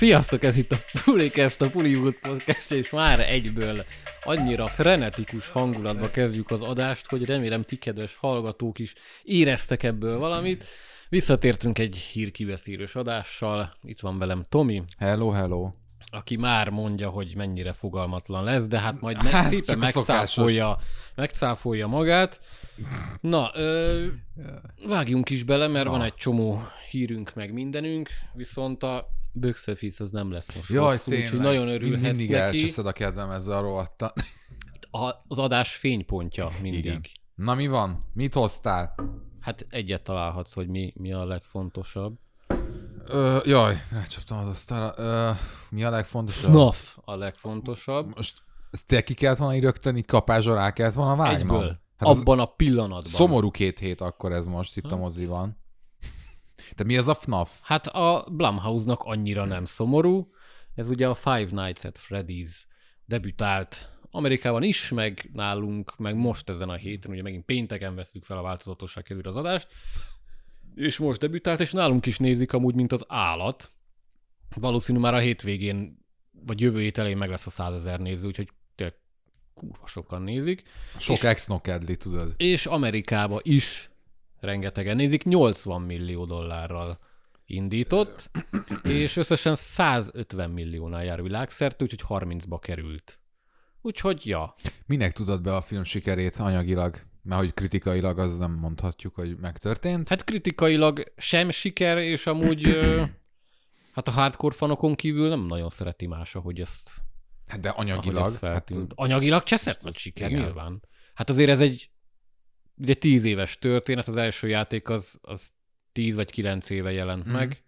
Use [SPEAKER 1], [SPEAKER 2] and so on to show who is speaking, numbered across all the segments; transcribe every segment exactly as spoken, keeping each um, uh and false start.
[SPEAKER 1] Sziasztok, ez itt a Pulicast, a Puliwood Podcast, és már egyből annyira frenetikus hangulatba kezdjük az adást, hogy remélem ti, kedves hallgatók is éreztek ebből valamit. Visszatértünk egy hírkibeszélős adással, itt van velem Tomi.
[SPEAKER 2] Hello, hello.
[SPEAKER 1] Aki már mondja, hogy mennyire fogalmatlan lesz, de hát majd meg,
[SPEAKER 2] hát,
[SPEAKER 1] szépen megcáfolja, megcáfolja magát. Na, ö, vágjunk is bele, mert Na. van egy csomó hírünk meg mindenünk, viszont a box office az nem lesz most
[SPEAKER 2] Jaj,
[SPEAKER 1] hosszú, úgyhogy nagyon örülhetsz
[SPEAKER 2] mindig
[SPEAKER 1] neki.
[SPEAKER 2] elcseszed a kedvem ezzel a rovattal.
[SPEAKER 1] Az adás fénypontja mindig. Igen.
[SPEAKER 2] Na mi van? Mit hoztál?
[SPEAKER 1] Hát egyet találhatsz, hogy mi, mi a legfontosabb.
[SPEAKER 2] Ö, jaj, rácsaptam az asztalra. Ö, mi a legfontosabb?
[SPEAKER 1] ef naf a legfontosabb.
[SPEAKER 2] Most ezt te ki kellett volna így rögtön, így kapásra rá kellett volna vágnom?
[SPEAKER 1] Egyből. Hát abban a pillanatban.
[SPEAKER 2] Szomorú két hét akkor ez most itt ha? a moziban. De mi az a ef naf?
[SPEAKER 1] Hát a Blumhouse-nak annyira nem szomorú. Ez ugye a Five Nights at Freddy's debütált Amerikában is, meg nálunk, meg most ezen a héten, ugye megint pénteken vesztük fel a változatosság kerül az adást, és most debütált, és nálunk is nézik amúgy, mint az állat. Valószínű már a hétvégén, vagy jövő hét elején meg lesz a százezer néző, úgyhogy tényleg kurva sokan nézik.
[SPEAKER 2] Sok ex-nokedli, tudod.
[SPEAKER 1] És Amerikába is rengetegen nézik, nyolcvan millió dollárral indított, és összesen százötven milliónál jár világszerte, úgyhogy harmincba került. Úgyhogy, ja.
[SPEAKER 2] Minek tudod be a film sikerét anyagilag? Mert hogy kritikailag az nem mondhatjuk, hogy megtörtént.
[SPEAKER 1] Hát kritikailag sem siker, és amúgy hát a hardcore fanokon kívül nem nagyon szereti más, ahogy ezt
[SPEAKER 2] hát de anyagilag.
[SPEAKER 1] Hát, anyagilag cseszett nagy siker, igen. Nyilván. Hát azért ez egy ugye tíz éves történet, az első játék az, az tíz vagy kilenc éve jelent mm. meg.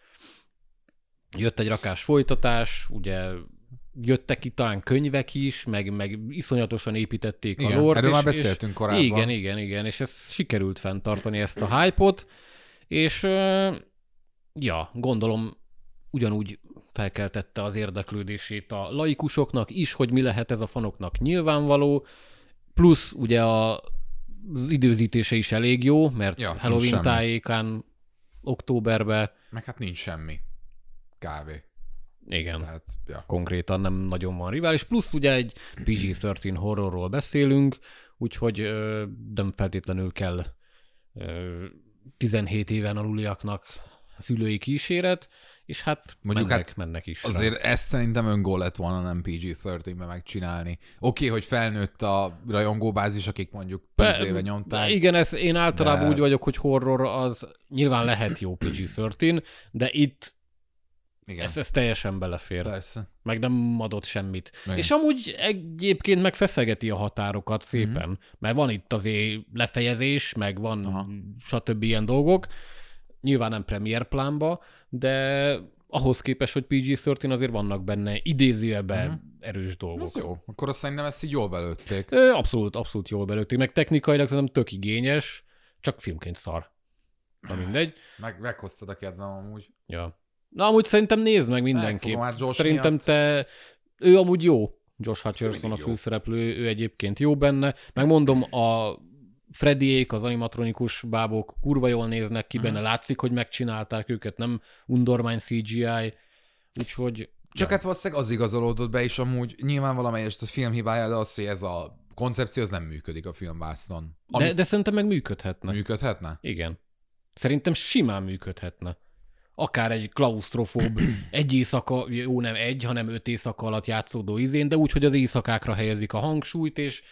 [SPEAKER 1] Jött egy rakás folytatás, ugye jöttek ki talán könyvek is, meg, meg iszonyatosan építették
[SPEAKER 2] igen,
[SPEAKER 1] a lore-t.
[SPEAKER 2] Erről és, már beszéltünk és, korábban.
[SPEAKER 1] Igen, igen, igen, és ez sikerült fenntartani ezt a hype-ot, és uh, ja, gondolom ugyanúgy felkeltette az érdeklődését a laikusoknak is, hogy mi lehet ez a fanoknak nyilvánvaló, plusz ugye a, az időzítése is elég jó, mert ja, Halloween tájékán októberben...
[SPEAKER 2] Meg hát nincs semmi. Kávé.
[SPEAKER 1] Igen,
[SPEAKER 2] tehát, ja.
[SPEAKER 1] Konkrétan nem nagyon van rivális, plusz ugye egy pé gé tizenhárom horrorról beszélünk, úgyhogy ö, nem feltétlenül kell ö, tizenhét éven aluliaknak szülői kíséret, és hát
[SPEAKER 2] mondjuk
[SPEAKER 1] mennek,
[SPEAKER 2] hát
[SPEAKER 1] mennek is.
[SPEAKER 2] Azért
[SPEAKER 1] rá.
[SPEAKER 2] ezt szerintem öngól lett volna nem pé gé tizenháromban megcsinálni. Oké, okay, hogy felnőtt a rajongóbázis, akik mondjuk tíz éve nyomták.
[SPEAKER 1] Igen, ez, én általában
[SPEAKER 2] de...
[SPEAKER 1] úgy vagyok, hogy horror az nyilván lehet jó pé gé tizenhárom, de itt Ez, ez teljesen belefér. Persze. Meg nem adott semmit. Igen. És amúgy egyébként meg feszegeti a határokat szépen, mm-hmm. mert van itt azért lefejezés, meg van Aha. stb. Ilyen dolgok. Nyilván nem premier plánba, de ahhoz képest, hogy pé gé tizenhárom azért vannak benne idézőjelben mm-hmm. erős dolgok.
[SPEAKER 2] Ez jó. Akkor azt szerintem ezt így jól belőtték.
[SPEAKER 1] Abszolút, abszolút jól belőtték. Meg technikailag szerintem tök igényes, csak filmként szar. Na mindegy.
[SPEAKER 2] Meg meghoztad a kedvem amúgy.
[SPEAKER 1] Ja. Na, amúgy szerintem nézd meg mindenképp. Szerintem miatt. te... Ő amúgy jó. Josh Hutcherson a főszereplő, ő egyébként jó benne. Megmondom, a Freddyék, az animatronikus bábok kurva jól néznek ki benne. Uh-huh. Látszik, hogy megcsinálták őket, nem undormány cé gé í. Úgyhogy...
[SPEAKER 2] Csak ja. hát valószínűleg az igazolódott be, és amúgy nyilván valamelyest a film hibája, de az, hogy ez a koncepció, az nem működik a filmvásznon.
[SPEAKER 1] Ami... De, de szerintem meg működhetne.
[SPEAKER 2] Működhetne?
[SPEAKER 1] Igen. Szerintem simán működhetne. Akár egy klausztrofób, egy éjszaka, jó nem egy, hanem öt éjszaka alatt játszódó izén, de úgy, hogy az éjszakákra helyezik a hangsúlyt, és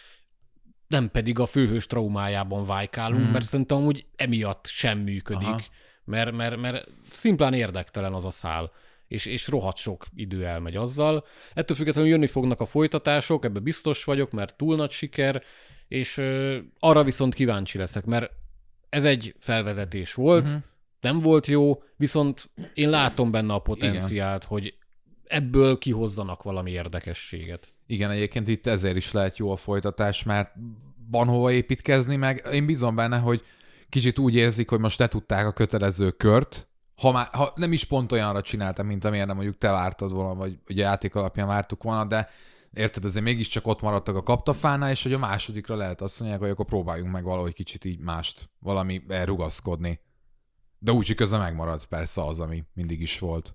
[SPEAKER 1] nem pedig a főhős traumájában vájkálunk, hmm. mert szerintem amúgy emiatt sem működik, mert, mert, mert szimplán érdektelen az a szál, és, és rohadt sok idő elmegy azzal. Ettől függetlenül jönni fognak a folytatások, ebbe biztos vagyok, mert túl nagy siker, és uh, arra viszont kíváncsi leszek, mert ez egy felvezetés volt, uh-huh. nem volt jó, viszont én látom benne a potenciált, igen. hogy ebből kihozzanak valami érdekességet.
[SPEAKER 2] Igen, egyébként itt ezért is lehet jó a folytatás, mert van hova építkezni, meg én bízom benne, hogy kicsit úgy érzik, hogy most letudták a kötelező kört, ha, már, ha nem is pont olyanra csináltam, mint amilyenre mondjuk te vártad volna, vagy ugye játék alapján vártuk volna, de érted, azért mégiscsak ott maradtak a kaptafánál, és hogy a másodikra lehet azt mondják, hogy akkor próbáljunk meg valahogy kicsit így mást, valami elrugaszkodni. De úgy, hogy közben megmarad persze az, ami mindig is volt.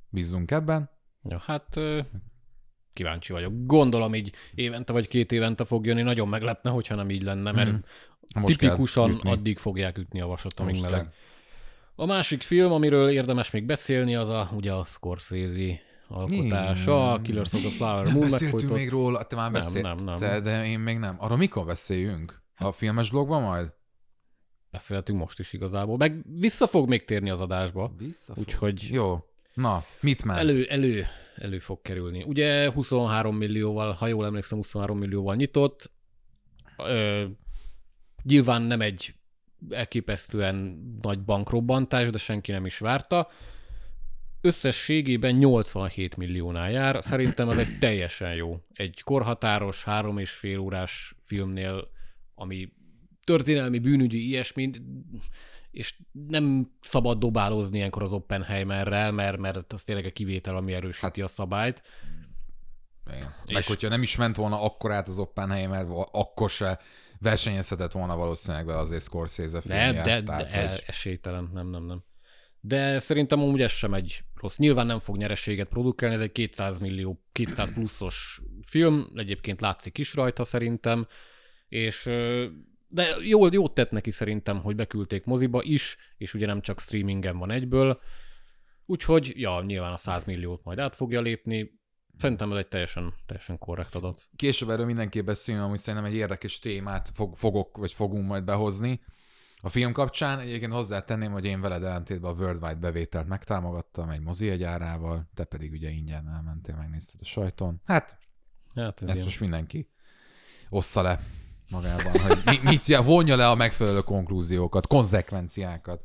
[SPEAKER 2] Bízzunk ebben.
[SPEAKER 1] Ja, hát kíváncsi vagyok. Gondolom így évente vagy két évente fog jönni. Nagyon meglepne, hogyha nem így lenne, mert mm. Most tipikusan addig fogják ütni a vasat, amíg meleg. Kell. A másik film, amiről érdemes még beszélni, az a, ugye a Scorsese alkotása, a Killers of the Flower Moon.
[SPEAKER 2] Nem beszéltünk még róla, te már beszéltél, de én még nem. Arról mikor beszéljünk? A filmes blogban majd?
[SPEAKER 1] Beszélhetünk most is igazából. Meg vissza fog még térni az adásba. Úgyhogy...
[SPEAKER 2] Jó. Na, mit ment?
[SPEAKER 1] Elő, elő, elő fog kerülni. Ugye huszonhárom millióval, ha jól emlékszem, huszonhárom millióval nyitott. Ö, nyilván nem egy elképesztően nagy bankrobbantás, de senki nem is várta. Összességében nyolcvanhét milliónál jár. Szerintem ez egy teljesen jó. Egy korhatáros, három és fél órás filmnél, ami történelmi bűnügyi ilyesmi, és nem szabad dobálózni ilyenkor az Oppenheimerrel, mert, mert az tényleg a kivétel, ami erősíti a szabályt.
[SPEAKER 2] Igen. Meg és... hogyha nem is ment volna akkor át az Oppenheimer, akkor se versenyezhetett volna valószínűleg vele azért Scorsese filmje.
[SPEAKER 1] De, de, tehát, de hogy... esélytelen, nem, nem, nem. De szerintem amúgy ez sem egy rossz. Nyilván nem fog nyereséget produkálni, ez egy kétszáz millió, kétszáz pluszos film, egyébként látszik is rajta szerintem, és de jól, jót tett neki szerintem, hogy beküldték moziba is, és ugye nem csak streamingen van egyből, úgyhogy ja, nyilván a száz milliót majd át fogja lépni. Szerintem ez egy teljesen, teljesen korrekt adat.
[SPEAKER 2] Később erről mindenképp beszélünk, amúgy szerintem egy érdekes témát fog, fogok, vagy fogunk majd behozni. A film kapcsán egyébként hozzátenném, hogy én veled ellentétben a Worldwide bevételt megtámogattam egy mozi árával, te pedig ugye ingyen elmentél, megnézted a sajton. Hát, hát ez ezt ilyen. Most mindenki ossza le magában, hogy mit, mit vonja le a megfelelő konklúziókat, konzekvenciákat.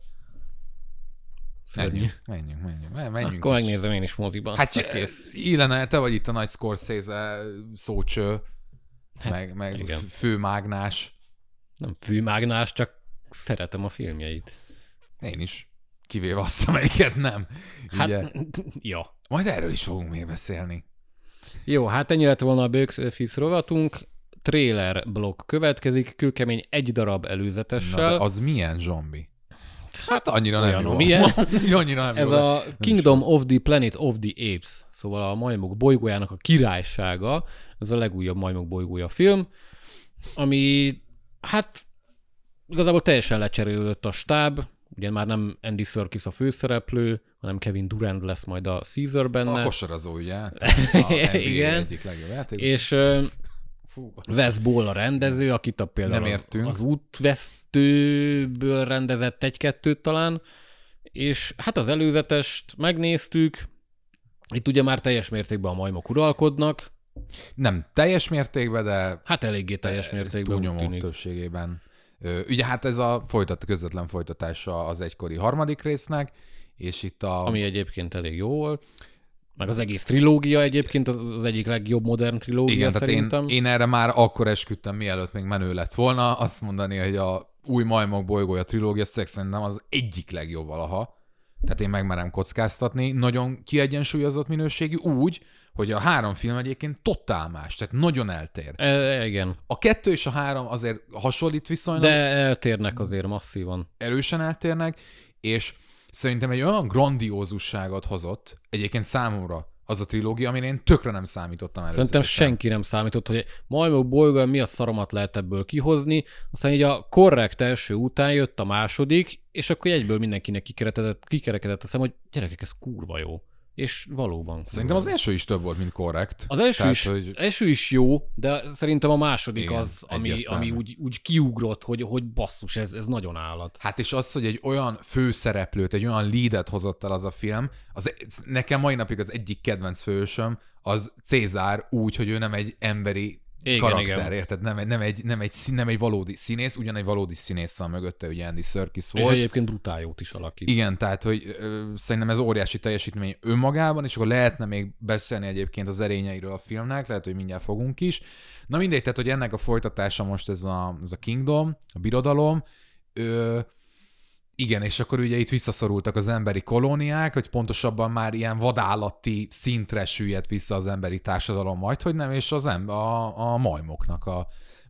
[SPEAKER 2] Menjünk, menjünk, menjünk, menjünk.
[SPEAKER 1] Akkor is. Megnézem én is moziban.
[SPEAKER 2] Hát Illene, te vagy itt a nagy Scorsese szócső, hát, meg, meg főmágnás.
[SPEAKER 1] Nem főmágnás, csak szeretem a filmjeit.
[SPEAKER 2] Én is. Kivéve azt, amelyiket nem.
[SPEAKER 1] Hát, ugye? Ja.
[SPEAKER 2] Majd erről is fogunk még beszélni.
[SPEAKER 1] Jó, hát ennyi lett volna a Box Office rovatunk. Trailer blokk következik, kőkemény egy darab előzetessel.
[SPEAKER 2] Na, de az milyen zombi? Hát annyira nem jó.
[SPEAKER 1] Milyen?
[SPEAKER 2] annyira nem
[SPEAKER 1] Ez
[SPEAKER 2] jó.
[SPEAKER 1] a Kingdom of the Planet of the Apes, szóval a majmok bolygójának a királysága, ez a legújabb majmok bolygója film, ami hát igazából teljesen lecserélődött a stáb, ugye már nem Andy Serkis a főszereplő, hanem Kevin Durant lesz majd a Caesar benne.
[SPEAKER 2] A kosarazó, ugye? A N B A
[SPEAKER 1] igen.
[SPEAKER 2] egyik legjobb játékos.
[SPEAKER 1] És Fú, Wes Ball a rendező, akit a például az, az útvesztőből rendezett egy-kettőt talán, és hát az előzetest megnéztük, itt ugye már teljes mértékben a majmok uralkodnak.
[SPEAKER 2] Nem teljes mértékben, de...
[SPEAKER 1] Hát eléggé teljes mértékben.
[SPEAKER 2] Túlnyomó többségében. Ugye hát ez a folytat, közvetlen folytatása az egykori harmadik résznek, és itt a...
[SPEAKER 1] Ami egyébként elég jó volt. Meg az egész trilógia egyébként az, az egyik legjobb modern trilógia.
[SPEAKER 2] Igen,
[SPEAKER 1] szerintem.
[SPEAKER 2] Tehát én, én erre már akkor esküdtem, mielőtt még menő lett volna, azt mondani, hogy a új majmok bolygója trilógia, szerintem az egyik legjobb valaha. Tehát én megmerem kockáztatni. Nagyon kiegyensúlyozott minőségű úgy, hogy a három film egyébként totál más, tehát nagyon eltér.
[SPEAKER 1] E, igen.
[SPEAKER 2] A kettő és a három azért hasonlít viszonylag.
[SPEAKER 1] De eltérnek azért masszívan.
[SPEAKER 2] Erősen eltérnek, és szerintem egy olyan grandiózusságot hozott, egyébként számomra az a trilógia, amin én tökre nem számítottam először.
[SPEAKER 1] Szerintem senki nem számított, hogy majmok bolygója mi a szaromat lehet ebből kihozni, aztán így a korrekt első után jött a második, és akkor egyből mindenkinek kikerekedett, kikerekedett a szem, hogy gyerekek, ez kurva jó. És valóban.
[SPEAKER 2] Szerintem az első is több volt, mint korrekt.
[SPEAKER 1] Az első,
[SPEAKER 2] Tehát,
[SPEAKER 1] is,
[SPEAKER 2] hogy...
[SPEAKER 1] első is jó, de szerintem a második igen, az, ami, ami
[SPEAKER 2] egyértelmű.
[SPEAKER 1] úgy, úgy kiugrott, hogy, hogy basszus, ez, ez nagyon állat.
[SPEAKER 2] Hát és az, hogy egy olyan főszereplőt, egy olyan leadet hozott el az a film, az, nekem mai napig az egyik kedvenc fősöm, az Cézár úgy, hogy ő nem egy emberi igen, karakter, igen. Érted? Nem egy, nem, egy, nem, egy, nem egy valódi színész, ugyan egy valódi színész van mögötte, ugye Andy Serkis volt.
[SPEAKER 1] És egyébként brutál jót is alakít.
[SPEAKER 2] Igen, tehát, hogy ö, szerintem ez óriási teljesítmény önmagában, és akkor lehetne még beszélni egyébként az erényeiről a filmnek, lehet, hogy mindjárt fogunk is. Na mindegy, tehát, hogy ennek a folytatása most ez a, ez a Kingdom, a birodalom, ö, igen, és akkor ugye itt visszaszorultak az emberi kolóniák, hogy pontosabban már ilyen vadállati szintre süllyedt vissza az emberi társadalom, majdhogy nem, és az em- a, a majmoknak a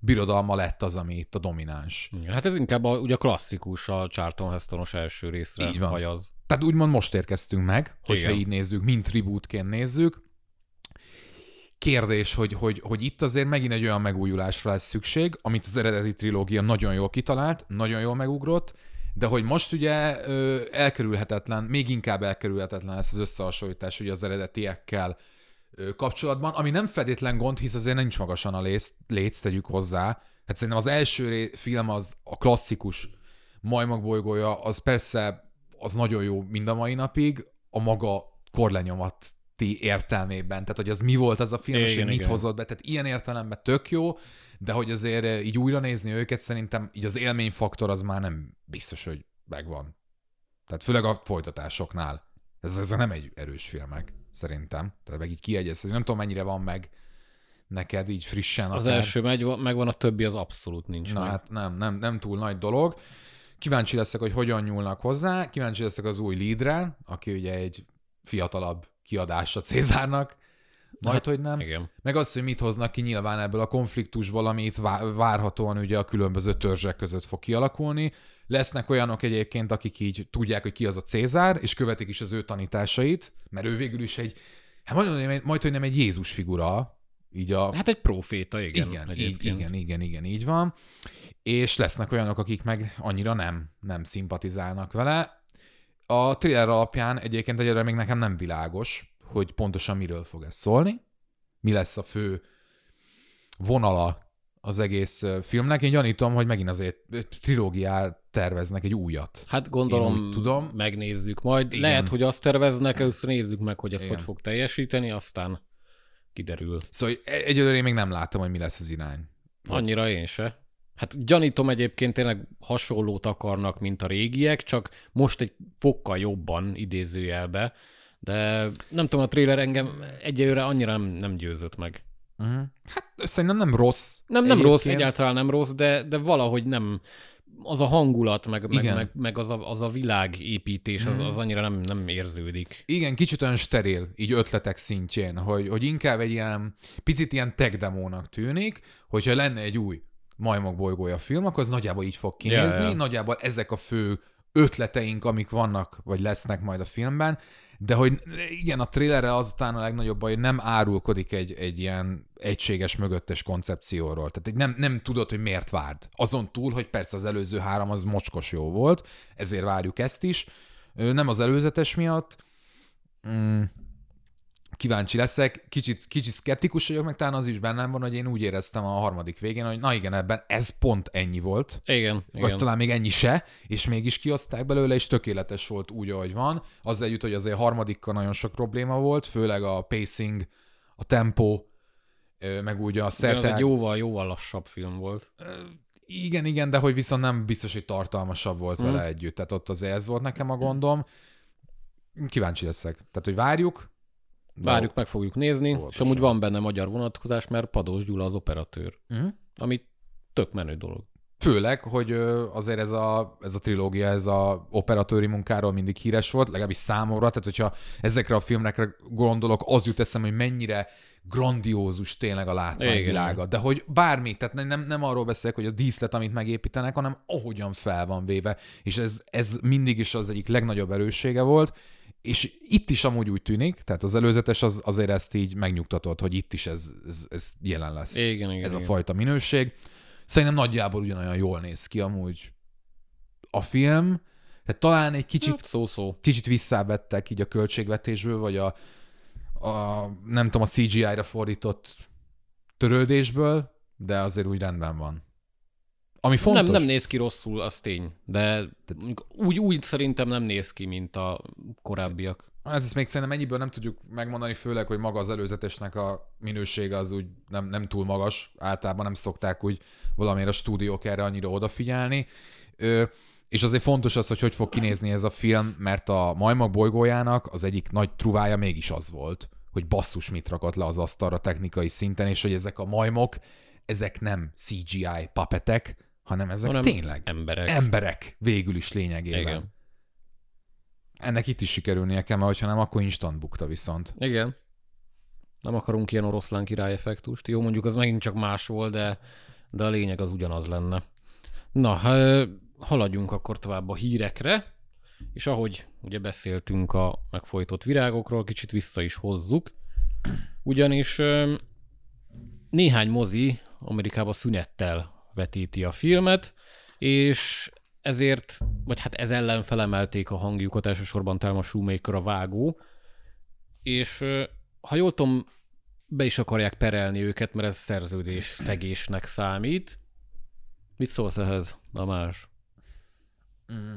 [SPEAKER 2] birodalma lett az, ami itt a domináns.
[SPEAKER 1] Igen, hát ez inkább a, ugye a klasszikus, a Charlton Hestonos első részre
[SPEAKER 2] Így van.
[SPEAKER 1] hajaz.
[SPEAKER 2] Tehát úgymond most érkeztünk meg, hogyha
[SPEAKER 1] Igen.
[SPEAKER 2] így nézzük, mint tribútként nézzük. Kérdés, hogy, hogy, hogy itt azért megint egy olyan megújulásra lesz szükség, amit az eredeti trilógia nagyon jól kitalált, nagyon jól megugrott, de hogy most ugye ö, elkerülhetetlen, még inkább elkerülhetetlen lesz az összehasonlítás ugye az eredetiekkel ö, kapcsolatban, ami nem feltétlen gond, hisz azért nincs magasan a léc, léc tegyük hozzá. Hát szerintem az első ré, film az a klasszikus Majmok bolygója, az persze az nagyon jó mind a mai napig, a maga korlenyomati értelmében, tehát hogy az mi volt az a film, igen, és hogy mit igen. hozott be, tehát ilyen értelemben tök jó, de hogy azért így újra nézni őket, szerintem így az élményfaktor az már nem biztos, hogy megvan. Tehát főleg a folytatásoknál. Ez, ez nem egy erős filmek, szerintem. Tehát meg így kiegyezhető. Nem tudom, mennyire van meg neked így frissen.
[SPEAKER 1] Az
[SPEAKER 2] akár.
[SPEAKER 1] első megy, megvan, a többi az abszolút nincs
[SPEAKER 2] Na
[SPEAKER 1] meg.
[SPEAKER 2] hát nem, nem, nem túl nagy dolog. Kíváncsi leszek, hogy hogyan nyúlnak hozzá. Kíváncsi leszek az új leadre, aki ugye egy fiatalabb kiadása Cézárnak. Majd, hát, hogy nem.
[SPEAKER 1] Igen.
[SPEAKER 2] Meg azt, hogy mit hoznak ki nyilván ebből a konfliktusból, ami itt várhatóan ugye a különböző törzsek között fog kialakulni. Lesznek olyanok egyébként, akik így tudják, hogy ki az a Cézár, és követik is az ő tanításait, mert ő végül is egy, hát majd, majd hogy nem egy Jézus figura, így a...
[SPEAKER 1] Hát egy proféta, igen.
[SPEAKER 2] Igen, így, igen, igen, igen, így van. És lesznek olyanok, akik meg annyira nem, nem szimpatizálnak vele. A thriller alapján egyébként egyelőre még nekem nem világos, hogy pontosan miről fog ez szólni, mi lesz a fő vonala az egész filmnek. Én gyanítom, hogy megint azért trilógiát terveznek egy újat.
[SPEAKER 1] Hát gondolom, tudom. Megnézzük majd. Igen. Lehet, hogy azt terveznek, először nézzük meg, hogy ez Igen. hogy fog teljesíteni, aztán kiderül.
[SPEAKER 2] Szóval egyelőre én még nem láttam, hogy mi lesz az irány.
[SPEAKER 1] Annyira én se. Hát gyanítom egyébként tényleg hasonlót akarnak, mint a régiek, csak most egy fokkal jobban idézőjelbe, de nem tudom, a trailer engem egyelőre annyira nem, nem győzött meg.
[SPEAKER 2] Uh-huh. Hát szerintem nem rossz.
[SPEAKER 1] Nem, nem rossz, egyáltalán nem rossz, de, de valahogy nem, az a hangulat, meg, meg, meg, meg az, a, az a világépítés, az, az annyira nem, nem érződik.
[SPEAKER 2] Igen, kicsit olyan steril, így ötletek szintjén, hogy, hogy inkább egy ilyen, picit ilyen tech demónak tűnik, hogyha lenne egy új Majmok bolygója film, akkor az nagyjából így fog kinézni, ja, ja. Nagyjából ezek a fő ötleteink, amik vannak, vagy lesznek majd a filmben, de hogy igen, a trailerre azután a legnagyobb baj, hogy nem árulkodik egy, egy ilyen egységes mögöttes koncepcióról. Tehát nem, nem tudod, hogy miért várd. Azon túl, hogy persze az előző három az mocskos jó volt, ezért várjuk ezt is. Nem az előzetes miatt. Mm. Kíváncsi leszek, kicsit, kicsit szkeptikus vagyok, meg talán az is bennem van, hogy én úgy éreztem a harmadik végén, hogy na igen, ebben ez pont ennyi volt.
[SPEAKER 1] Igen.
[SPEAKER 2] Vagy
[SPEAKER 1] igen.
[SPEAKER 2] talán még ennyi se, és mégis kioszták belőle, és tökéletes volt úgy, ahogy van. Azzal együtt, hogy azért a harmadikkal nagyon sok probléma volt, főleg a pacing, a tempó, meg úgy a szerták.
[SPEAKER 1] Igen, az egy jóval, jóval lassabb film volt.
[SPEAKER 2] Igen, igen, de hogy viszont nem biztos, hogy tartalmasabb volt mm. vele együtt. Tehát ott azért ez volt nekem a gondom. Kíváncsi leszek. Tehát, hogy várjuk,
[SPEAKER 1] Várjuk, meg fogjuk nézni, Óvatosan. És amúgy van benne magyar vonatkozás, mert Padós Gyula az operatőr, uh-huh. ami tök menő dolog.
[SPEAKER 2] Főleg, hogy azért ez a, ez a trilógia, ez a operatőri munkáról mindig híres volt, legalábbis számomra, tehát hogyha ezekre a filmekre gondolok, az jut eszem, hogy mennyire grandiózus tényleg a látványvilága. De hogy bármi, tehát nem, nem arról beszélek, hogy a díszlet, amit megépítenek, hanem ahogyan fel van véve. És ez, ez mindig is az egyik legnagyobb erőssége volt, és itt is amúgy úgy tűnik, tehát az előzetes az, azért ezt így megnyugtatott, hogy itt is ez, ez, ez jelen lesz.
[SPEAKER 1] Igen, igen,
[SPEAKER 2] ez a
[SPEAKER 1] igen.
[SPEAKER 2] fajta minőség. Szerintem nagyjából ugyanolyan jól néz ki amúgy a film. Tehát talán egy kicsit,
[SPEAKER 1] hát, szó-szó.
[SPEAKER 2] kicsit visszávettek így a költségvetésből, vagy a, a nem tudom, a cé gé í-ra fordított törődésből, de azért úgy rendben van. Ami fontos.
[SPEAKER 1] Nem, nem néz ki rosszul, az tény, de úgy, úgy szerintem nem néz ki, mint a korábbiak.
[SPEAKER 2] Hát ezt még szerintem ennyiből nem tudjuk megmondani, főleg, hogy maga az előzetesnek a minősége az úgy nem, nem túl magas. Általában nem szokták úgy valamiért a stúdiók erre annyira odafigyelni. Ö, és azért fontos az, hogy hogy fog kinézni ez a film, mert a Majmok bolygójának az egyik nagy truvája mégis az volt, hogy basszus mit rakott le az asztalra technikai szinten, és hogy ezek a majmok, ezek nem cé gé í papetek, hanem ezek hanem tényleg
[SPEAKER 1] emberek.
[SPEAKER 2] emberek végül is lényegében.
[SPEAKER 1] Igen.
[SPEAKER 2] Ennek itt is sikerülnie kell, mert ha nem, akkor instant bukta viszont.
[SPEAKER 1] Igen. Nem akarunk ilyen oroszlán király effektust. Jó, mondjuk az megint csak más volt, de, de a lényeg az ugyanaz lenne. Na, haladjunk akkor tovább a hírekre, és ahogy ugye beszéltünk a megfojtott virágokról, kicsit vissza is hozzuk, ugyanis néhány mozi Amerikában szünettel vetíti a filmet, és ezért, vagy hát ez ellen felemelték a hangjukat, elsősorban Thelma Shoemaker, a vágó, és ha jól tudom, be is akarják perelni őket, mert ez szerződés szegésnek számít. Mit szólsz ehhez, Tamás?
[SPEAKER 2] Mm.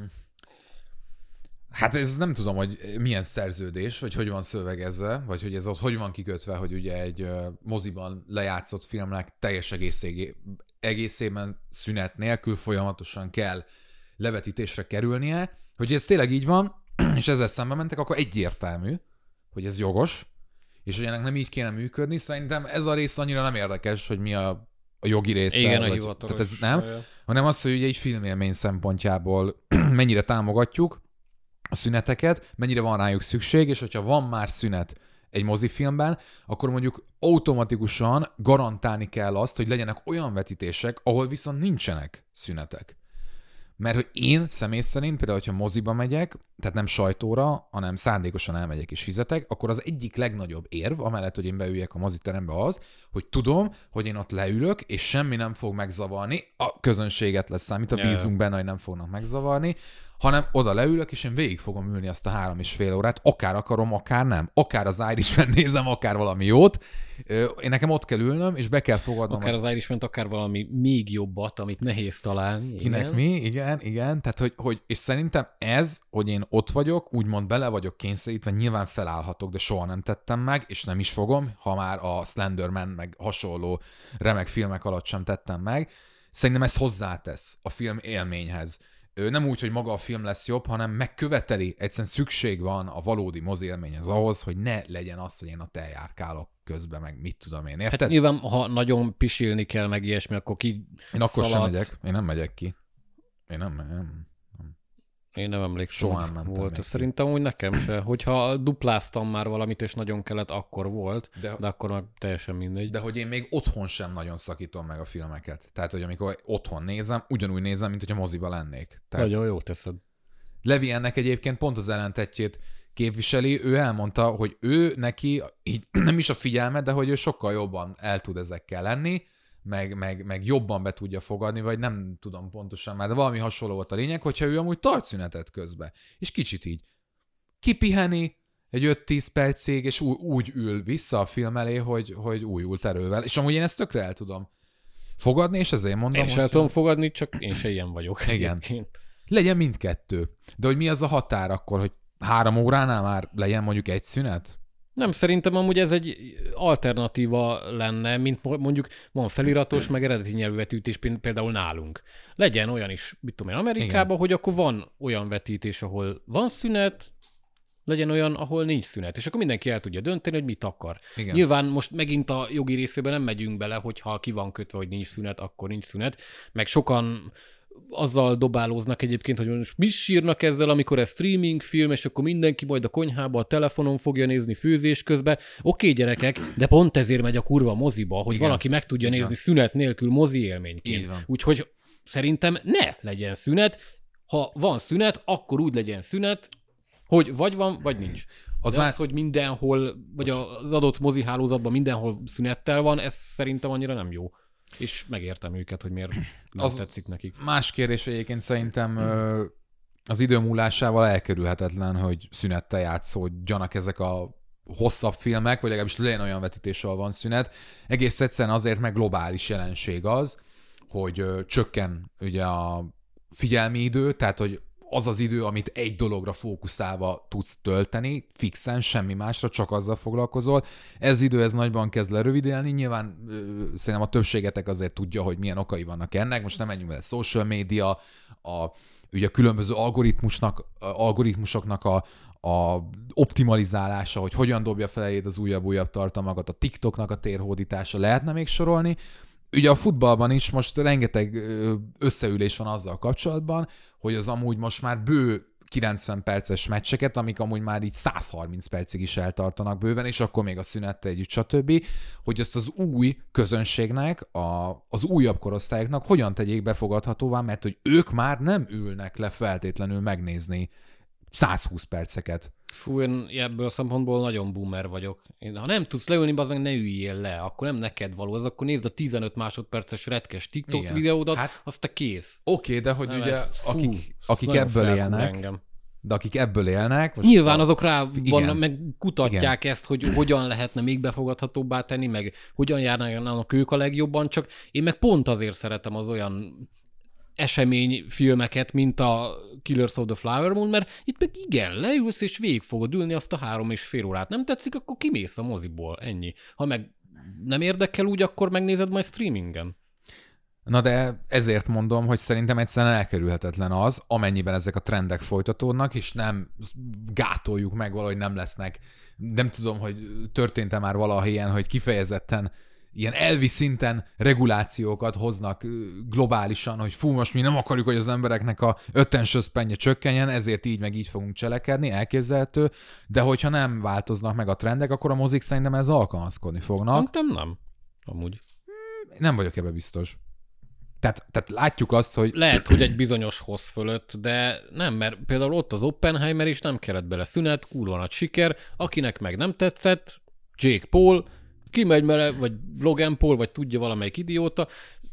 [SPEAKER 2] Hát ez nem tudom, hogy milyen szerződés, vagy hogy van szövegezve, vagy hogy ez ott hogy van kikötve, hogy ugye egy moziban lejátszott filmnek teljes egészé, egészében szünet nélkül folyamatosan kell levetítésre kerülnie. Hogy ez tényleg így van, és ezzel szembe mentek, akkor egyértelmű, hogy ez jogos, és hogy ennek nem így kéne működni. Szerintem ez a rész annyira nem érdekes, hogy mi a, a jogi része.
[SPEAKER 1] Igen,
[SPEAKER 2] vagy,
[SPEAKER 1] a hivatalos.
[SPEAKER 2] Tehát ez nem, hanem az, hogy ugye egy filmélmény szempontjából mennyire támogatjuk a szüneteket, mennyire van rájuk szükség, és hogyha van már szünet egy mozifilmben, akkor mondjuk automatikusan garantálni kell azt, hogy legyenek olyan vetítések, ahol viszont nincsenek szünetek. Mert hogy én személy szerint, például, hogyha moziba megyek, tehát nem sajtóra, hanem szándékosan elmegyek és fizetek, akkor az egyik legnagyobb érv, amellett, hogy én beüljek a moziterembe az, hogy tudom, hogy én ott leülök, és semmi nem fog megzavarni, a közönséget lesz számít, a bízunk benne, hogy nem fognak megzavarni, hanem oda leülök, és én végig fogom ülni azt a három és fél órát, akár akarom, akár nem. Akár az Irishman nézem, akár valami jót. Én nekem ott kell ülnöm, és be kell fogadnom.
[SPEAKER 1] Akár
[SPEAKER 2] azt...
[SPEAKER 1] az Irishman, akár valami még jobbat, amit nehéz találni.
[SPEAKER 2] Kinek
[SPEAKER 1] igen.
[SPEAKER 2] mi? Igen, igen. Tehát, hogy, hogy, és szerintem ez, hogy én ott vagyok, úgymond bele vagyok kényszerítve, nyilván felállhatok, de soha nem tettem meg, és nem is fogom, ha már a Slenderman, meg hasonló remek filmek alatt sem tettem meg. Szerintem ez hozzátesz a film élményhez. Nem úgy, hogy maga a film lesz jobb, hanem megköveteli, egyszerűen szükség van a valódi mozi élményhez ahhoz, hogy ne legyen az, hogy én ott eljárkálok közben, meg mit tudom én, érted?
[SPEAKER 1] Hát nyilván, ha nagyon pisilni kell, meg ilyesmi, akkor ki
[SPEAKER 2] Én akkor
[SPEAKER 1] szaladsz.
[SPEAKER 2] sem megyek, én nem megyek ki. Én nem, nem.
[SPEAKER 1] Én nem emlékszem,
[SPEAKER 2] Soha nem mentem
[SPEAKER 1] volt.
[SPEAKER 2] még
[SPEAKER 1] Szerintem úgy nekem se. Hogyha dupláztam már valamit, és nagyon kellett, akkor volt, de, de akkor meg teljesen mindegy.
[SPEAKER 2] De hogy én még otthon sem nagyon szakítom meg a filmeket. Tehát, hogy amikor otthon nézem, ugyanúgy nézem, mint hogyha moziba lennék. Tehát
[SPEAKER 1] nagyon jó teszed.
[SPEAKER 2] Levi ennek egyébként pont az ellentetjét képviseli. Ő elmondta, hogy ő neki így nem is a figyelme, de hogy ő sokkal jobban el tud ezekkel lenni, Meg, meg, meg jobban be tudja fogadni, vagy nem tudom pontosan már, de valami hasonló volt a lényeg, hogyha ő amúgy tart szünetet közbe, és kicsit így kipiheni egy öt-tíz percig, és úgy, úgy ül vissza a film elé, hogy, hogy újult erővel. És amúgy én ezt tökre el tudom fogadni, és ezért mondom,
[SPEAKER 1] én
[SPEAKER 2] hogy...
[SPEAKER 1] sem el tudom fogadni, csak én se ilyen vagyok.
[SPEAKER 2] Igen.
[SPEAKER 1] Egyébként.
[SPEAKER 2] Legyen mindkettő. De hogy mi az a határ akkor, hogy három óránál már legyen mondjuk egy szünet?
[SPEAKER 1] Nem, szerintem amúgy ez egy alternatíva lenne, mint mondjuk van feliratos, meg eredeti nyelvű vetítés például nálunk. Legyen olyan is, mit tudom én, Amerikában, igen, hogy akkor van olyan vetítés, ahol van szünet, legyen olyan, ahol nincs szünet. És akkor mindenki el tudja dönteni, hogy mit akar. Igen. Nyilván most megint a jogi részében nem megyünk bele, hogyha ki van kötve, hogy nincs szünet, akkor nincs szünet. Meg sokan azzal dobálóznak egyébként, hogy most mi sírnak ezzel, amikor ez streaming film, és akkor mindenki majd a konyhába a telefonon fogja nézni főzés közben. Oké, gyerekek, de pont ezért megy a kurva moziba, hogy igen, valaki meg tudja nézni szünet nélkül mozi élményként. Úgyhogy szerintem ne legyen szünet. Ha van szünet, akkor úgy legyen szünet, hogy vagy van, vagy nincs. Az, de már... az, hogy mindenhol, vagy az adott mozi hálózatban mindenhol szünettel van, ez szerintem annyira nem jó. És megértem őket, hogy miért nem az tetszik nekik.
[SPEAKER 2] Más kérdés egyébként szerintem az idő múlásával elkerülhetetlen, hogy szünettel játszódjanak ezek a hosszabb filmek, vagy legalábbis legyen olyan vetítés, ahol van szünet. Egész egyszerűen azért, meg globális jelenség az, hogy csökken ugye a figyelmi idő, tehát hogy az az idő, amit egy dologra fókuszálva tudsz tölteni, fixen, semmi másra, csak azzal foglalkozol. Ez idő, ez nagyban kezd lerövidélni. Nyilván ö, szerintem a többségetek azért tudja, hogy milyen okai vannak ennek. Most nem menjünk vele, social media, a, ugye a különböző algoritmusnak, algoritmusoknak a, a optimalizálása, hogy hogyan dobja feléd az újabb-újabb tartalmakat, a TikToknak a térhódítása, lehetne még sorolni. Ugye a futballban is most rengeteg összeülés van azzal kapcsolatban, hogy az amúgy most már bő kilencven perces meccseket, amik amúgy már így száz harminc percig is eltartanak bőven, és akkor még a szünettel együtt, stb., hogy ezt az új közönségnek, a, az újabb korosztályoknak hogyan tegyék befogadhatóvá, mert hogy ők már nem ülnek le feltétlenül megnézni száz húsz perceket.
[SPEAKER 1] Fú, én ebből a szempontból nagyon boomer vagyok. Én, ha nem tudsz leülni, az meg ne üljél le, akkor nem neked való, az akkor nézd a tizenöt másodperces retkes TikTok
[SPEAKER 2] Igen.
[SPEAKER 1] videódat,
[SPEAKER 2] Hát,
[SPEAKER 1] azt te kész.
[SPEAKER 2] Oké, okay, de hogy
[SPEAKER 1] nem
[SPEAKER 2] ugye
[SPEAKER 1] ez, fú,
[SPEAKER 2] akik, akik
[SPEAKER 1] nagyon
[SPEAKER 2] ebből
[SPEAKER 1] felhúz
[SPEAKER 2] élnek,
[SPEAKER 1] engem.
[SPEAKER 2] de akik ebből élnek... Most
[SPEAKER 1] Nyilván
[SPEAKER 2] a...
[SPEAKER 1] azok rá vannak, meg kutatják
[SPEAKER 2] Igen.
[SPEAKER 1] ezt, hogy hogyan lehetne még befogadhatóbbá tenni, meg hogyan járnának ők a legjobban, csak én meg pont azért szeretem az olyan eseményfilmeket, mint a Killers of the Flower Moon, mert itt meg igen, leülsz és végig fogod ülni azt a három és fél órát. Nem tetszik, akkor kimész a moziból, ennyi. Ha meg nem érdekel úgy, akkor megnézed majd streamingen.
[SPEAKER 2] Na de ezért mondom, hogy szerintem egyszerűen elkerülhetetlen az, amennyiben ezek a trendek folytatódnak, és nem gátoljuk meg valahogy nem lesznek. Nem tudom, hogy történt-e már valaha ilyen, hogy kifejezetten ilyen elvi szinten regulációkat hoznak globálisan, hogy fú, most mi nem akarjuk, hogy az embereknek a öttensőszpenje csökkenjen, ezért így meg így fogunk cselekedni, elképzelhető, de hogyha nem változnak meg a trendek, akkor a mozik szerintem ez alkalmazkodni fognak.
[SPEAKER 1] Szerintem nem. Amúgy.
[SPEAKER 2] Nem vagyok ebben biztos. Tehát, tehát látjuk azt, hogy...
[SPEAKER 1] Lehet, hogy egy bizonyos hossz fölött, de nem, mert például ott az Oppenheimer is nem kellett bele szünet, kurva nagy siker, akinek meg nem tetszett, Jake Paul, kimegy mere, vagy Logan Paul, vagy tudja valamelyik idióta,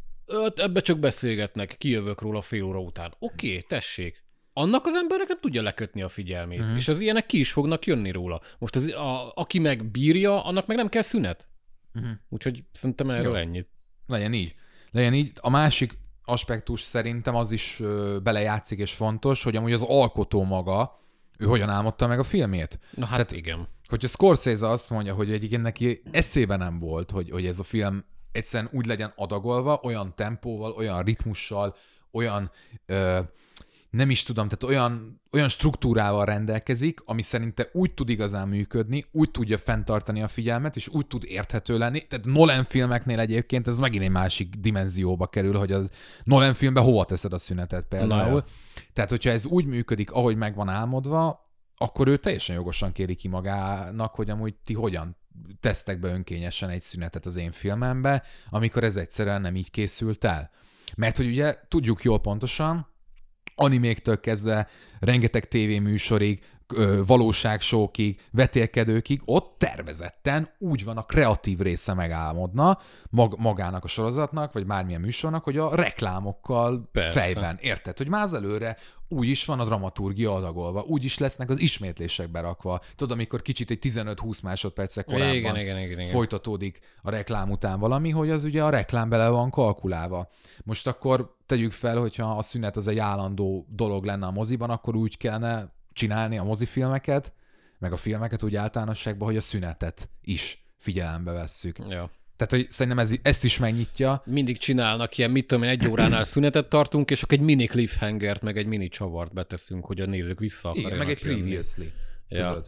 [SPEAKER 1] ebbe csak beszélgetnek, kijövök róla fél óra után. Oké, okay, tessék. Annak az emberek nem tudja lekötni a figyelmét, uh-huh. és az ilyenek ki is fognak jönni róla. Most az, a, aki meg bírja, annak meg nem kell szünet. Uh-huh. Úgyhogy szerintem erről Jó. ennyit.
[SPEAKER 2] Legyen így. Legyen így. A másik aspektus szerintem az is ö, belejátszik és fontos, hogy amúgy az alkotó maga, ő hogyan álmodta meg a filmét.
[SPEAKER 1] Na hát Tehát, igen.
[SPEAKER 2] Hogyha Scorsese azt mondja, hogy egyébként neki eszébe nem volt, hogy, hogy ez a film egyszerűen úgy legyen adagolva, olyan tempóval, olyan ritmussal, olyan, ö, nem is tudom, tehát olyan, olyan struktúrával rendelkezik, ami szerinte úgy tud igazán működni, úgy tudja fenntartani a figyelmet, és úgy tud érthető lenni. Tehát Nolan filmeknél egyébként ez megint egy másik dimenzióba kerül, hogy az Nolan filmben hova teszed a szünetet például. Tehát, hogyha ez úgy működik, ahogy meg van álmodva, akkor ő teljesen jogosan kéri ki magának, hogy amúgy ti hogyan tesztek be önkényesen egy szünetet az én filmembe, amikor ez egyszerűen nem így készült el. Mert hogy ugye tudjuk jól pontosan, animéktől kezdve rengeteg tévéműsorig, valóságsókig, vetélkedőkig, ott tervezetten úgy van a kreatív része megálmodna mag- magának a sorozatnak, vagy bármilyen műsornak, hogy a reklámokkal Persze. fejben. Érted? Hogy már az előre úgy is van a dramaturgia adagolva, úgy is lesznek az ismétlések berakva. Tudod, amikor kicsit egy tizenöt-húsz másodpercek korábban
[SPEAKER 1] igen, igen, igen, igen.
[SPEAKER 2] folytatódik a reklám után valami, hogy az ugye a reklám bele van kalkulálva. Most akkor tegyük fel, hogyha a szünet az egy állandó dolog lenne a moziban, akkor úgy kellene csinálni a mozifilmeket, meg a filmeket úgy általánosságban, hogy a szünetet is figyelembe vesszük.
[SPEAKER 1] Ja.
[SPEAKER 2] Tehát, hogy szerintem ez, ezt is megnyitja.
[SPEAKER 1] Mindig csinálnak ilyen, mit tudom én, egy óránál szünetet tartunk, és akkor egy mini cliffhangert, meg egy mini csavart beteszünk, hogy a nézők vissza
[SPEAKER 2] akarjanak. Igen, meg egy previously.
[SPEAKER 1] Ja.
[SPEAKER 2] Tudod.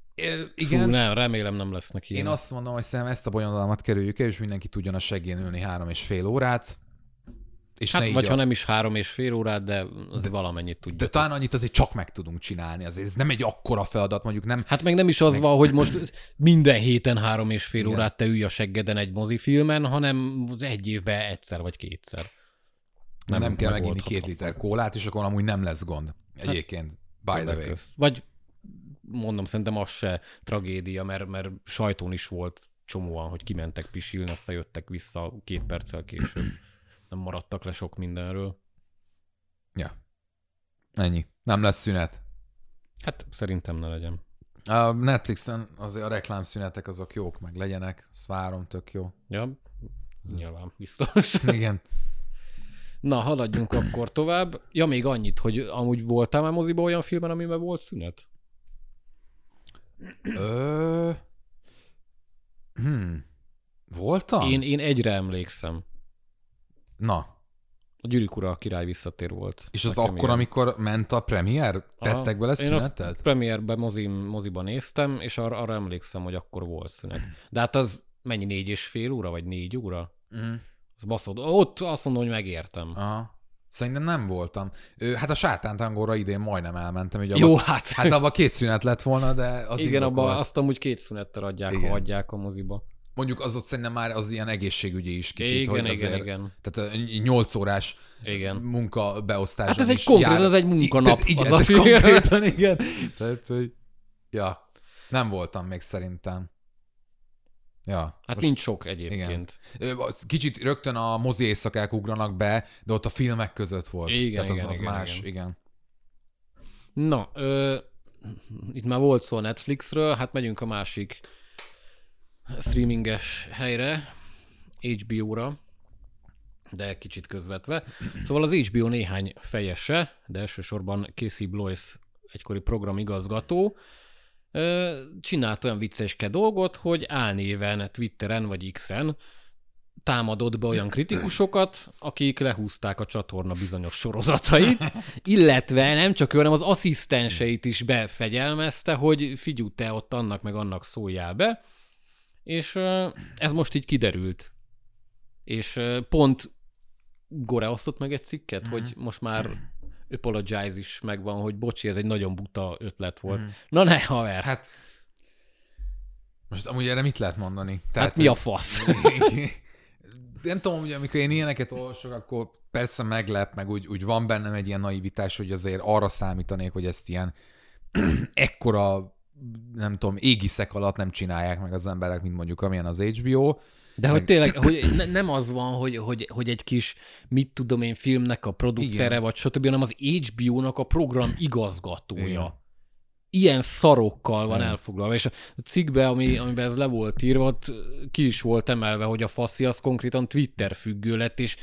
[SPEAKER 2] Igen.
[SPEAKER 1] Fú, nem, remélem nem lesznek ilyen.
[SPEAKER 2] Én azt mondom, hogy szerintem ezt a bonyodalmat kerüljük el, és mindenki tudjon a seggén ülni három és fél órát. És
[SPEAKER 1] hát, vagy
[SPEAKER 2] a...
[SPEAKER 1] ha nem is három és fél órát, de az de, valamennyit tudjuk.
[SPEAKER 2] De talán annyit azért csak meg tudunk csinálni. Azért ez nem egy akkora feladat, mondjuk nem...
[SPEAKER 1] Hát meg nem is az meg... van, hogy most minden héten három és fél Igen. órát te ülj a seggeden egy mozifilmen, hanem egy évben egyszer vagy kétszer.
[SPEAKER 2] Nem, nem kell meginni két liter kólát, és akkor amúgy nem lesz gond. Egyébként, hát, by the way.
[SPEAKER 1] Közt. Vagy mondom, szerintem az se tragédia, mert, mert sajtón is volt csomóan, hogy kimentek pisilni, aztán jöttek vissza két perccel később. Nem maradtak le sok mindenről.
[SPEAKER 2] Ja. Ennyi. Nem lesz szünet.
[SPEAKER 1] Hát szerintem ne legyen.
[SPEAKER 2] A Netflixen azért a reklámszünetek azok jók, meg legyenek. Azt várom, tök jó.
[SPEAKER 1] Ja, nyilván, biztos.
[SPEAKER 2] Igen.
[SPEAKER 1] Na, haladjunk akkor tovább. Ja, még annyit, hogy amúgy voltál már moziba olyan filmen, amiben volt szünet?
[SPEAKER 2] Ö... Hmm. Voltam?
[SPEAKER 1] Én, én egyre emlékszem.
[SPEAKER 2] Na.
[SPEAKER 1] A Gyűrűk ura, a király visszatér volt.
[SPEAKER 2] És az akkor, ilyen. Amikor ment a premier? Tettek Aha. bele szünetet? Én azt
[SPEAKER 1] premierben mozi, moziban néztem, és arra, arra emlékszem, hogy akkor volt szünet. De hát az mennyi, négy és fél óra, vagy négy óra? Mm. Az baszod. Ott azt mondom, hogy megértem.
[SPEAKER 2] Aha. Szerintem nem voltam. Hát a sátántangóra idén majdnem elmentem. Ugye
[SPEAKER 1] Jó,
[SPEAKER 2] abba,
[SPEAKER 1] hát.
[SPEAKER 2] Hát abban két szünet lett volna, de az
[SPEAKER 1] igen, abban
[SPEAKER 2] azt
[SPEAKER 1] amúgy két szünettel adják,
[SPEAKER 2] igen.
[SPEAKER 1] ha adják a moziba.
[SPEAKER 2] Mondjuk az ott szerintem már az ilyen egészségügyi is kicsit,
[SPEAKER 1] igen,
[SPEAKER 2] hogy
[SPEAKER 1] igen,
[SPEAKER 2] azért,
[SPEAKER 1] igen.
[SPEAKER 2] tehát nyolc órás
[SPEAKER 1] igen.
[SPEAKER 2] munkabeosztás.
[SPEAKER 1] Hát ez egy konkrét,
[SPEAKER 2] jár...
[SPEAKER 1] ez egy munkanap.
[SPEAKER 2] I- igen,
[SPEAKER 1] az a
[SPEAKER 2] film. Konkrétan, igen. Tehát, hogy... Ja, nem voltam még szerintem. Ja,
[SPEAKER 1] hát
[SPEAKER 2] most...
[SPEAKER 1] nincs sok egyébként.
[SPEAKER 2] Igen. Kicsit rögtön a mozi éjszakák ugranak be, de ott a filmek között volt.
[SPEAKER 1] Igen,
[SPEAKER 2] Tehát az,
[SPEAKER 1] igen,
[SPEAKER 2] az
[SPEAKER 1] igen,
[SPEAKER 2] más, igen.
[SPEAKER 1] igen. Na, ö, itt már volt szó a Netflixről, hát megyünk a másik streaminges helyre, há bé ó-ra, de kicsit közvetve. Szóval az há bé ó néhány fejese, de elsősorban Casey Bloys egykori programigazgató, csinált olyan vicceske dolgot, hogy álnéven Twitteren vagy X-en támadott be olyan kritikusokat, akik lehúzták a csatorna bizonyos sorozatait, illetve nem csak ő, hanem az asszisztenseit is befegyelmezte, hogy figyelj, te ott annak meg annak szóljál be, és ez most így kiderült. És pont Gore osztott meg egy cikket, mm. hogy most már apologize is megvan, hogy bocsi, ez egy nagyon buta ötlet volt. Mm. Na ne, haver!
[SPEAKER 2] Hát most amúgy erre mit lehet mondani?
[SPEAKER 1] Tehát, hát mi a fasz?
[SPEAKER 2] Nem tudom, hogy amikor én ilyeneket olvasok, akkor persze meglep, meg úgy, úgy van bennem egy ilyen naivitás, hogy azért arra számítanék, hogy ezt ilyen ekkora, nem tudom, égiszek alatt nem csinálják meg az emberek, mint mondjuk amilyen az há bé ó.
[SPEAKER 1] De meg... hogy tényleg, hogy ne, nem az van, hogy, hogy, hogy egy kis, mit tudom én, filmnek a producere, igen. vagy stb., hanem az há bé ó-nak a program igazgatója. Igen. Ilyen szarokkal van hmm. elfoglalva. És a cikkben, ami, amiben ez le volt írva, ott ki is volt emelve, hogy a faszi az konkrétan Twitter függő lett, és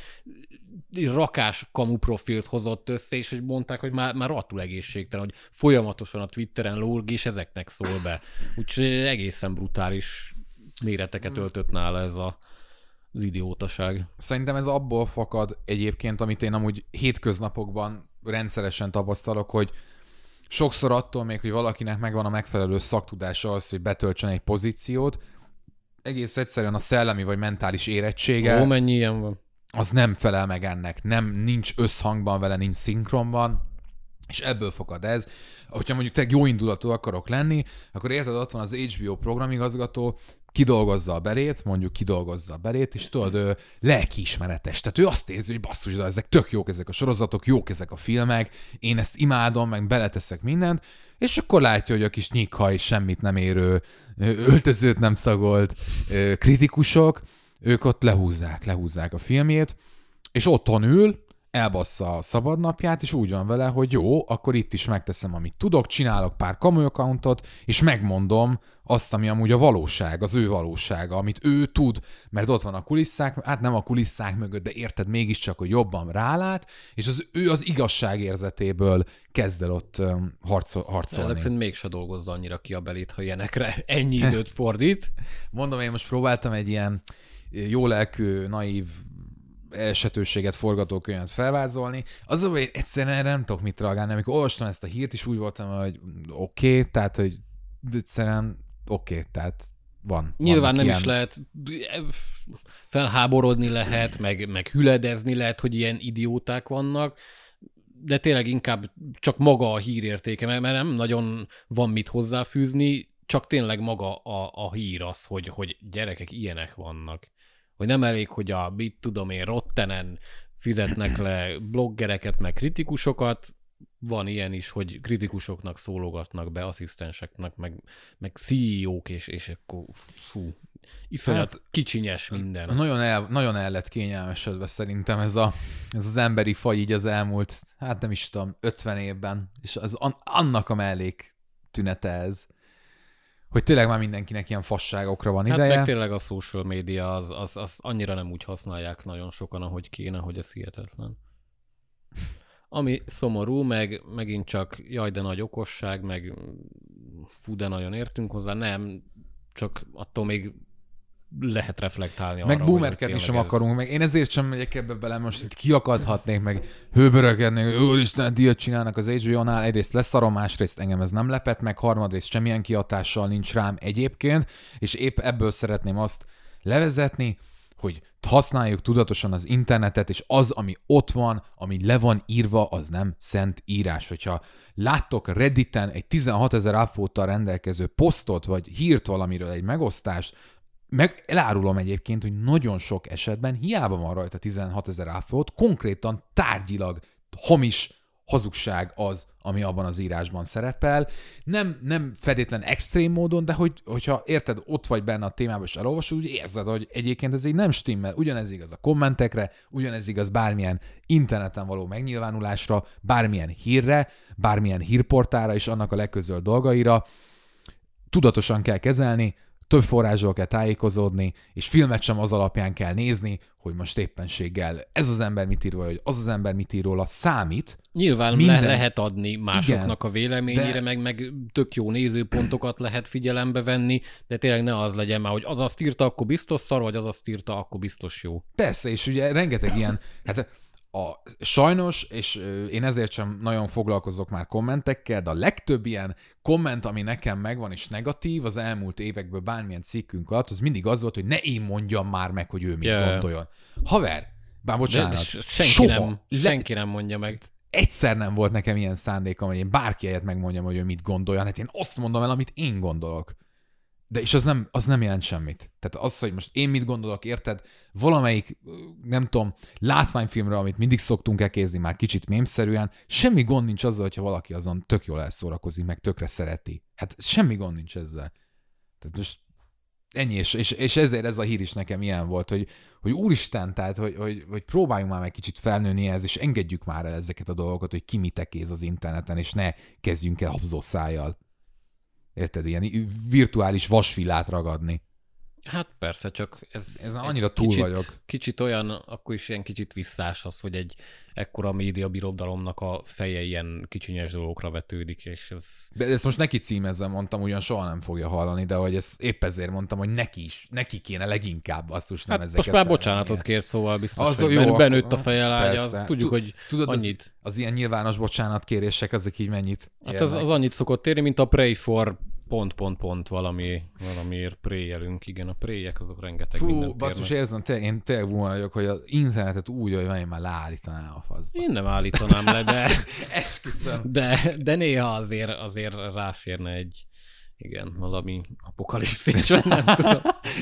[SPEAKER 1] rakás kamu profilt hozott össze, és hogy mondták, hogy már, már rohadtul egészségtelen, hogy folyamatosan a Twitteren lóg, és ezeknek szól be. Úgyhogy egészen brutális méreteket öltött nála ez a, az idiótaság.
[SPEAKER 2] Szerintem ez abból fakad egyébként, amit én amúgy hétköznapokban rendszeresen tapasztalok, hogy sokszor attól még, hogy valakinek megvan a megfelelő szaktudása az, hogy betöltsön egy pozíciót, egész egyszerűen a szellemi vagy mentális érettsége
[SPEAKER 1] Ó, mennyi ilyen van.
[SPEAKER 2] Az nem felel meg ennek, nem, nincs összhangban vele, nincs szinkronban, és ebből fakad ez. Hogyha mondjuk te jó indulatú akarok lenni, akkor érted, ott van az há bé ó programigazgató, kidolgozza a belét, mondjuk kidolgozza a belét, és tudod, ő lelkiismeretes. Tehát ő azt érzi, hogy basszus, de ezek tök jók ezek a sorozatok, jók ezek a filmek, én ezt imádom, meg beleteszek mindent, és akkor látja, hogy a kis nyikhaj, semmit nem érő, öltözőt nem szagolt kritikusok, ők ott lehúzzák, lehúzzák a filmjét, és otthon ül, elbassza a szabadnapját, és úgy van vele, hogy jó, akkor itt is megteszem, amit tudok, csinálok pár kamu accountot, és megmondom azt, ami amúgy a valóság, az ő valósága, amit ő tud, mert ott van a kulisszák, hát nem a kulisszák mögött, de érted mégiscsak, hogy jobban rálát, és az ő az igazságérzetéből kezd el ott harcol, harcolni.
[SPEAKER 1] Ezek szerint mégse dolgozza annyira ki a belét, ha ilyenekre ennyi időt fordít.
[SPEAKER 2] Mondom, én most próbáltam egy ilyen jó lelkű, naív esetőséget, forgatókönyvet felvázolni. Az, hogy egyszerűen erre nem tudok mit reagálni. Amikor olvastam ezt a hírt, is úgy voltam, hogy oké, okay, tehát, hogy egyszerűen oké, okay, tehát van.
[SPEAKER 1] Nyilván nem
[SPEAKER 2] ilyen...
[SPEAKER 1] is lehet felháborodni lehet, meg, meg hüledezni lehet, hogy ilyen idióták vannak, de tényleg inkább csak maga a hírértéke, mert nem nagyon van mit hozzáfűzni, csak tényleg maga a, a hír az, hogy, hogy gyerekek ilyenek vannak. Hogy nem elég, hogy a, mit tudom én, Rottenen fizetnek le bloggereket, meg kritikusokat, van ilyen is, hogy kritikusoknak szólogatnak be, asszisztenseknek, meg, meg cé é ó-k, és, és akkor fú, iszonyat hát, kicsinyes minden.
[SPEAKER 2] Nagyon el, nagyon el lett kényelmesedve szerintem ez, a, ez az emberi faj így az elmúlt, hát nem is tudom, ötven évben, és az, annak a mellék tünete ez. Hogy tényleg már mindenkinek ilyen fasságokra van
[SPEAKER 1] hát
[SPEAKER 2] ideje.
[SPEAKER 1] Hát meg tényleg a social media, az, az, az annyira nem úgy használják nagyon sokan, ahogy kéne, hogy ez hihetetlen. Ami szomorú, meg megint csak jaj, de nagy okosság, meg fú, de nagyon értünk hozzá, nem, csak attól még lehet reflektálni arra,
[SPEAKER 2] meg boomerkedni sem
[SPEAKER 1] ez...
[SPEAKER 2] akarunk, meg én ezért sem megyek ebbe bele, most itt kiakadhatnék, meg hőbörögednék, úristen, díjat csinálnak az há bé ó-nál, egyrészt leszarom, másrészt engem ez nem lepett meg, harmadrészt semmilyen kihatással nincs rám egyébként, és épp ebből szeretném azt levezetni, hogy használjuk tudatosan az internetet, és az, ami ott van, ami le van írva, az nem szent írás. Hogyha láttok Redditen egy tizenhatezer upvote-tal rendelkező posztot, vagy hírt valamiről, egy megosztást, meg elárulom egyébként, hogy nagyon sok esetben hiába van rajta tizenhatezer upvote, konkrétan tárgyilag hamis hazugság az, ami abban az írásban szerepel. Nem, nem feltétlen extrém módon, de hogy, hogyha érted, ott vagy benne a témában, és elolvasod, úgy érzed, hogy egyébként ez így nem stimmel. Ugyanez igaz a kommentekre, ugyanez igaz bármilyen interneten való megnyilvánulásra, bármilyen hírre, bármilyen hírportára és annak a legközölt dolgaira. Tudatosan kell kezelni, több forrásról kell tájékozódni, és filmet sem az alapján kell nézni, hogy most éppenséggel ez az ember mit ír róla, hogy az az ember mit ír róla, számít.
[SPEAKER 1] Nyilván minden... le- lehet adni másoknak igen, a véleményére,
[SPEAKER 2] de...
[SPEAKER 1] meg, meg tök jó nézőpontokat lehet figyelembe venni, de tényleg ne az legyen már, hogy az azt írta, akkor biztos szar, vagy az azt írta, akkor biztos jó.
[SPEAKER 2] Persze, és ugye rengeteg ilyen, hát a, sajnos, és én ezért sem nagyon foglalkozok már kommentekkel, de a legtöbb ilyen komment, ami nekem megvan és negatív az elmúlt évekből bármilyen cikkünk alatt, az mindig az volt, hogy ne én mondjam már meg, hogy ő mit yeah. gondoljon. Haver, bár bocsánat,
[SPEAKER 1] senki,
[SPEAKER 2] soha,
[SPEAKER 1] nem, senki nem mondja meg.
[SPEAKER 2] Egyszer nem volt nekem ilyen szándékom, hogy én bárki helyett megmondjam, hogy ő mit gondolja. Hát én azt mondom el, amit én gondolok. De és az nem, az nem jelent semmit. Tehát az, hogy most én mit gondolok, érted, valamelyik, nem tudom, látványfilmről, amit mindig szoktunk elkézni már kicsit mémszerűen, semmi gond nincs azzal, hogyha valaki azon tök jól elszórakozik, meg tökre szereti. Hát semmi gond nincs ezzel. Tehát most ennyi, és, és, és ezért ez a hír is nekem ilyen volt, hogy, hogy úristen, tehát, hogy, hogy, hogy próbáljunk már meg kicsit felnőni ehhez, és engedjük már el ezeket a dolgokat, hogy ki mit ekéz az interneten, és ne kezdjünk el habzószájjal. Érted, ilyen virtuális vasvillát ragadni.
[SPEAKER 1] Hát persze, csak ez...
[SPEAKER 2] Ez annyira túl
[SPEAKER 1] kicsit,
[SPEAKER 2] vagyok.
[SPEAKER 1] Kicsit olyan, akkor is ilyen kicsit visszás az, hogy egy ekkora média birodalomnak a feje ilyen kicsinyes dolgokra vetődik, és ez...
[SPEAKER 2] De ezt most neki címezzel mondtam, ugyan soha nem fogja hallani, de hogy ezt épp ezért mondtam, hogy neki is, neki kéne leginkább basszus nem
[SPEAKER 1] hát
[SPEAKER 2] ezeket.
[SPEAKER 1] most már bocsánatot kért, szóval biztos,
[SPEAKER 2] az
[SPEAKER 1] hogy
[SPEAKER 2] jó,
[SPEAKER 1] benőtt a feje lágya, az tudjuk, hogy
[SPEAKER 2] tudod,
[SPEAKER 1] annyit...
[SPEAKER 2] Az, az ilyen nyilvános bocsánatkérések, azok így mennyit
[SPEAKER 1] Hát az, az annyit szokott érni, mint a Pray for pont, pont, pont valami, valamiért préjelünk. Igen, a préjek azok rengeteg
[SPEAKER 2] Fú,
[SPEAKER 1] mindent
[SPEAKER 2] basszus, érzem, te, én tényleg búan vagyok, hogy az internetet úgy, hogy én már leállítanám a faszba.
[SPEAKER 1] Én nem állítanám le, de,
[SPEAKER 2] Esküszöm.
[SPEAKER 1] de, de néha azért, azért ráférne egy, igen, valami apokalipszis, vagy nem tudom.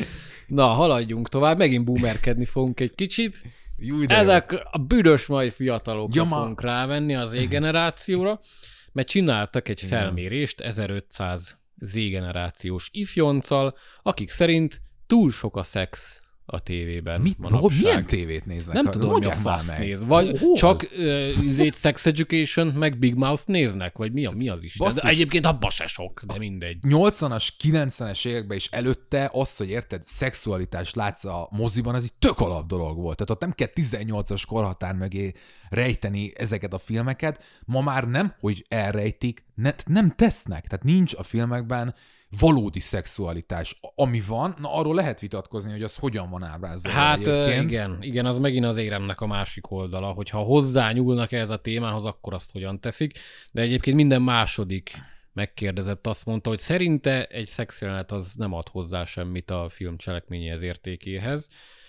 [SPEAKER 1] Na, haladjunk tovább, megint boomerkedni fogunk egy kicsit.
[SPEAKER 2] Jú,
[SPEAKER 1] Ezek jó. A büdös mai fiatalokra
[SPEAKER 2] ja, ma...
[SPEAKER 1] fogunk rávenni az Z-generációra, mert csináltak egy felmérést ezerötszáz Z-generációs ifjonccal, akik szerint túl sok a szex a tévében
[SPEAKER 2] Mit?
[SPEAKER 1] manapság.
[SPEAKER 2] Milyen tévét néznek?
[SPEAKER 1] Nem tudom, mi a fasz néz. Vagy oh. csak uh, Sex Education, meg Big Mouth néznek? Vagy mi, a, mi az is? De egyébként abba se sok, de mindegy.
[SPEAKER 2] nyolcvanas, kilencvenes években is előtte az, hogy érted, szexualitást látsz a moziban, ez egy tök alap dolog volt. Tehát ott nem kell tizennyolcas korhatár mögé rejteni ezeket a filmeket. Ma már nem, hogy elrejtik, ne, nem tesznek. Tehát nincs a filmekben valódi szexualitás. Ami van, na arról lehet vitatkozni, hogy az hogyan van ábrázolva.
[SPEAKER 1] Hát
[SPEAKER 2] egyébként.
[SPEAKER 1] igen, igen, az megint az éremnek a másik oldala, hogyha hozzányúlnak ehhez a témához, akkor azt hogyan teszik. De egyébként minden második megkérdezett azt mondta, hogy szerinte egy szexjelenet az nem ad hozzá semmit a film cselekményéhez, értékéhez.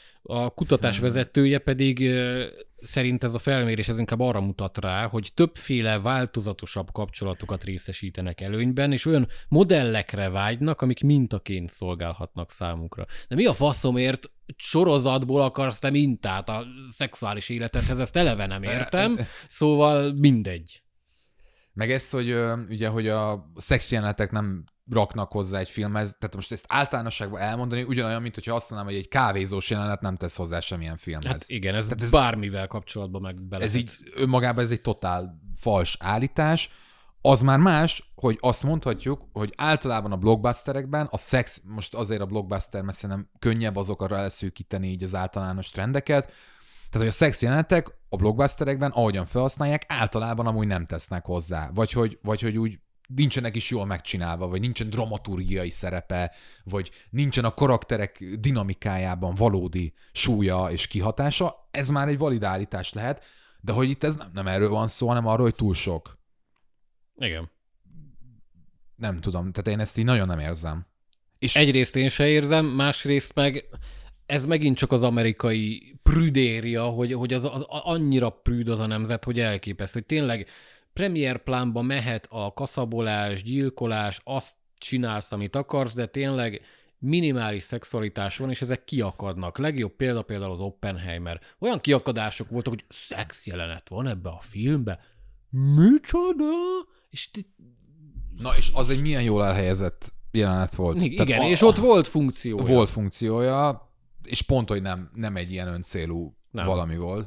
[SPEAKER 1] A kutatás vezetője pedig szerint ez a felmérés ez inkább arra mutat rá, hogy többféle változatosabb kapcsolatokat részesítenek előnyben, és olyan modellekre vágynak, amik mintaként szolgálhatnak számukra. De mi a faszomért sorozatból akarsz te mintát a szexuális életedhez? Ezt eleve nem értem, szóval mindegy.
[SPEAKER 2] Meg ez, hogy ugye, hogy a szexjelenetek nem raknak hozzá egy filmhez, tehát most ezt általánosságban elmondani ugyanolyan, mint hogyha azt mondanám, hogy egy kávézós jelenet nem tesz hozzá semmilyen filmhez.
[SPEAKER 1] Hát igen, ez,
[SPEAKER 2] ez
[SPEAKER 1] bármivel kapcsolatban meg bele.
[SPEAKER 2] Ez így önmagában ez egy totál fals állítás. Az már más, hogy azt mondhatjuk, hogy általában a blockbusterekben a szex, most azért a blockbuster, mert szerintem könnyebb azokra elszűkíteni így az általános trendeket, tehát, hogy a szex jelenetek a blockbusterekben, ahogyan felhasználják, általában amúgy nem tesznek hozzá. Vagy hogy, vagy hogy úgy nincsenek is jól megcsinálva, vagy nincsen dramaturgiai szerepe, vagy nincsen a karakterek dinamikájában valódi súlya és kihatása, ez már egy valid állítás lehet, de hogy itt ez nem, nem erről van szó, hanem arról, hogy túl sok.
[SPEAKER 1] Igen.
[SPEAKER 2] Nem tudom, tehát én ezt így nagyon nem érzem.
[SPEAKER 1] És egyrészt én se érzem, másrészt meg ez megint csak az amerikai prüdéria, hogy, hogy az, az annyira prűd az a nemzet, hogy elképesztő, hogy tényleg premier plánba mehet a kaszabolás, gyilkolás, azt csinálsz, amit akarsz, de tényleg minimális szexualitás van, és ezek kiakadnak. Legjobb példa például az Oppenheimer. Olyan kiakadások voltak, hogy szex jelenet van ebbe a filmbe. Micsoda? És t-
[SPEAKER 2] Na, és az egy milyen jól elhelyezett jelenet volt.
[SPEAKER 1] Igen,
[SPEAKER 2] Tehát
[SPEAKER 1] és
[SPEAKER 2] a,
[SPEAKER 1] ott volt funkciója.
[SPEAKER 2] Volt funkciója, és pont, hogy nem, nem egy ilyen öncélú nem. valami volt.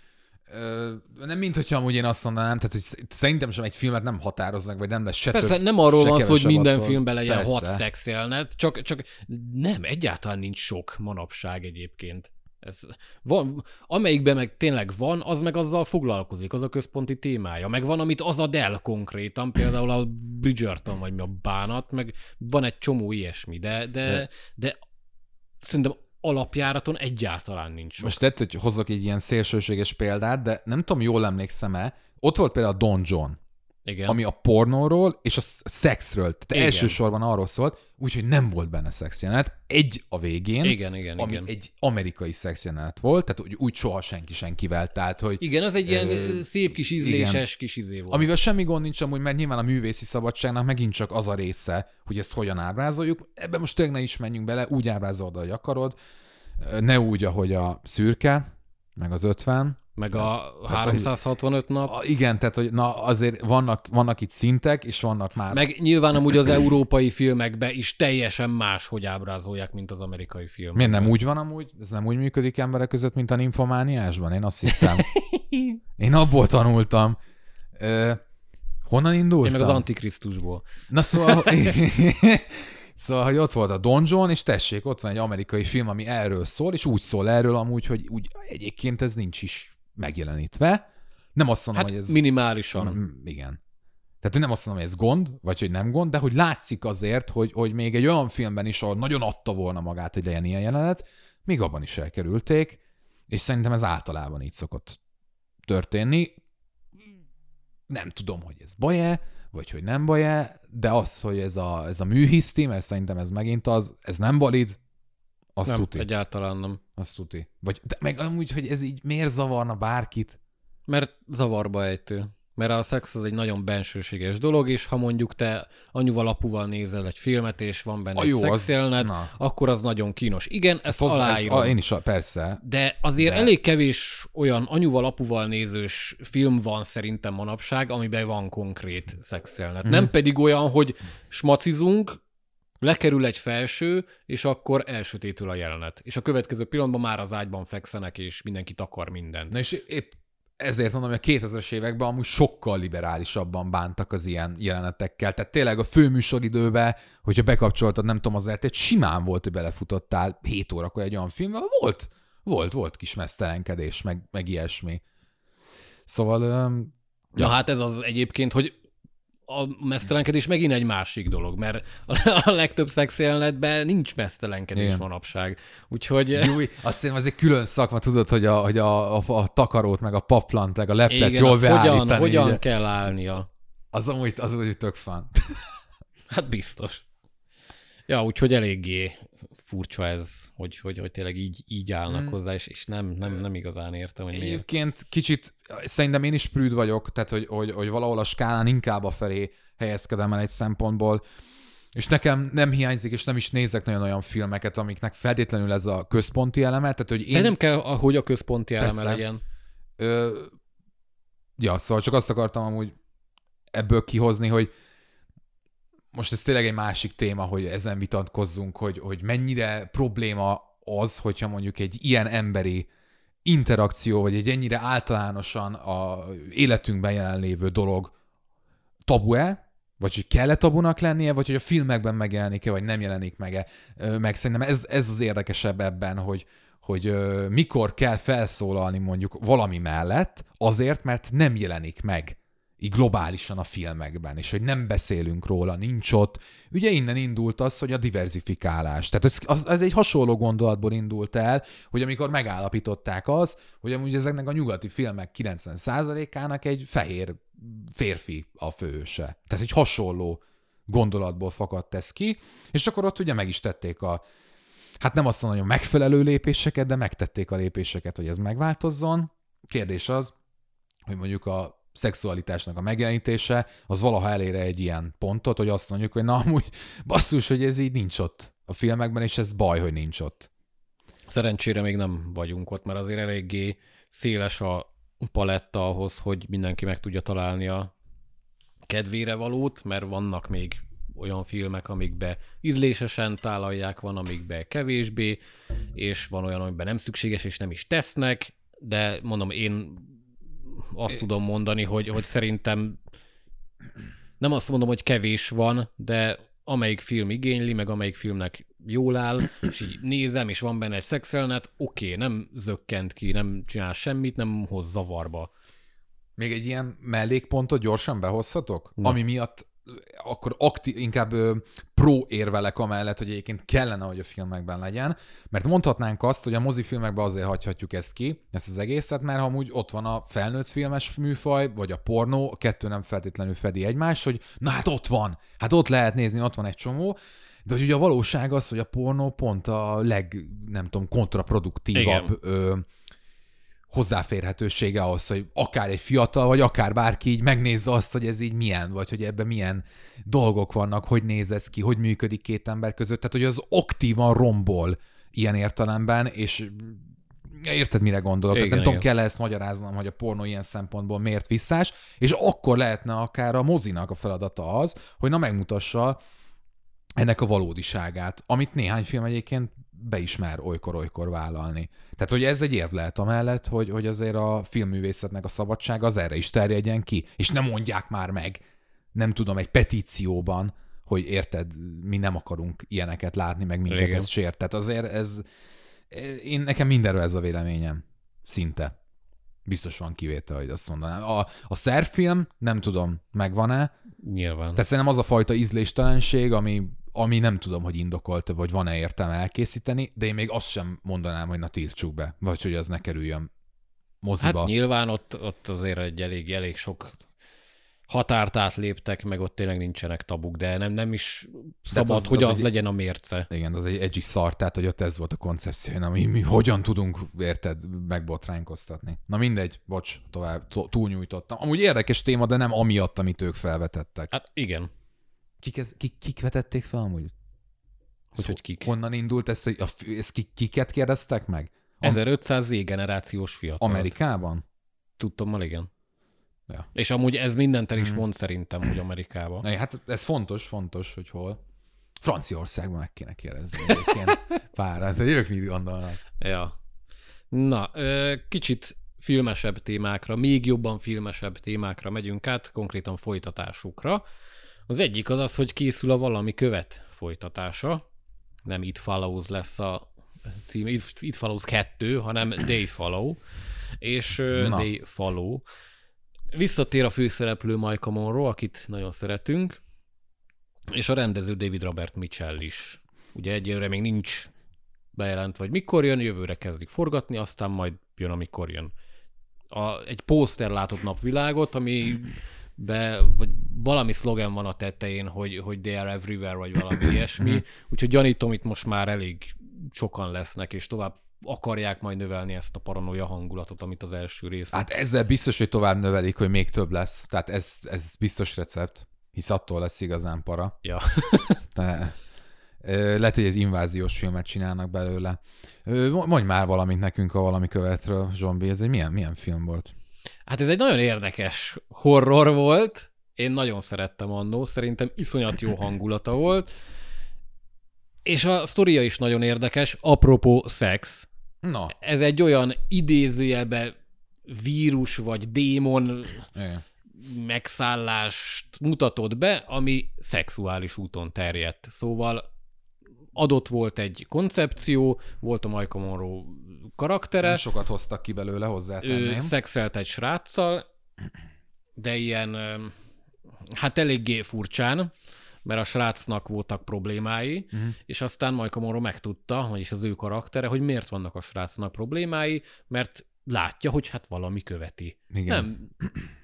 [SPEAKER 2] Nem mint, hogyha amúgy én azt mondanám, tehát hogy szerintem sem egy filmet nem határoznak, vagy nem lesz se
[SPEAKER 1] Persze,
[SPEAKER 2] több,
[SPEAKER 1] nem arról
[SPEAKER 2] se
[SPEAKER 1] van szó, hogy minden
[SPEAKER 2] attól.
[SPEAKER 1] filmben legyen
[SPEAKER 2] Persze.
[SPEAKER 1] hat szexjelenet, csak, csak nem, egyáltalán nincs sok manapság egyébként. Ez van, amelyikben meg tényleg van, az meg azzal foglalkozik, az a központi témája. Meg van, amit az ad el konkrétan, például a Bridgerton, vagy mi a bánat, meg van egy csomó ilyesmi, de, de, de. de szerintem alapjáraton egyáltalán nincs sok.
[SPEAKER 2] Most tett, hogy hozzak egy ilyen szélsőséges példát, de nem tudom, jól emlékszem-e, ott volt például a Don John,
[SPEAKER 1] igen.
[SPEAKER 2] ami a pornóról és a szexről, tehát elsősorban arról szólt, úgyhogy nem volt benne szexjelenet, egy a végén,
[SPEAKER 1] igen, igen,
[SPEAKER 2] ami
[SPEAKER 1] igen.
[SPEAKER 2] egy amerikai szexjelenet volt, tehát úgy, úgy soha senki senkivel, tehát hogy...
[SPEAKER 1] Igen, az egy ilyen
[SPEAKER 2] ö,
[SPEAKER 1] szép kis ízléses igen. kis izé volt.
[SPEAKER 2] Amivel semmi gond nincs amúgy, mert nyilván a művészi szabadságnak megint csak az a része, hogy ezt hogyan ábrázoljuk. Ebben most tényleg ne is menjünk bele, úgy ábrázolod, ahogy akarod, ne úgy, ahogy a szürke, meg az ötven,
[SPEAKER 1] meg a háromszázhatvanöt nap.
[SPEAKER 2] A, igen, tehát hogy na azért vannak, vannak itt szintek, és vannak már...
[SPEAKER 1] Meg nyilván amúgy az európai filmekben is teljesen más, hogy ábrázolják, mint az amerikai filmekben.
[SPEAKER 2] Miért nem úgy van amúgy? Ez nem úgy működik emberek között, mint a Nymfomániásban? Én azt hittem. Én abból tanultam. Ö, honnan indultam?
[SPEAKER 1] Én meg az Antikrisztusból.
[SPEAKER 2] Na szóval... Szóval, hogy ott volt a Don John, és tessék, ott van egy amerikai film, ami erről szól, és úgy szól erről amúgy, hogy úgy egyébként ez nincs is megjelenítve. Nem azt mondom,
[SPEAKER 1] hát
[SPEAKER 2] hogy ez...
[SPEAKER 1] minimálisan.
[SPEAKER 2] Nem, igen. Tehát nem azt mondom, hogy ez gond, vagy hogy nem gond, de hogy látszik azért, hogy, hogy még egy olyan filmben is, ahol nagyon adta volna magát, hogy legyen ilyen jelenet, még abban is elkerülték, és szerintem ez általában így szokott történni. Nem tudom, hogy ez baj-e, vagy hogy nem baj-e, de az, hogy ez a, ez a műhiszti, mert szerintem ez megint az, ez nem valid, azt
[SPEAKER 1] nem,
[SPEAKER 2] tuti.
[SPEAKER 1] egyáltalán nem.
[SPEAKER 2] Azt tuti. Vagy, de meg amúgy, hogy ez így miért zavarna bárkit?
[SPEAKER 1] Mert zavarba ejtő. Mert a szex az egy nagyon bensőséges dolog, és ha mondjuk te anyuval, apuval nézel egy filmet, és van benne a egy szexjelenet, akkor az nagyon kínos. Igen, ezt
[SPEAKER 2] hozzá,
[SPEAKER 1] aláírom.
[SPEAKER 2] Ez, én is, persze.
[SPEAKER 1] De azért de... elég kevés olyan anyuval, apuval nézős film van szerintem manapság, amiben van konkrét szexjelenet. Hmm. Nem pedig olyan, hogy smacizunk, lekerül egy felső, és akkor elsötétül a jelenet. És a következő pillanatban már az ágyban fekszenek, és mindenki takar mindent.
[SPEAKER 2] Na és épp ezért mondom, hogy a kétezres években amúgy sokkal liberálisabban bántak az ilyen jelenetekkel. Tehát tényleg a főműsoridőben, hogyha bekapcsoltad, nem tudom, az er té, simán volt, hogy belefutottál hét órakor egy olyan filmben. Volt, volt, volt kis mesztelenkedés, meg, meg ilyesmi. Szóval... Um,
[SPEAKER 1] ja. Na hát ez az egyébként, hogy a mesztelenkedés megint egy másik dolog, mert a legtöbb szexjelenetben nincs mesztelenkedés igen. manapság. Úgyhogy...
[SPEAKER 2] Júj, azt hiszem, az egy külön szakma, tudod, hogy a, hogy a, a, a takarót, meg a paplant, meg a leplet
[SPEAKER 1] igen,
[SPEAKER 2] jól beállítani.
[SPEAKER 1] Hogyan, hogyan kell állnia?
[SPEAKER 2] Az amúgy, az úgy tök fán.
[SPEAKER 1] Hát biztos. Ja, úgyhogy eléggé furcsa ez, hogy, hogy, hogy tényleg így, így állnak hmm. hozzá, és, és nem, nem, nem igazán értem, hogy miért.
[SPEAKER 2] Egyébként kicsit, szerintem én is prűd vagyok, tehát hogy, hogy, hogy valahol a skálán inkább a felé helyezkedem el egy szempontból, és nekem nem hiányzik, és nem is nézek nagyon olyan filmeket, amiknek feltétlenül ez a központi eleme. Tehát, hogy én...
[SPEAKER 1] De nem kell, hogy a központi eleme persze. legyen.
[SPEAKER 2] Ö... Ja, szóval csak azt akartam amúgy ebből kihozni, hogy most ez tényleg egy másik téma, hogy ezen vitatkozzunk, hogy, hogy mennyire probléma az, hogyha mondjuk egy ilyen emberi interakció, vagy egy ennyire általánosan a életünkben jelenlévő dolog tabu-e, vagy hogy kell-e tabunak lennie, vagy hogy a filmekben megjelenik-e, vagy nem jelenik meg-e. Meg szerintem ez, ez az érdekesebb ebben, hogy, hogy mikor kell felszólalni mondjuk valami mellett, azért, mert nem jelenik meg így globálisan a filmekben, és hogy nem beszélünk róla, nincs ott. Ugye innen indult az, hogy a diverzifikálás. Tehát ez, az, ez egy hasonló gondolatból indult el, hogy amikor megállapították az, hogy amúgy ezeknek a nyugati filmek kilencven százalékának egy fehér férfi a főhőse. Tehát egy hasonló gondolatból fakadt ez ki, és akkor ott ugye meg is tették a hát nem azt mondom, hogy megfelelő lépéseket, de megtették a lépéseket, hogy ez megváltozzon. Kérdés az, hogy mondjuk a szexualitásnak a megjelenítése, az valaha elére egy ilyen pontot, hogy azt mondjuk, hogy na amúgy basszus, hogy ez így nincs ott a filmekben, és ez baj, hogy nincs ott.
[SPEAKER 1] Szerencsére még nem vagyunk ott, mert azért eléggé széles a paletta ahhoz, hogy mindenki meg tudja találni a kedvére valót, mert vannak még olyan filmek, amikbe ízlésesen tálalják, van, amikbe kevésbé, és van olyan, amikben nem szükséges, és nem is tesznek, de mondom, én azt tudom mondani, hogy, hogy szerintem nem azt mondom, hogy kevés van, de amelyik film igényli, meg amelyik filmnek jól áll, és így nézem, és van benne egy szexjelenet, oké, okay, nem zökkent ki, nem csinál semmit, nem hoz zavarba.
[SPEAKER 2] Még egy ilyen mellékpontot gyorsan behozhatok?
[SPEAKER 1] Na.
[SPEAKER 2] Ami miatt akkor aktív, inkább ö, pro érvelek amellett, hogy egyébként kellene, hogy a filmekben legyen, mert mondhatnánk azt, hogy a mozifilmekben azért hagyhatjuk ezt ki, ezt az egészet, mert amúgy ott van a felnőtt filmes műfaj, vagy a pornó, a kettő nem feltétlenül fedi egymást, hogy na hát ott van, hát ott lehet nézni, ott van egy csomó, de hogy ugye a valóság az, hogy a pornó pont a leg, nem tudom, kontraproduktívabb ö, hozzáférhetősége ahhoz, hogy akár egy fiatal, vagy akár bárki így megnézze azt, hogy ez így milyen, vagy hogy ebben milyen dolgok vannak, hogy néz ez ki, hogy működik két ember között. Tehát, hogy az aktívan rombol ilyen értelemben, és érted, mire gondolok? Igen, Tehát nem igen. tudom, kell ezt magyaráznom, hogy a pornó ilyen szempontból miért visszás, és akkor lehetne akár a mozinak a feladata az, hogy na megmutassa ennek a valódiságát, amit néhány film egyébként beismer olykor-olykor vállalni. Tehát, hogy ez egy érv lehet amellett, hogy, hogy azért a filmművészetnek a szabadsága az erre is terjedjen ki, és nem mondják már meg, nem tudom, egy petícióban, hogy érted, mi nem akarunk ilyeneket látni, meg minket Igen. ez sért. Tehát azért ez, én nekem mindenről ez a véleményem. Szinte. Biztos van kivétel, hogy azt mondanám. A, a szerfilm, nem tudom, megvan-e?
[SPEAKER 1] Nyilván.
[SPEAKER 2] Tehát szerintem az a fajta ízléstelenség, ami ami nem tudom, hogy indokolt, vagy van-e értelme elkészíteni, de én még azt sem mondanám, hogy na tiltsuk be, vagy hogy az ne kerüljön moziba.
[SPEAKER 1] Hát nyilván ott, ott azért egy elég, elég sok határt átléptek, meg ott tényleg nincsenek tabuk, de nem, nem is szabad, az, hogy az, az egy, legyen a mérce.
[SPEAKER 2] Igen, az egy edgy szar, tehát hogy ott ez volt a koncepció, ami mi hogyan tudunk, érted, megbotránkoztatni. Na mindegy, bocs, tovább túlnyújtottam. Amúgy érdekes téma, de nem amiatt, amit ők felvetettek.
[SPEAKER 1] Hát igen.
[SPEAKER 2] Kik, ez, kik, kik vetették fel amúgy? Hogy,
[SPEAKER 1] szó, hogy kik?
[SPEAKER 2] Honnan indult ez, hogy a, ezt kik, kiket kérdeztek meg?
[SPEAKER 1] ezerötszáz Z-generációs fiatal.
[SPEAKER 2] Amerikában?
[SPEAKER 1] Tudtommal igen.
[SPEAKER 2] Ja.
[SPEAKER 1] És amúgy ez mindent el is mond szerintem, hogy Amerikában.
[SPEAKER 2] Na, hát ez fontos, fontos, hogy hol. Franciaországban meg kéne kérdezni egyébként. Pár, hát ők mit gondolnak.
[SPEAKER 1] Ja. Na, kicsit filmesebb témákra, még jobban filmesebb témákra megyünk át, konkrétan folytatásukra. Az egyik az az, hogy készül a Valami követ folytatása. Nem It Follows lesz a cím, It, It Follows kettő, hanem They Follow. És uh, They Follow. Visszatér a főszereplő Maika Monroe, akit nagyon szeretünk, és a rendező David Robert Mitchell is. Ugye egyelőre még nincs bejelentve, vagy mikor jön, jövőre kezdik forgatni, aztán majd jön, amikor jön. A, egy pószter látott napvilágot, ami be, vagy valami szlogen van a tetején, hogy, hogy they are everywhere, vagy valami ilyesmi. Úgyhogy gyanítom, itt most már elég sokan lesznek, és tovább akarják majd növelni ezt a paranoia hangulatot, amit az első rész.
[SPEAKER 2] Hát ezzel biztos, hogy tovább növelik, hogy még több lesz. Tehát ez, ez biztos recept, hisz attól lesz igazán para.
[SPEAKER 1] Ja.
[SPEAKER 2] De, lehet, hogy egy inváziós filmet csinálnak belőle. Mondj már valamit nekünk a Valami követről, Zsombi, ez egy milyen, milyen film volt?
[SPEAKER 1] Hát ez egy nagyon érdekes horror volt. Én nagyon szerettem annó, szerintem iszonyat jó hangulata volt. És a sztoria is nagyon érdekes, apropó szex.
[SPEAKER 2] No.
[SPEAKER 1] Ez egy olyan idézőjelbe vírus vagy démon
[SPEAKER 2] Igen.
[SPEAKER 1] megszállást mutatott be, ami szexuális úton terjedt. Szóval adott volt egy koncepció, volt a Maika Monroe karaktere.
[SPEAKER 2] Nem sokat hoztak ki belőle, hozzátenném.
[SPEAKER 1] Ő szexelt egy sráccal, de ilyen, hát eléggé furcsán, mert a srácnak voltak problémái, uh-huh. és aztán Maika Monroe megtudta, vagyis az ő karaktere, hogy miért vannak a srácnak problémái, mert látja, hogy hát valami követi.
[SPEAKER 2] Igen.
[SPEAKER 1] Nem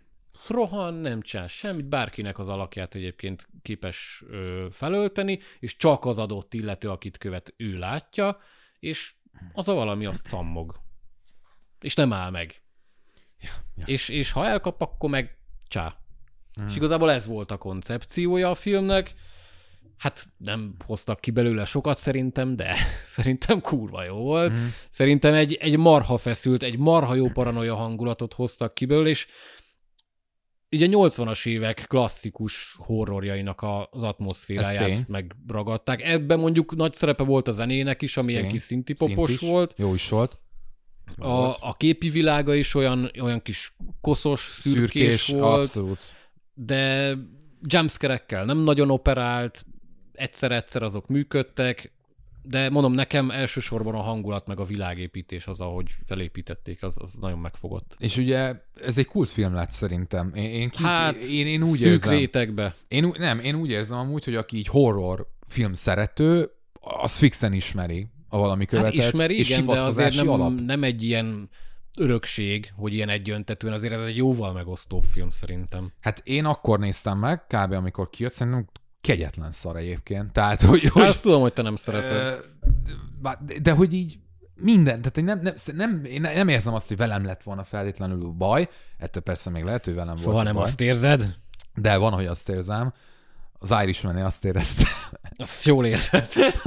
[SPEAKER 1] rohan, nem csinál semmit, bárkinek az alakját egyébként képes ö, felölteni, és csak az adott illető, akit követ, ő látja, és az a valami azt szammog. És nem áll meg.
[SPEAKER 2] Ja, ja.
[SPEAKER 1] És, és ha elkap, akkor meg csá.
[SPEAKER 2] Hmm.
[SPEAKER 1] És igazából ez volt a koncepciója a filmnek. Hát nem hoztak ki belőle sokat szerintem, de szerintem kurva jó volt. Mm. Szerintem egy, egy marha feszült, egy marha jó paranoia hangulatot hoztak ki belőle, és így a nyolcvanas évek klasszikus horrorjainak az atmoszféráját megragadták. Ebben mondjuk nagy szerepe volt a zenének is, ami ilyen kis szintipopos volt.
[SPEAKER 2] Jó is volt.
[SPEAKER 1] A, a képi világa is olyan, olyan kis koszos, szürkés, szürkés volt.
[SPEAKER 2] Abszolút.
[SPEAKER 1] De jumpscare-ekkel nem nagyon operált, egyszer-egyszer azok működtek, de mondom, nekem elsősorban a hangulat meg a világépítés az, ahogy felépítették, az, az nagyon megfogott.
[SPEAKER 2] És ugye ez egy kultfilm lett szerintem. Én, én, ki,
[SPEAKER 1] hát,
[SPEAKER 2] én, én úgy
[SPEAKER 1] szűk
[SPEAKER 2] érzem.
[SPEAKER 1] rétegbe.
[SPEAKER 2] Én, nem, én úgy érzem amúgy, hogy aki így horror film szerető, az fixen ismeri a valami követet.
[SPEAKER 1] Hát ismeri,
[SPEAKER 2] és
[SPEAKER 1] igen, de azért nem,
[SPEAKER 2] alap.
[SPEAKER 1] nem egy ilyen örökség, hogy ilyen egyöntetően, azért ez egy jóval megosztóbb film szerintem.
[SPEAKER 2] Hát én akkor néztem meg, kb. Amikor kijött, szerintem kegyetlen szar egyébként. Tehát, hogy...
[SPEAKER 1] Hát
[SPEAKER 2] hogy
[SPEAKER 1] azt tudom, hogy te nem szereted.
[SPEAKER 2] De, de hogy így minden, tehát nem, nem, nem, én nem érzem azt, hogy velem lett volna feltétlenül baj, ettől persze még lehet, hogy velem
[SPEAKER 1] Soha
[SPEAKER 2] volt
[SPEAKER 1] nem
[SPEAKER 2] baj.
[SPEAKER 1] azt érzed?
[SPEAKER 2] De van, hogy azt érzem. Az Irishman-nél azt érezte.
[SPEAKER 1] Azt jól érzed.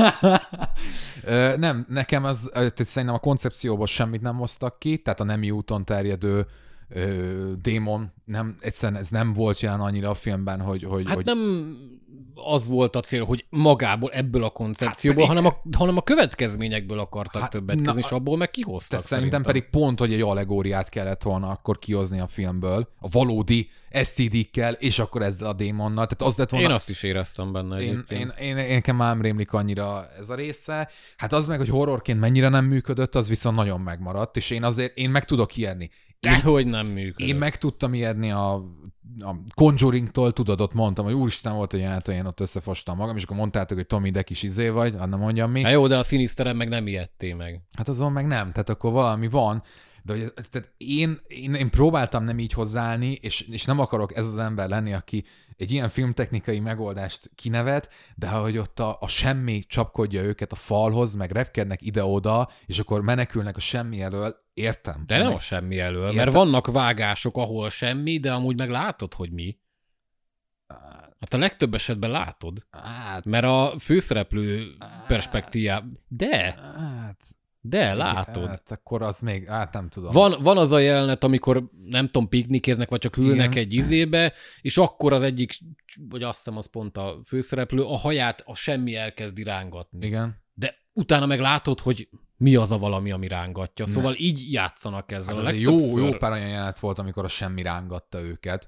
[SPEAKER 2] Nem, nekem az, tehát szerintem a koncepcióból semmit nem hoztak ki, tehát a nemi úton terjedő ö, démon, nem, egyszerűen ez nem volt jelen annyira a filmben, hogy... hogy
[SPEAKER 1] hát
[SPEAKER 2] hogy...
[SPEAKER 1] nem az volt a cél, hogy magából ebből a koncepcióból,
[SPEAKER 2] hát
[SPEAKER 1] hanem, a, hanem a következményekből akartak
[SPEAKER 2] hát,
[SPEAKER 1] többet
[SPEAKER 2] na,
[SPEAKER 1] kezni, és abból meg kihoztak.
[SPEAKER 2] Tehát szerintem pedig pont, hogy egy allegóriát kellett volna akkor kihozni a filmből, a valódi es té dé-kkel, és akkor ezzel a démonnal. Tehát az lett volna...
[SPEAKER 1] Én azt is éreztem benne
[SPEAKER 2] én,
[SPEAKER 1] egyébként.
[SPEAKER 2] én, én, én, nekem már nem rémlik annyira ez a része. Hát az meg, hogy horrorként mennyire nem működött, az viszont nagyon megmaradt, és én azért, én meg tudok ijedni.
[SPEAKER 1] Dehogy nem működött.
[SPEAKER 2] Én meg tudtam ijedni a, a Conjuringtól, tudod, ott mondtam, hogy úristen volt, hogy hát, én ott összefostam magam, és akkor mondtátok, hogy Tomi, de kis izé vagy, hát nem mondjam mi.
[SPEAKER 1] Hát jó, de a Sinisteren meg nem ijedtél meg.
[SPEAKER 2] Hát azon meg nem, tehát akkor valami van, de hogy, tehát én, én, én próbáltam nem így hozzáállni, és, és nem akarok ez az ember lenni, aki egy ilyen filmtechnikai megoldást kinevet, de hogy ott a, a semmi csapkodja őket a falhoz, meg repkednek ide-oda, és akkor menekülnek a semmi elől, értem.
[SPEAKER 1] De nem a semmi elől,
[SPEAKER 2] értem.
[SPEAKER 1] Mert vannak vágások, ahol semmi, de amúgy meg látod, hogy mi. Hát a legtöbb esetben látod.
[SPEAKER 2] Hát,
[SPEAKER 1] mert a főszereplő perspektívájában... De!
[SPEAKER 2] Hát,
[SPEAKER 1] de, látod.
[SPEAKER 2] Hát akkor az még, hát nem tudom.
[SPEAKER 1] Van, van az a jelenet, amikor nem tudom, piknikéznek, vagy csak ülnek
[SPEAKER 2] Igen.
[SPEAKER 1] egy izébe, és akkor az egyik, vagy azt hiszem az pont a főszereplő, a haját a semmi elkezdi rángatni.
[SPEAKER 2] Igen.
[SPEAKER 1] De utána meg látod, hogy mi az a valami, ami rángatja. Szóval ne. így játszanak ezzel.
[SPEAKER 2] Hát
[SPEAKER 1] a
[SPEAKER 2] ez jó,
[SPEAKER 1] legtöbbször...
[SPEAKER 2] jó pár olyan jelenet volt, amikor a semmi rángatta őket.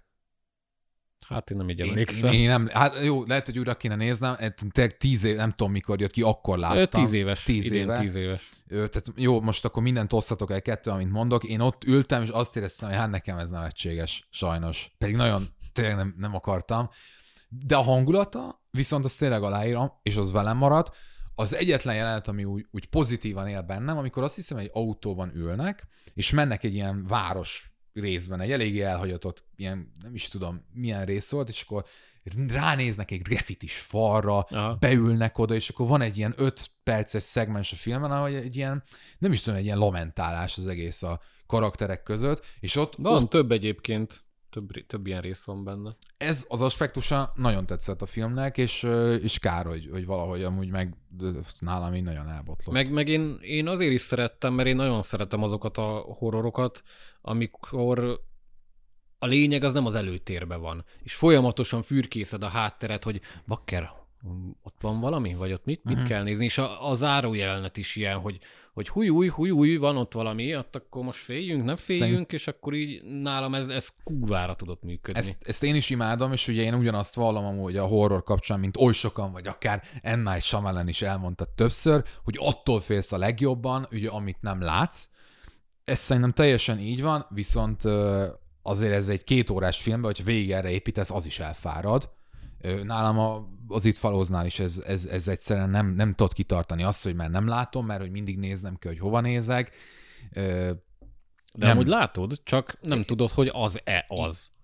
[SPEAKER 1] Hát én nem így
[SPEAKER 2] Én,
[SPEAKER 1] emlékszem.
[SPEAKER 2] én, én nem, hát jó, lehet, hogy újra kéne néznem, tényleg tíz év, nem tudom mikor jött ki, akkor láttam.
[SPEAKER 1] Tíz éves.
[SPEAKER 2] Tíz
[SPEAKER 1] idén
[SPEAKER 2] éve.
[SPEAKER 1] tíz éves.
[SPEAKER 2] Tehát jó, most akkor mindent osszatok el kettő, amit mondok. Én ott ültem, és azt éreztem, hogy hát nekem ez nevetséges, sajnos. Pedig nagyon, tényleg nem, nem akartam. De a hangulata, viszont azt tényleg aláírom, és az velem maradt. Az egyetlen jelenet, ami úgy, úgy pozitívan él bennem, amikor azt hiszem, egy autóban ülnek, és mennek egy ilyen város részben, egy eléggé elhagyatott, ilyen, nem is tudom, milyen rész volt, és akkor ránéznek egy graffitis falra, aha, beülnek oda, és akkor van egy ilyen öt perces szegmens a filmen, ahogy egy ilyen, nem is tudom, egy ilyen lamentálás az egész a karakterek között, és ott...
[SPEAKER 1] Van
[SPEAKER 2] ott,
[SPEAKER 1] több egyébként, több, több ilyen rész van benne.
[SPEAKER 2] Ez az aspektusa nagyon tetszett a filmnek, és, és kár, hogy, hogy valahogy amúgy meg nálam így nagyon elbotlott.
[SPEAKER 1] Meg, meg én, én azért is szerettem, mert én nagyon szeretem azokat a horrorokat, amikor a lényeg az nem az előtérben van, és folyamatosan fürkészed a hátteret, hogy bakker, ott van valami, vagy ott mit, mit uh-huh. kell nézni, és a, a zárójelenet is ilyen, hogy, hogy húj, új, húj, új, van ott valami, ott akkor most féljünk, nem féljünk, Szerint... és akkor így nálam ez, ez kurvára tudott működni.
[SPEAKER 2] Ezt, ezt én is imádom, és ugye én ugyanazt vallom amúgy a horror kapcsán, mint oly sokan, vagy akár M. Night Shyamalan is elmondta többször, hogy attól félsz a legjobban, ugye, amit nem látsz. Ez szerintem teljesen így van, viszont azért ez egy két órás filmben, hogyha végig erre építesz, az is elfárad. Nálam a, az It Follows-nál is ez, ez, ez egyszerűen nem, nem tudod kitartani azt, hogy már nem látom, mert hogy mindig néznem kell, hogy hova nézek.
[SPEAKER 1] De nem, amúgy látod, csak nem tudod, hogy az-e az.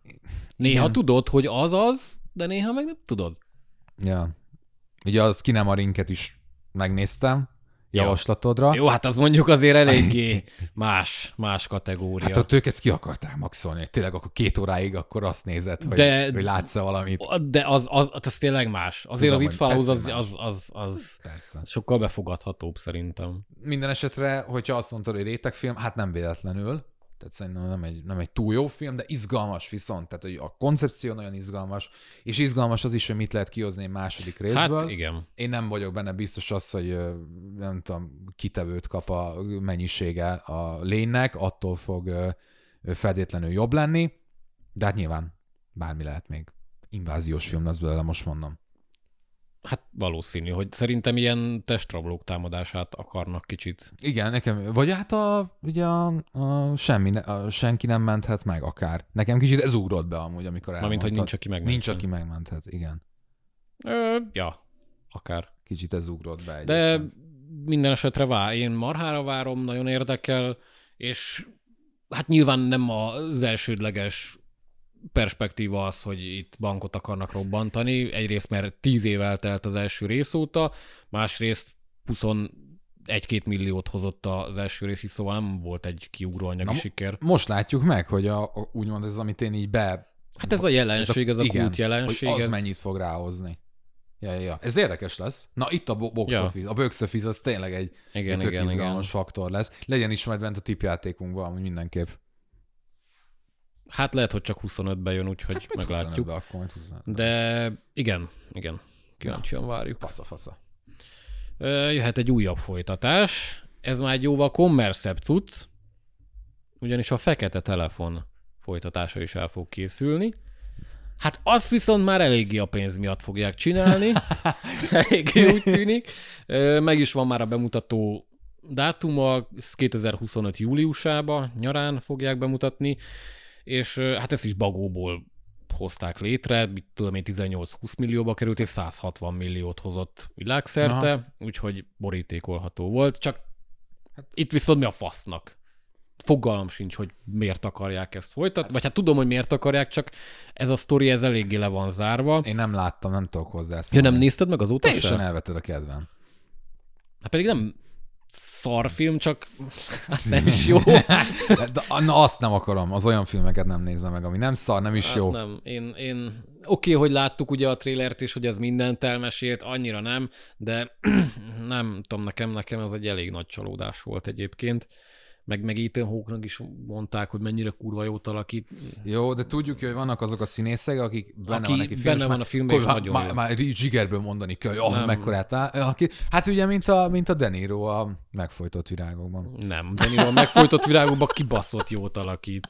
[SPEAKER 1] Néha
[SPEAKER 2] Igen.
[SPEAKER 1] tudod, hogy az az, de néha meg nem tudod.
[SPEAKER 2] Ja. Ugye a Skinamarinket is megnéztem javaslatodra.
[SPEAKER 1] Jó, hát az mondjuk azért eléggé más, más kategória.
[SPEAKER 2] Hát ott ők ezt ki akarták maxolni, hogy tényleg akkor két óráig akkor azt nézed, hogy,
[SPEAKER 1] De-
[SPEAKER 2] hogy látsz-e valamit.
[SPEAKER 1] De az, az, az tényleg más. Azért
[SPEAKER 2] Tudom,
[SPEAKER 1] az It
[SPEAKER 2] hogy
[SPEAKER 1] Follows
[SPEAKER 2] persze
[SPEAKER 1] az,
[SPEAKER 2] más.
[SPEAKER 1] az, az, az
[SPEAKER 2] Persze.
[SPEAKER 1] sokkal befogadhatóbb szerintem.
[SPEAKER 2] Minden esetre, hogyha azt mondtad, hogy rétegfilm, hát nem véletlenül. Tehát szerintem nem egy, nem egy túl jó film, de izgalmas viszont. Tehát hogy a koncepció nagyon izgalmas, és izgalmas az is, hogy mit lehet kihozni egy második részből.
[SPEAKER 1] Hát igen.
[SPEAKER 2] Én nem vagyok benne biztos az, hogy ö, nem tudom, kitevőt kap a mennyisége a lénynek, attól fog ö, feltétlenül jobb lenni, de hát nyilván bármi lehet még. Inváziós film lesz belőle, most mondom.
[SPEAKER 1] Hát valószínű, hogy szerintem ilyen testrablók támadását akarnak kicsit.
[SPEAKER 2] Igen, nekem, vagy hát a, ugye a, a, semmi, ne- a senki nem menthet meg akár. Nekem kicsit ez ugrott be amúgy, amikor
[SPEAKER 1] Mármint,
[SPEAKER 2] elmondtad.
[SPEAKER 1] hogy nincs, aki megmentse.
[SPEAKER 2] Nincs, aki megmenthet, igen.
[SPEAKER 1] Ö, ja, akár.
[SPEAKER 2] Kicsit ez ugrott be
[SPEAKER 1] De
[SPEAKER 2] egyébként.
[SPEAKER 1] minden esetre vár, én marhára várom, nagyon érdekel, és hát nyilván nem az elsődleges perspektíva az, hogy itt bankot akarnak robbantani. Egyrészt, mert tíz év eltelt az első rész óta, másrészt huszonegy-két milliót hozott az első rész, szóval nem volt egy kiugró anyagi
[SPEAKER 2] Na,
[SPEAKER 1] siker.
[SPEAKER 2] Most látjuk meg, hogy a, a, úgymond ez, amit én így be...
[SPEAKER 1] Hát ez a jelenség, ez a,
[SPEAKER 2] igen,
[SPEAKER 1] kult jelenség.
[SPEAKER 2] hogy az
[SPEAKER 1] ez...
[SPEAKER 2] mennyit fog ráhozni. Ja, ja, ja. Ez érdekes lesz. Na, itt a bo- box
[SPEAKER 1] Ja.
[SPEAKER 2] office. A box office az tényleg egy,
[SPEAKER 1] Igen,
[SPEAKER 2] egy tök
[SPEAKER 1] igen,
[SPEAKER 2] izgalmas
[SPEAKER 1] igen.
[SPEAKER 2] faktor lesz. Legyen is majd bent a tipjátékunkban, amúgy mindenképp.
[SPEAKER 1] Hát lehet, hogy csak huszonötbe jön, úgyhogy
[SPEAKER 2] Hát
[SPEAKER 1] meglátjuk.
[SPEAKER 2] huszonötbe, akkor majd huszonötbe.
[SPEAKER 1] De igen, igen. Kíváncsian várjuk.
[SPEAKER 2] Fasza, fasza.
[SPEAKER 1] Ö, Jöhet egy újabb folytatás. Ez már egy jóval kommerszebb cucc, ugyanis a Fekete Telefon folytatása is el fog készülni. Hát azt viszont már eléggé a pénz miatt fogják csinálni. Eléggé úgy tűnik. Ö, Meg is van már a bemutató dátuma, ez kétezer-huszonöt júliusában, nyarán fogják bemutatni, és ö, hát ezt is bagóból hozták létre, mit tudom én, tizennyolc-húsz millióba került, és száz hatvan milliót hozott világszerte,
[SPEAKER 2] Aha.
[SPEAKER 1] úgyhogy borítékolható volt, csak hát itt viszont mi a fasznak? Fogalmam sincs, hogy miért akarják ezt folytatni, vagy hát tudom, hogy miért akarják, csak ez a sztori, ez eléggé le van zárva.
[SPEAKER 2] Én nem láttam, nem tudok
[SPEAKER 1] Ja,
[SPEAKER 2] hozzászólni.
[SPEAKER 1] nem nézted meg azóta
[SPEAKER 2] Teljesen
[SPEAKER 1] sem?
[SPEAKER 2] elvetted a kedvem.
[SPEAKER 1] Hát pedig nem szarfilm, csak hát nem is jó.
[SPEAKER 2] De, na, azt nem akarom, az olyan filmeket nem nézem meg, ami nem szar, nem is
[SPEAKER 1] Hát
[SPEAKER 2] jó.
[SPEAKER 1] nem, én, én oké, okay, hogy láttuk ugye a trélert is, hogy ez mindent elmesélt, annyira nem, de nem tudom, nekem, nekem ez egy elég nagy csalódás volt egyébként. Meg, meg Ethan Hawke-nak is mondták, hogy mennyire kurva jót alakít.
[SPEAKER 2] Jó, de tudjuk, hogy vannak azok a színészek, akik benne
[SPEAKER 1] Aki
[SPEAKER 2] van neki film,
[SPEAKER 1] benne
[SPEAKER 2] és
[SPEAKER 1] van
[SPEAKER 2] már-
[SPEAKER 1] a filmben, és
[SPEAKER 2] akkor
[SPEAKER 1] nagyon
[SPEAKER 2] már,
[SPEAKER 1] jó.
[SPEAKER 2] már zsigerből mondani kell, hogy oh,
[SPEAKER 1] Nem.
[SPEAKER 2] mekkorát áll. Aki, hát ugye, mint a, mint a De Niro a megfojtott virágokban.
[SPEAKER 1] Nem, de a megfojtott virágokban kibaszott jót alakít.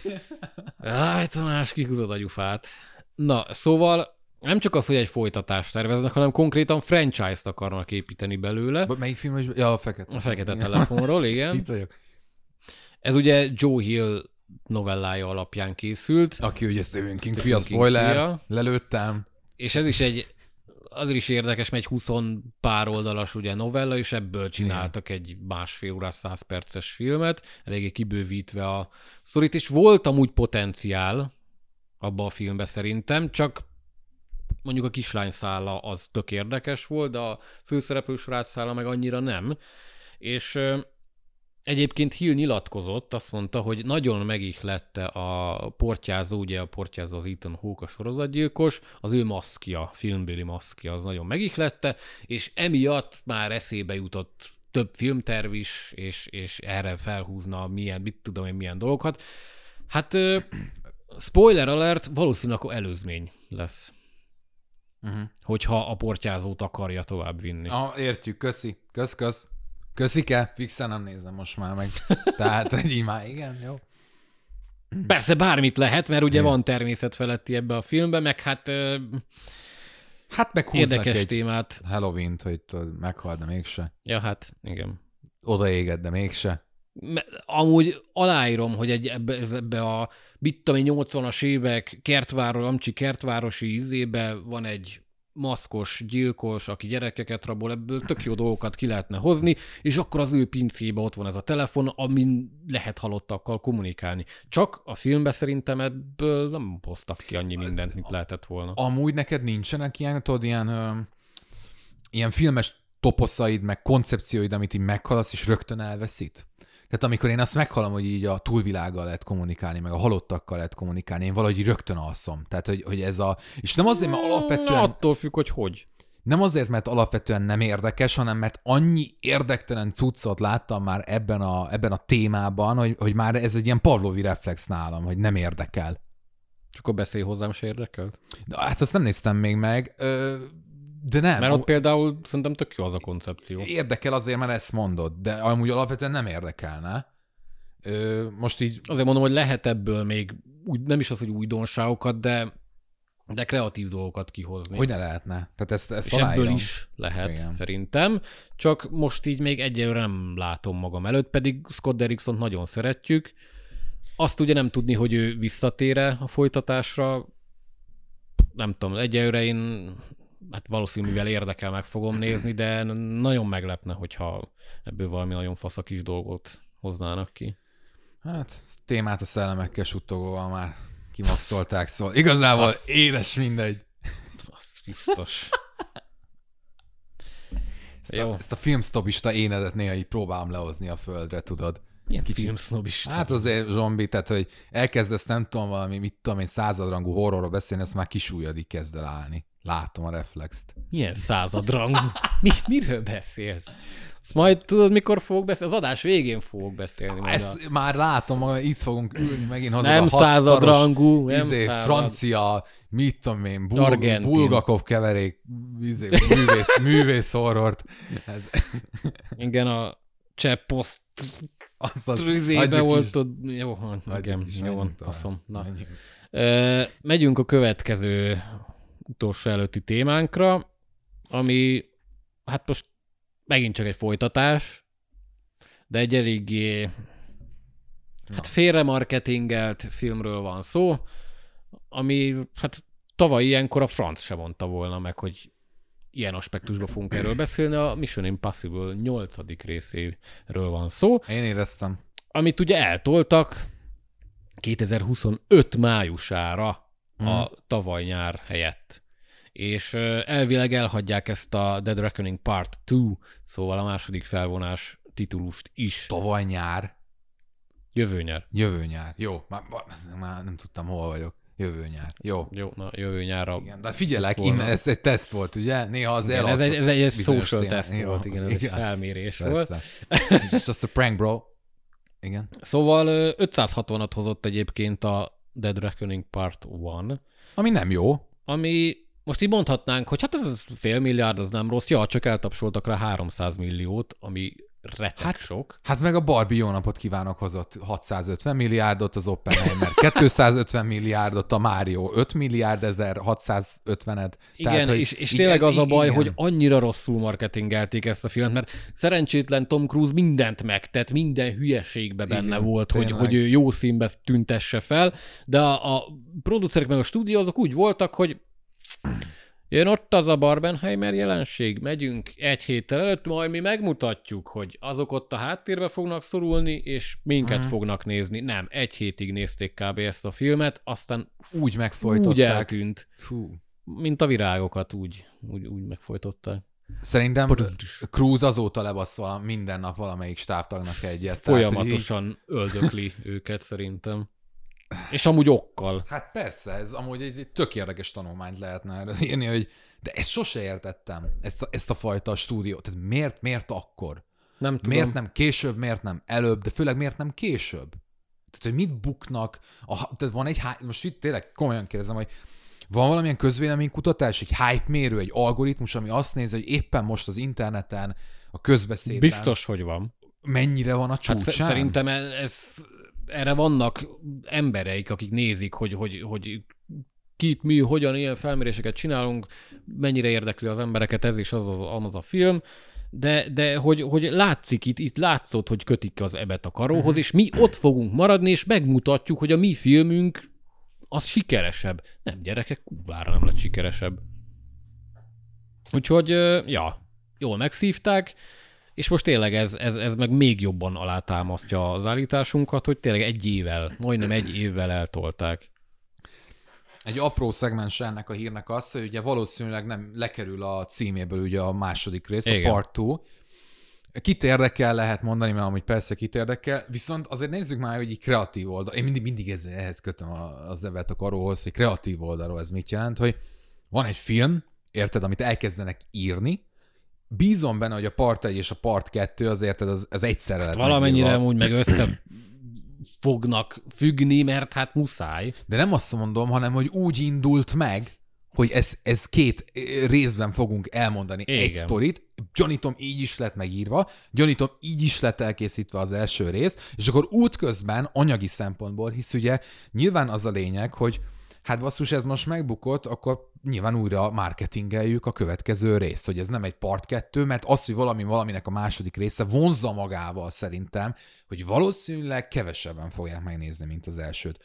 [SPEAKER 1] Áj, Tamás, kihúzod a gyufát. Na, szóval nem csak az, hogy egy folytatást terveznek, hanem konkrétan franchise-t akarnak építeni belőle.
[SPEAKER 2] B- Melyik film is? Ja, a fekete.
[SPEAKER 1] A Fekete
[SPEAKER 2] Igen.
[SPEAKER 1] Telefonról, igen.
[SPEAKER 2] Itt vagyok.
[SPEAKER 1] Ez ugye Joe Hill novellája alapján készült,
[SPEAKER 2] Aki ugye Stephen King
[SPEAKER 1] Stephen
[SPEAKER 2] fia,
[SPEAKER 1] King
[SPEAKER 2] spoiler,
[SPEAKER 1] fia.
[SPEAKER 2] lelőttem.
[SPEAKER 1] és ez is egy, azért is érdekes, mert egy húsz pár oldalas ugye novella, és ebből csináltak egy másfél órás, száz perces filmet, eléggé kibővítve a sztorit, és volt amúgy potenciál abban a filmben szerintem, csak mondjuk a kislány szála az tök érdekes volt, de a főszereplő srác szála meg annyira nem. És ö, egyébként Hill nyilatkozott, azt mondta, hogy nagyon megihlette a portyázó, ugye a portyázó az Ethan Hawke, a sorozatgyilkos, az ő maszkja, filmbéli maszkja, az nagyon megihlette, és emiatt már eszébe jutott több filmterv is, és, és erre felhúzna milyen, mit tudom én, milyen dolgokat. Hát ö, spoiler alert, valószínűleg akkor előzmény lesz,
[SPEAKER 2] Uh-huh.
[SPEAKER 1] hogyha a portyázót akarja tovább vinni.
[SPEAKER 2] Ah, értjük, köszi. Kösz, kösz. Köszike, fixen nem nézem most már meg. Tehát, hogy így már igen, jó.
[SPEAKER 1] Persze bármit lehet, mert ugye
[SPEAKER 2] Igen.
[SPEAKER 1] van természetfeletti ebbe a filmben, meg hát ö,
[SPEAKER 2] Hát meg húznak
[SPEAKER 1] érdekes
[SPEAKER 2] egy
[SPEAKER 1] témát.
[SPEAKER 2] Halloween-t, hogy tudod, meghal, de mégse.
[SPEAKER 1] Ja, hát igen.
[SPEAKER 2] Odaéged, de mégse.
[SPEAKER 1] Me- Amúgy aláírom, hogy egy, ebbe, ez ebbe a mit tudom én, nyolcvanas évek kertváros, amcsi kertvárosi izébe van egy maszkos gyilkos, aki gyerekeket rabol, ebből tök jó dolgokat ki lehetne hozni, és akkor az ő pincébe ott van ez a telefon, amin lehet halottakkal kommunikálni. Csak a filmben szerintem ebből nem hoztak ki annyi mindent, mint lehetett volna.
[SPEAKER 2] Amúgy neked nincsenek ilyen, tudod, ilyen, ö, ilyen filmes toposzaid, meg koncepcióid, amit így meghalasz, és rögtön elveszít? Tehát amikor én azt meghallom, hogy így a túlvilággal lehet kommunikálni, meg a halottakkal lehet kommunikálni, én valahogy rögtön alszom. Tehát, hogy, hogy ez a... És nem azért, mert alapvetően...
[SPEAKER 1] Attól függ, hogy hogy.
[SPEAKER 2] Nem azért, mert alapvetően nem érdekes, hanem mert annyi érdektelen cuccot láttam már ebben a, ebben a témában, hogy, hogy már ez egy ilyen pavlovi reflex nálam, hogy nem érdekel.
[SPEAKER 1] Csak akkor beszélj hozzám, se érdekel?
[SPEAKER 2] De, hát azt nem néztem még meg, de nem.
[SPEAKER 1] Mert ott például szerintem tök jó az a koncepció.
[SPEAKER 2] Érdekel azért, mert ezt mondod, de amúgy alapvetően nem érdekelne. Most így...
[SPEAKER 1] Azért mondom, hogy lehet ebből még, úgy, nem is az, hogy újdonságokat, de de kreatív dolgokat kihozni.
[SPEAKER 2] Hogy ne lehetne? Tehát ezt, ezt
[SPEAKER 1] és
[SPEAKER 2] aláírom.
[SPEAKER 1] ebből is lehet,
[SPEAKER 2] igen.
[SPEAKER 1] Szerintem. Csak most így még egyelőre nem látom magam előtt, pedig Scott Derricksont nagyon szeretjük. Azt ugye nem tudni, hogy ő visszatér-e a folytatásra. Nem tudom, egyelőre én hát valószínűleg érdekel, meg fogom nézni, de nagyon meglepne, hogyha ebből valami nagyon fasz a kis dolgot hoznának ki.
[SPEAKER 2] Hát, témát a szellemekkel suttogóval már kimaxolták, szóval igazából az... édes mindegy.
[SPEAKER 1] Az biztos.
[SPEAKER 2] Ezt a, ezt a filmsztobista énedet néha így próbálom lehozni a földre, tudod.
[SPEAKER 1] Milyen filmsznobista?
[SPEAKER 2] Hát azért zombi, tehát hogy elkezdesz nem tudom valami, mit tudom én, századrangú horrorról beszélni, ezt már kisúlyadig kezd el állni. Látom a reflext.
[SPEAKER 1] Milyen századrangú? Mi, miről beszélsz? Azt majd tudod, mikor fogok beszélni? Az adás végén fogok beszélni.
[SPEAKER 2] Ezt a... már látom magam, itt fogunk ülni megint hozzá
[SPEAKER 1] nem
[SPEAKER 2] a
[SPEAKER 1] századrangú, nem
[SPEAKER 2] izé,
[SPEAKER 1] század...
[SPEAKER 2] francia, mit tudom én, bul- Bulgakov keverék, izé, művész, művész horrort. Hát...
[SPEAKER 1] Igen, a cseh poszt trizébe volt ott. Jó, igen, jó van, faszom. Na. Uh, megyünk a következő utolsó előtti témánkra, ami hát most megint csak egy folytatás, de egy eléggé hát félre marketingelt filmről van szó, ami hát tavaly ilyenkor a franc se mondta volna meg, hogy ilyen aspektusban fogunk erről beszélni. A Mission Impossible nyolcadik részéről van szó.
[SPEAKER 2] Én éreztem.
[SPEAKER 1] Amit ugye eltoltak kétezer-huszonöt májusára mm. a tavaly nyár helyett. És elvileg elhagyják ezt a Dead Reckoning Part kettő, szóval a második felvonás titulust is.
[SPEAKER 2] Tavaly nyár?
[SPEAKER 1] Jövő nyár.
[SPEAKER 2] Jövő nyár. Jó, már, már nem tudtam, hol vagyok. Jövő nyár. Jó.
[SPEAKER 1] Jó, na jövő nyárra.
[SPEAKER 2] Igen, de figyelek, én, ez egy teszt volt, ugye? Néha az
[SPEAKER 1] igen, ez egy, ez egy social teszt volt, igen, ez igen. Egy felmérés
[SPEAKER 2] Persze. volt. És az a prank, bro. Igen.
[SPEAKER 1] Szóval ötszázhatvanat hozott egyébként a Dead Reckoning Part egy.
[SPEAKER 2] Ami nem jó.
[SPEAKER 1] Ami most így mondhatnánk, hogy hát ez fél milliárd, az nem rossz. Ja, csak eltapsoltak rá háromszáz milliót, ami retek
[SPEAKER 2] hát,
[SPEAKER 1] sok.
[SPEAKER 2] Hát meg a Barbie jó napot kívánok hozott hatszázötven milliárdot, az Oppenheimer kétszázötven milliárdot, a Mario öt milliárd ezer hatszázötvenet.
[SPEAKER 1] Igen,
[SPEAKER 2] Tehát, hogy
[SPEAKER 1] és, és tényleg az a baj,
[SPEAKER 2] igen.
[SPEAKER 1] hogy annyira rosszul marketingelték ezt a filmet, mert szerencsétlen Tom Cruise mindent megtett, minden hülyeségbe benne igen, volt, hogy, hogy ő jó színbe tüntesse fel, de a, a producerek meg a stúdió azok úgy voltak, hogy jön ott az a Barbenheimer jelenség, megyünk egy héttel előtt, majd mi megmutatjuk, hogy azok ott a háttérbe fognak szorulni, és minket uh-huh. fognak nézni. Nem, egy hétig nézték kb. Ezt a filmet, aztán
[SPEAKER 2] úgy megfojtották.
[SPEAKER 1] Úgy eltűnt.
[SPEAKER 2] Fú.
[SPEAKER 1] Mint a virágokat, úgy, úgy, úgy megfojtották.
[SPEAKER 2] Szerintem Cruise azóta lebasszol minden nap valamelyik stábtagnak egyet.
[SPEAKER 1] Folyamatosan így... öldökli őket szerintem. És amúgy okkal.
[SPEAKER 2] Hát persze, ez amúgy egy, egy tök érdekes tanulmányt lehetne erről írni, hogy de ezt sose értettem, ezt a, ezt a fajta stúdiót. Tehát miért, miért akkor?
[SPEAKER 1] Nem tudom.
[SPEAKER 2] Miért nem később, miért nem előbb, de főleg miért nem később? Tehát, hogy mit buknak? A, tehát van egy, most itt tényleg komolyan kérdezem, hogy van valamilyen közvéleménykutatás, egy hype mérő, egy algoritmus, ami azt nézi, hogy éppen most az interneten, a közbeszédben...
[SPEAKER 1] Biztos, hogy van.
[SPEAKER 2] Mennyire van a csúcsán?
[SPEAKER 1] Hát szerintem ez... Erre vannak embereik, akik nézik, hogy, hogy, hogy kit, mi, hogyan ilyen felméréseket csinálunk, mennyire érdekli az embereket ez és az az, az a film, de, de hogy, hogy látszik itt, itt látszott, hogy kötik az ebet a karóhoz, uh-huh. és mi ott fogunk maradni, és megmutatjuk, hogy a mi filmünk az sikeresebb. Nem, gyerekek, kurvára nem lett sikeresebb. Úgyhogy, ja, jól megszívták, és most tényleg ez, ez, ez meg még jobban alátámasztja az állításunkat, hogy tényleg egy évvel, majdnem egy évvel eltolták.
[SPEAKER 2] Egy apró szegmens ennek a hírnek az, hogy ugye valószínűleg nem lekerül a címéből ugye a második rész, igen. A part kettő. Kit érdekel, lehet mondani, mert amúgy persze kit érdekel, viszont azért nézzük már, hogy így kreatív oldal. Én mindig, mindig ezzel, ehhez kötöm az evet a karóhoz, hogy kreatív oldalról ez mit jelent, hogy van egy film, érted, amit elkezdenek írni, bízom benne, hogy a part egy és a part kettő azért az, az egyszerre lett
[SPEAKER 1] valamennyire megírva. Úgy meg össze fognak függni, mert hát muszáj.
[SPEAKER 2] De nem azt mondom, hanem hogy úgy indult meg, hogy ez, ez két részben fogunk elmondani. Igen. Egy sztorit, gyanítom így is lett megírva, gyanítom így is lett elkészítve az első rész, és akkor útközben anyagi szempontból, hisz ugye nyilván az a lényeg, hogy hát basszus, ez most megbukott, akkor nyilván újra marketingeljük a következő részt, hogy ez nem egy part kettő, mert az, hogy valami valaminek a második része vonzza magával szerintem, hogy valószínűleg kevesebben fogják megnézni, mint az elsőt.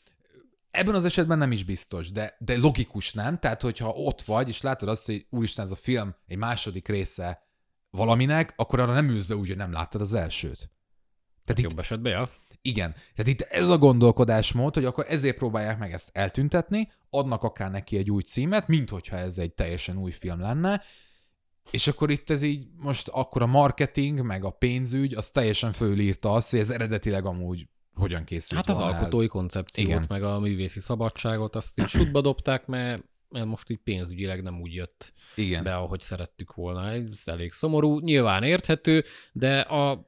[SPEAKER 2] Ebben az esetben nem is biztos, de, de logikus nem, tehát hogyha ott vagy, és látod azt, hogy úristen, ez a film egy második része valaminek, akkor arra nem ülsz be úgy, hogy nem láttad az elsőt.
[SPEAKER 1] Tehát jobb itt, esetben, ja.
[SPEAKER 2] Igen. Tehát itt ez a gondolkodásmód, hogy akkor ezért próbálják meg ezt eltüntetni, adnak akár neki egy új címet, mint hogyha ez egy teljesen új film lenne, és akkor itt ez így most akkor a marketing, meg a pénzügy, az teljesen fölírta azt, hogy ez eredetileg amúgy hogyan készült.
[SPEAKER 1] Hát az alkotói el. koncepciót, igen. Meg a művészi szabadságot, azt így sútba dobták, mert, mert most így pénzügyileg nem úgy jött igen. be, ahogy szerettük volna. Ez elég szomorú, nyilván érthető, de a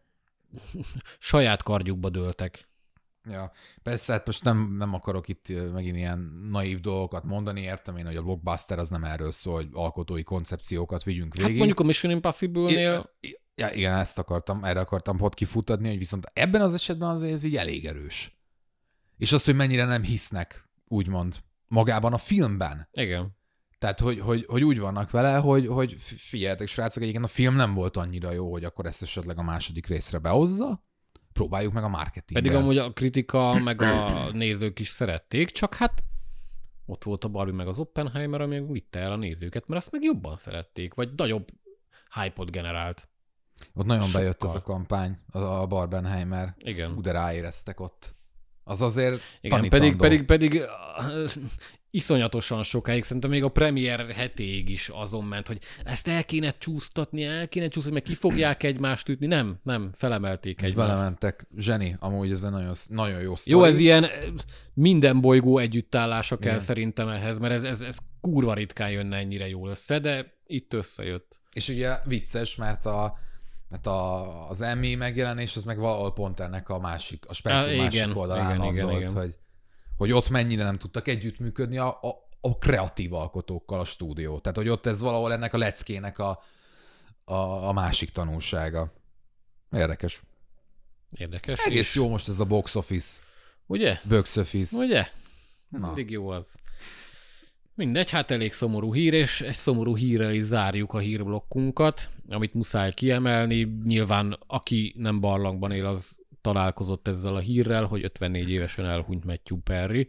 [SPEAKER 1] saját kardjukba dőltek.
[SPEAKER 2] Ja, persze, hát most nem, nem akarok itt megint ilyen naív dolgokat mondani, értem én, hogy a blockbuster az nem erről szól, hogy alkotói koncepciókat vigyünk végig.
[SPEAKER 1] Hát mondjuk a Mission Impossible-nél...
[SPEAKER 2] I- Ja, igen, ezt akartam, erre akartam pot kifutatni, hogy viszont ebben az esetben azért ez így elég erős. És az, hogy mennyire nem hisznek, úgymond, magában a filmben.
[SPEAKER 1] Igen.
[SPEAKER 2] Tehát, hogy, hogy, hogy úgy vannak vele, hogy, hogy figyeljetek, srácok, egyébként a film nem volt annyira jó, hogy akkor ezt esetleg a második részre behozza, próbáljuk meg a marketinggel.
[SPEAKER 1] Pedig amúgy a kritika, meg a nézők is szerették, csak hát ott volt a Barbie meg az Oppenheimer, ami vitte el a nézőket, mert azt meg jobban szerették, vagy nagyobb hype-ot generált.
[SPEAKER 2] Ott nagyon Sokkal. bejött ez a kampány, a Barbenheimer.
[SPEAKER 1] Igen.
[SPEAKER 2] Ú, de ráéreztek ott. Az azért
[SPEAKER 1] igen,
[SPEAKER 2] tanítandó.
[SPEAKER 1] Pedig, pedig, pedig uh, iszonyatosan sokáig, szerintem még a premier hetéig is azon ment, hogy ezt el kéne csúsztatni, el kéne csúsztatni, meg ki fogják egymást ütni. Nem, nem, felemelték
[SPEAKER 2] és
[SPEAKER 1] egymást.
[SPEAKER 2] belementek. Zseni, amúgy ez egy nagyon, nagyon jó sztori.
[SPEAKER 1] Jó, ez ilyen minden bolygó együttállása kell igen. szerintem ehhez, mert ez, ez, ez kurva ritkán jönne ennyire jól össze, de itt összejött.
[SPEAKER 2] És ugye vicces, mert a Hát a, az Emmy megjelenés, az meg valahol pont ennek a másik, a spektrum másik igen, oldalán igen, igen, igen. Hogy, hogy ott mennyire nem tudtak együttműködni a, a, a kreatív alkotókkal a stúdió. Tehát, hogy ott ez valahol ennek a leckének a, a, a másik tanulsága. Érdekes.
[SPEAKER 1] Érdekes.
[SPEAKER 2] Egész
[SPEAKER 1] és...
[SPEAKER 2] jó most ez a box office.
[SPEAKER 1] Ugye?
[SPEAKER 2] Box office.
[SPEAKER 1] Ugye? Mindig jó az. Mindegy, hát elég szomorú hír, és egy szomorú hírrel is zárjuk a hírblokkunkat, amit muszáj kiemelni. Nyilván aki nem barlangban él, az találkozott ezzel a hírrel, hogy ötvennégy évesen elhunyt Matthew Perry,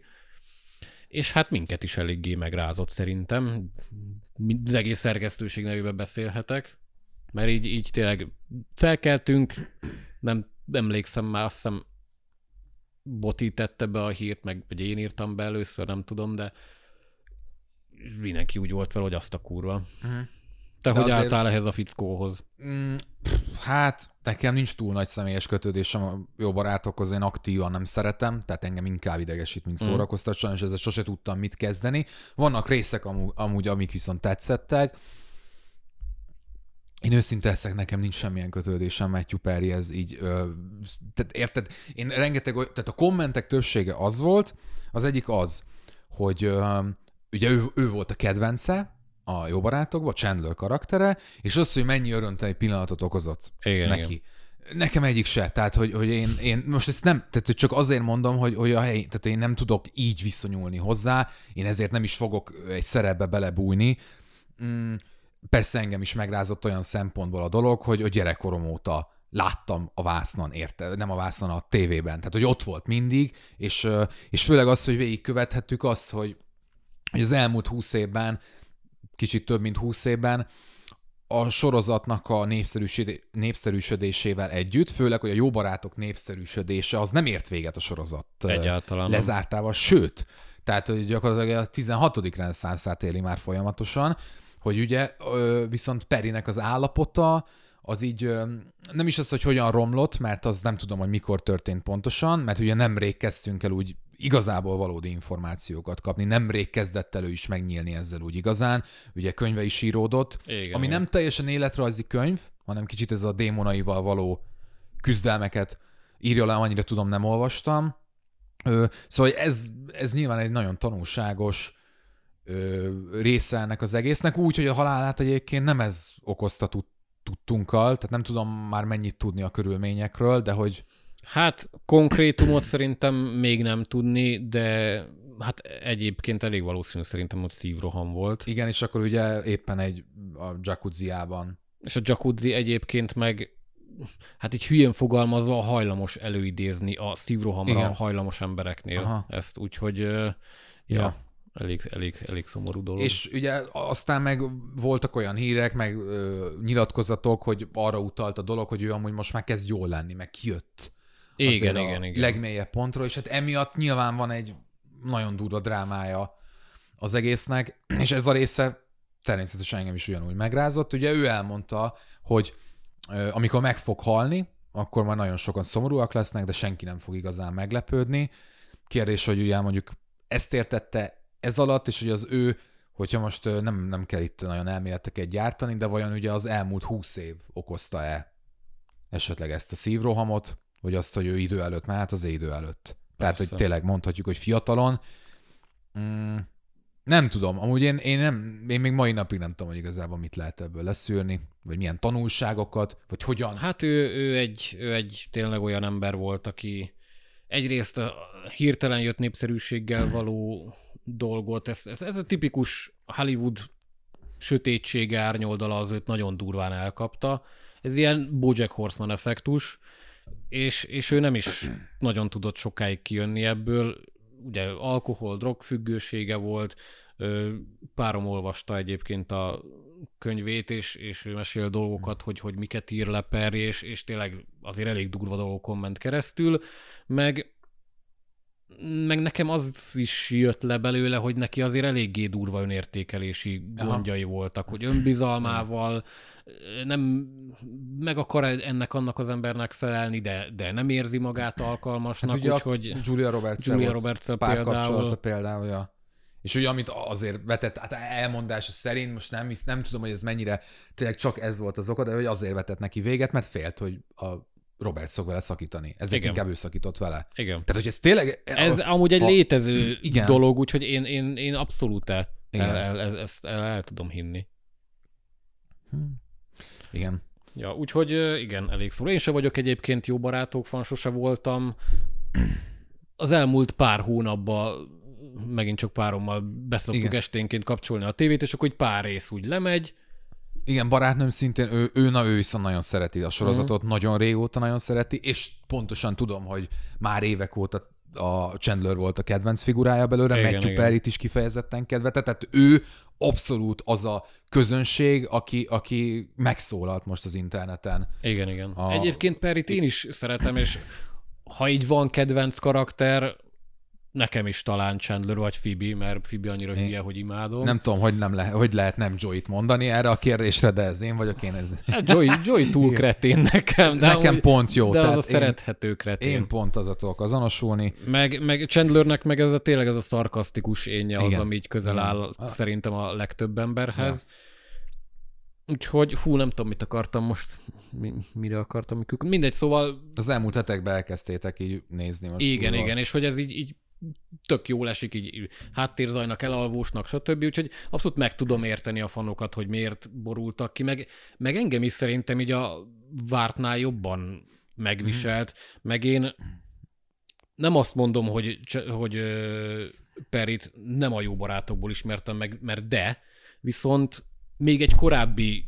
[SPEAKER 1] és hát minket is eléggé megrázott szerintem. Az egész szerkesztőség nevében beszélhetek, mert így, így tényleg felkeltünk, nem emlékszem már, azt hiszem Boti tette be a hírt, meg vagy én írtam be először, nem tudom, de mindenki úgy volt fel, hogy azt a kurva. Uh-huh. Te de hogy azért... álltál ehhez a fickóhoz?
[SPEAKER 2] Mm, hát nekem nincs túl nagy személyes kötődésem a jó barátokhoz, én aktívan nem szeretem, tehát engem inkább idegesít, mint szórakoztat, mm. sajnos ezzel sose tudtam mit kezdeni. Vannak részek amúgy, amúgy amik viszont tetszettek. Én őszinte leszek, nekem nincs semmilyen kötődésem Matthew Perryhez így, ö, tehát érted? Én rengeteg, tehát a kommentek többsége az volt, az egyik az, hogy ö, ugye ő, ő volt a kedvence a Jó barátokban, Chandler karaktere, és az, hogy mennyi örömteli pillanatot okozott
[SPEAKER 1] igen,
[SPEAKER 2] neki.
[SPEAKER 1] Igen.
[SPEAKER 2] Nekem egyik se, tehát hogy, hogy én, én most ezt nem, tehát csak azért mondom, hogy, hogy a hely, tehát én nem tudok így viszonyulni hozzá, én ezért nem is fogok egy szerepbe belebújni. Mm, persze engem is megrázott olyan szempontból a dolog, hogy a gyerekkorom óta láttam a vásznon, érte, nem a vásznon, a tévében, tehát hogy ott volt mindig, és, és főleg az, hogy végigkövethettük azt, hogy hogy az elmúlt húsz évben kicsit több mint húsz évben, a sorozatnak a népszerűsödésével együtt, főleg, hogy a Jó barátok népszerűsödése, az nem ért véget a sorozat
[SPEAKER 1] Egyáltalán
[SPEAKER 2] lezártával, sőt, tehát hogy gyakorlatilag a tizenhatodik reneszánszát éli már folyamatosan, hogy ugye viszont Perrynek az állapota, az így nem is az, hogy hogyan romlott, mert az nem tudom, hogy mikor történt pontosan, mert ugye nemrég kezdtünk el úgy igazából valódi információkat kapni, nemrég kezdett elő is megnyílni ezzel úgy igazán, ugye könyve is íródott, igen, ami igen. nem teljesen életrajzi könyv, hanem kicsit ez a démonaival való küzdelmeket írja le, annyira tudom, nem olvastam. Szóval ez, ez nyilván egy nagyon tanulságos része ennek az egésznek, úgy, hogy a halálát egyébként nem ez okozta tudtunkkal, tehát nem tudom már mennyit tudni a körülményekről, de hogy...
[SPEAKER 1] Hát konkrétumot szerintem még nem tudni, de hát egyébként elég valószínű szerintem, hogy szívroham volt.
[SPEAKER 2] Igen, és akkor ugye éppen egy a jacuzziában.
[SPEAKER 1] És a jacuzzi egyébként meg, hát így hülyén fogalmazva hajlamos előidézni a szívrohamra igen. hajlamos embereknél aha. ezt, úgyhogy ja, ja. Elég, elég, elég szomorú dolog.
[SPEAKER 2] És ugye aztán meg voltak olyan hírek, meg ö, nyilatkozatok, hogy arra utalt a dolog, hogy ő amúgy most már kezd jól lenni, meg kijött.
[SPEAKER 1] Igen, igen, igen.
[SPEAKER 2] legmélyebb pontról, és hát emiatt nyilván van egy nagyon durva drámája az egésznek, és ez a része természetesen engem is ugyanúgy megrázott. Ugye ő elmondta, hogy ö, amikor meg fog halni, akkor már nagyon sokan szomorúak lesznek, de senki nem fog igazán meglepődni. Kérdés, hogy ugye mondjuk ezt értette ez alatt, és hogy az ő, hogyha most nem, nem kell itt nagyon elméleteket gyártani, de vajon ugye az elmúlt húsz év okozta-e esetleg ezt a szívrohamot, vagy azt, hogy ő idő előtt, már hát az idő előtt. Persze. Tehát, hogy tényleg mondhatjuk, hogy fiatalon. Mm, nem tudom, amúgy én, én, nem, én még mai napig nem tudom, hogy igazából mit lehet ebből leszűrni, vagy milyen tanulságokat, vagy hogyan.
[SPEAKER 1] Hát ő, ő, egy, ő egy tényleg olyan ember volt, aki egyrészt a hirtelen jött népszerűséggel való dolgot, ez, ez, ez a tipikus Hollywood sötétsége árnyoldala az őt nagyon durván elkapta. Ez ilyen BoJack Horseman effektus, és, és ő nem is nagyon tudott sokáig kijönni ebből. Ugye alkohol, drogfüggősége volt, párom olvasta egyébként a könyvét, és, és ő mesél dolgokat, hogy, hogy miket ír le Perry, és, és tényleg azért elég durva dolgokon ment keresztül, meg meg nekem az is jött le belőle, hogy neki azért eléggé durva önértékelési gondjai aha. voltak, hogy önbizalmával nem meg akar ennek annak az embernek felelni, de, de nem érzi magát alkalmasnak, hát úgyhogy
[SPEAKER 2] Julia Roberts-el
[SPEAKER 1] Julia Roberts-el
[SPEAKER 2] párkapcsolata például. Ja. És ugye, amit azért vetett, hát elmondása szerint, most nem, nem tudom, hogy ez mennyire tényleg csak ez volt az oka, de hogy azért vetett neki véget, mert félt, hogy a Robert szok vele szakítani. Ezért igen. inkább ő szakított vele.
[SPEAKER 1] Igen.
[SPEAKER 2] Tehát, hogy ez tényleg...
[SPEAKER 1] Ez a, amúgy egy a, létező igen. dolog, úgyhogy én, én, én abszolút el, el, el, ezt el, el tudom hinni.
[SPEAKER 2] Hm. Igen.
[SPEAKER 1] Ja, úgyhogy igen, elég szó. Én se vagyok egyébként jó barátok fan, sose voltam. Az elmúlt pár hónapban megint csak párommal beszoktuk esténként kapcsolni a tévét, és akkor egy pár rész úgy lemegy.
[SPEAKER 2] Igen, barátnőm szintén, ő, ő, na, ő viszont nagyon szereti a sorozatot, uh-huh. nagyon régóta nagyon szereti, és pontosan tudom, hogy már évek óta a Chandler volt a kedvenc figurája belőle, igen, Matthew Perryt is kifejezetten kedvete, tehát ő abszolút az a közönség, aki, aki megszólalt most az interneten.
[SPEAKER 1] Igen, igen. A... Egyébként Perryt én is szeretem, és ha így van kedvenc karakter, nekem is talán Chandler vagy Phoebe, mert Phoebe annyira én hülye, hogy imádom.
[SPEAKER 2] Nem tudom, hogy, nem le- hogy lehet nem Joey-t mondani erre a kérdésre, de ez én vagyok, én ez...
[SPEAKER 1] Hát Joey, Joey túl kretén nekem. De
[SPEAKER 2] nekem amúgy, pont jó.
[SPEAKER 1] De az a én, szerethető kretén.
[SPEAKER 2] Én pont az a tudok azonosulni.
[SPEAKER 1] Meg, meg Chandlernek meg ez a tényleg ez a szarkasztikus énje az, ami így közel áll igen. szerintem a legtöbb emberhez. Ja. Úgyhogy hú, nem tudom, mit akartam most, mi, mire akartam. Mindegy, szóval...
[SPEAKER 2] Az elmúlt hetekben elkezdtétek így nézni most.
[SPEAKER 1] Igen, túlval. Igen, és hogy ez így, így tök jól esik, így háttérzajnak, elalvósnak, stb. Úgyhogy abszolút meg tudom érteni a fanokat, hogy miért borultak ki, meg, meg engem is szerintem így a vártnál jobban megviselt, mm. meg én nem azt mondom, hogy, hogy Perryt nem a Jó barátokból ismertem meg, mert de, viszont még egy korábbi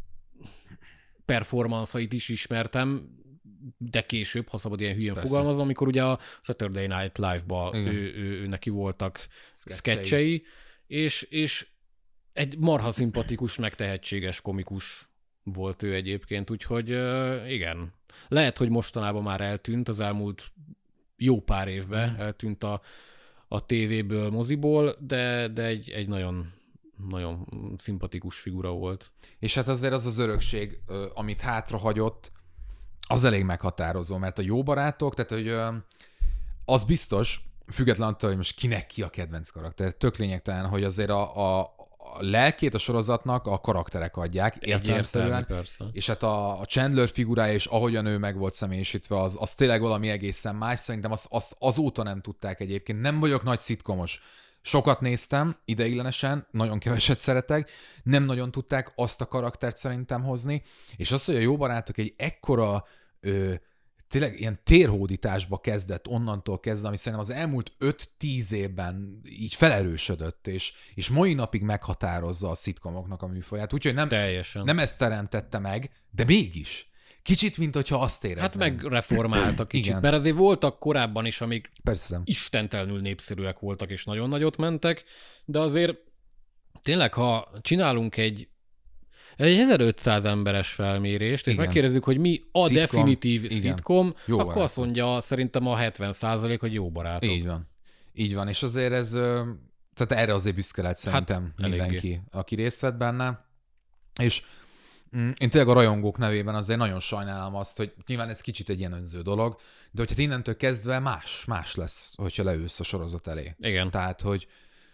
[SPEAKER 1] performanszait is ismertem, de később, ha szabad ilyen hülyén fogalmaznom, amikor ugye a Saturday Night Live-ba ő, ő, ő, neki voltak sketchei, és, és egy marha szimpatikus, meg tehetséges komikus volt ő egyébként, úgyhogy igen. Lehet, hogy mostanában már eltűnt, az elmúlt jó pár évben eltűnt a, a tévéből, moziból, de, de egy, egy nagyon, nagyon szimpatikus figura volt.
[SPEAKER 2] És hát azért az az örökség, amit hátra hagyott, az elég meghatározó, mert a Jó barátok, tehát hogy az biztos, független attól, hogy most kinek ki a kedvenc karakter, tök lényegtelen, hogy azért a, a, a lelkét a sorozatnak a karakterek adják, értelemszerűen, és hát a, a Chandler figurája is, ahogyan ő meg volt személyisítve, az, az tényleg valami egészen más, szerintem azt, azt azóta nem tudták egyébként. Nem vagyok nagy szitkomos. Sokat néztem ideiglenesen, nagyon keveset szeretek, nem nagyon tudták azt a karaktert szerintem hozni, és az, hogy a Jó barátok egy ekkora ö, tényleg ilyen térhódításba kezdett onnantól kezdve, ami szerintem az elmúlt öt-tíz évben így felerősödött, és, és mai napig meghatározza a szitkomoknak a műfaját. Úgyhogy nem, nem ezt teremtette meg, de mégis. Kicsit, mint hogyha azt érezném.
[SPEAKER 1] Hát megreformáltak kicsit, igen. Mert azért voltak korábban is, amik
[SPEAKER 2] Persze.
[SPEAKER 1] istentelenül népszerűek voltak, és nagyon nagyot mentek, de azért tényleg, ha csinálunk egy egy ezerötszáz emberes felmérést, és igen. megkérdezzük, hogy mi a szitkom, definitív igen. szitkom, jó akkor barátok. Azt mondja szerintem a hetven százalék, hogy Jó barátok.
[SPEAKER 2] Így van. Így van, és azért ez, tehát erre azért büszke lett szerintem hát, mindenki, eléggé. Aki részt vett benne. És én tényleg a rajongók nevében azért nagyon sajnálom azt, hogy nyilván ez kicsit egy ilyen önző dolog, de hogyha innentől kezdve más, más lesz, hogyha leülsz a sorozat elé.
[SPEAKER 1] Igen.
[SPEAKER 2] Tehát, hogy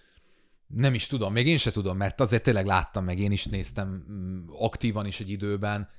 [SPEAKER 2] nem is tudom, még én se tudom, mert azért tényleg láttam, meg én is néztem aktívan is egy időben.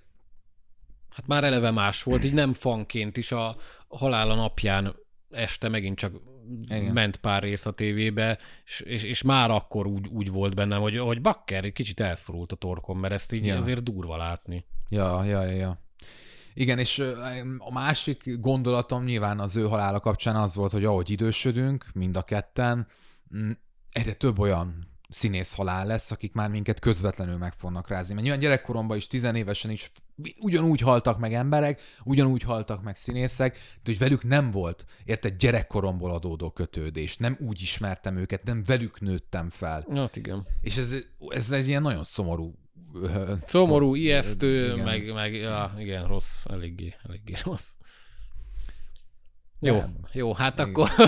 [SPEAKER 1] Hát már eleve más volt, így nem fanként is a halála napján este megint csak igen. ment pár rész a tévébe, és, és, és már akkor úgy, úgy volt bennem, hogy, hogy bakker, egy kicsit elszorult a torkom, mert ezt így ja. azért durva látni.
[SPEAKER 2] Ja, ja, ja, ja. Igen, és a másik gondolatom nyilván az ő halála kapcsán az volt, hogy ahogy idősödünk, mind a ketten, egyre több olyan színész halál lesz, akik már minket közvetlenül meg fognak rázni. Mert nyilván gyerekkoromban is, tizenévesen is ugyanúgy haltak meg emberek, ugyanúgy haltak meg színészek, de hogy velük nem volt, érted, gyerekkoromból adódó kötődés. Nem úgy ismertem őket, nem velük nőttem fel.
[SPEAKER 1] Hát igen.
[SPEAKER 2] És ez, ez egy ilyen nagyon szomorú.
[SPEAKER 1] Szomorú, ijesztő, igen. meg, meg ja, igen, rossz, eléggé, eléggé rossz. Jó, nem. jó, hát igen. akkor...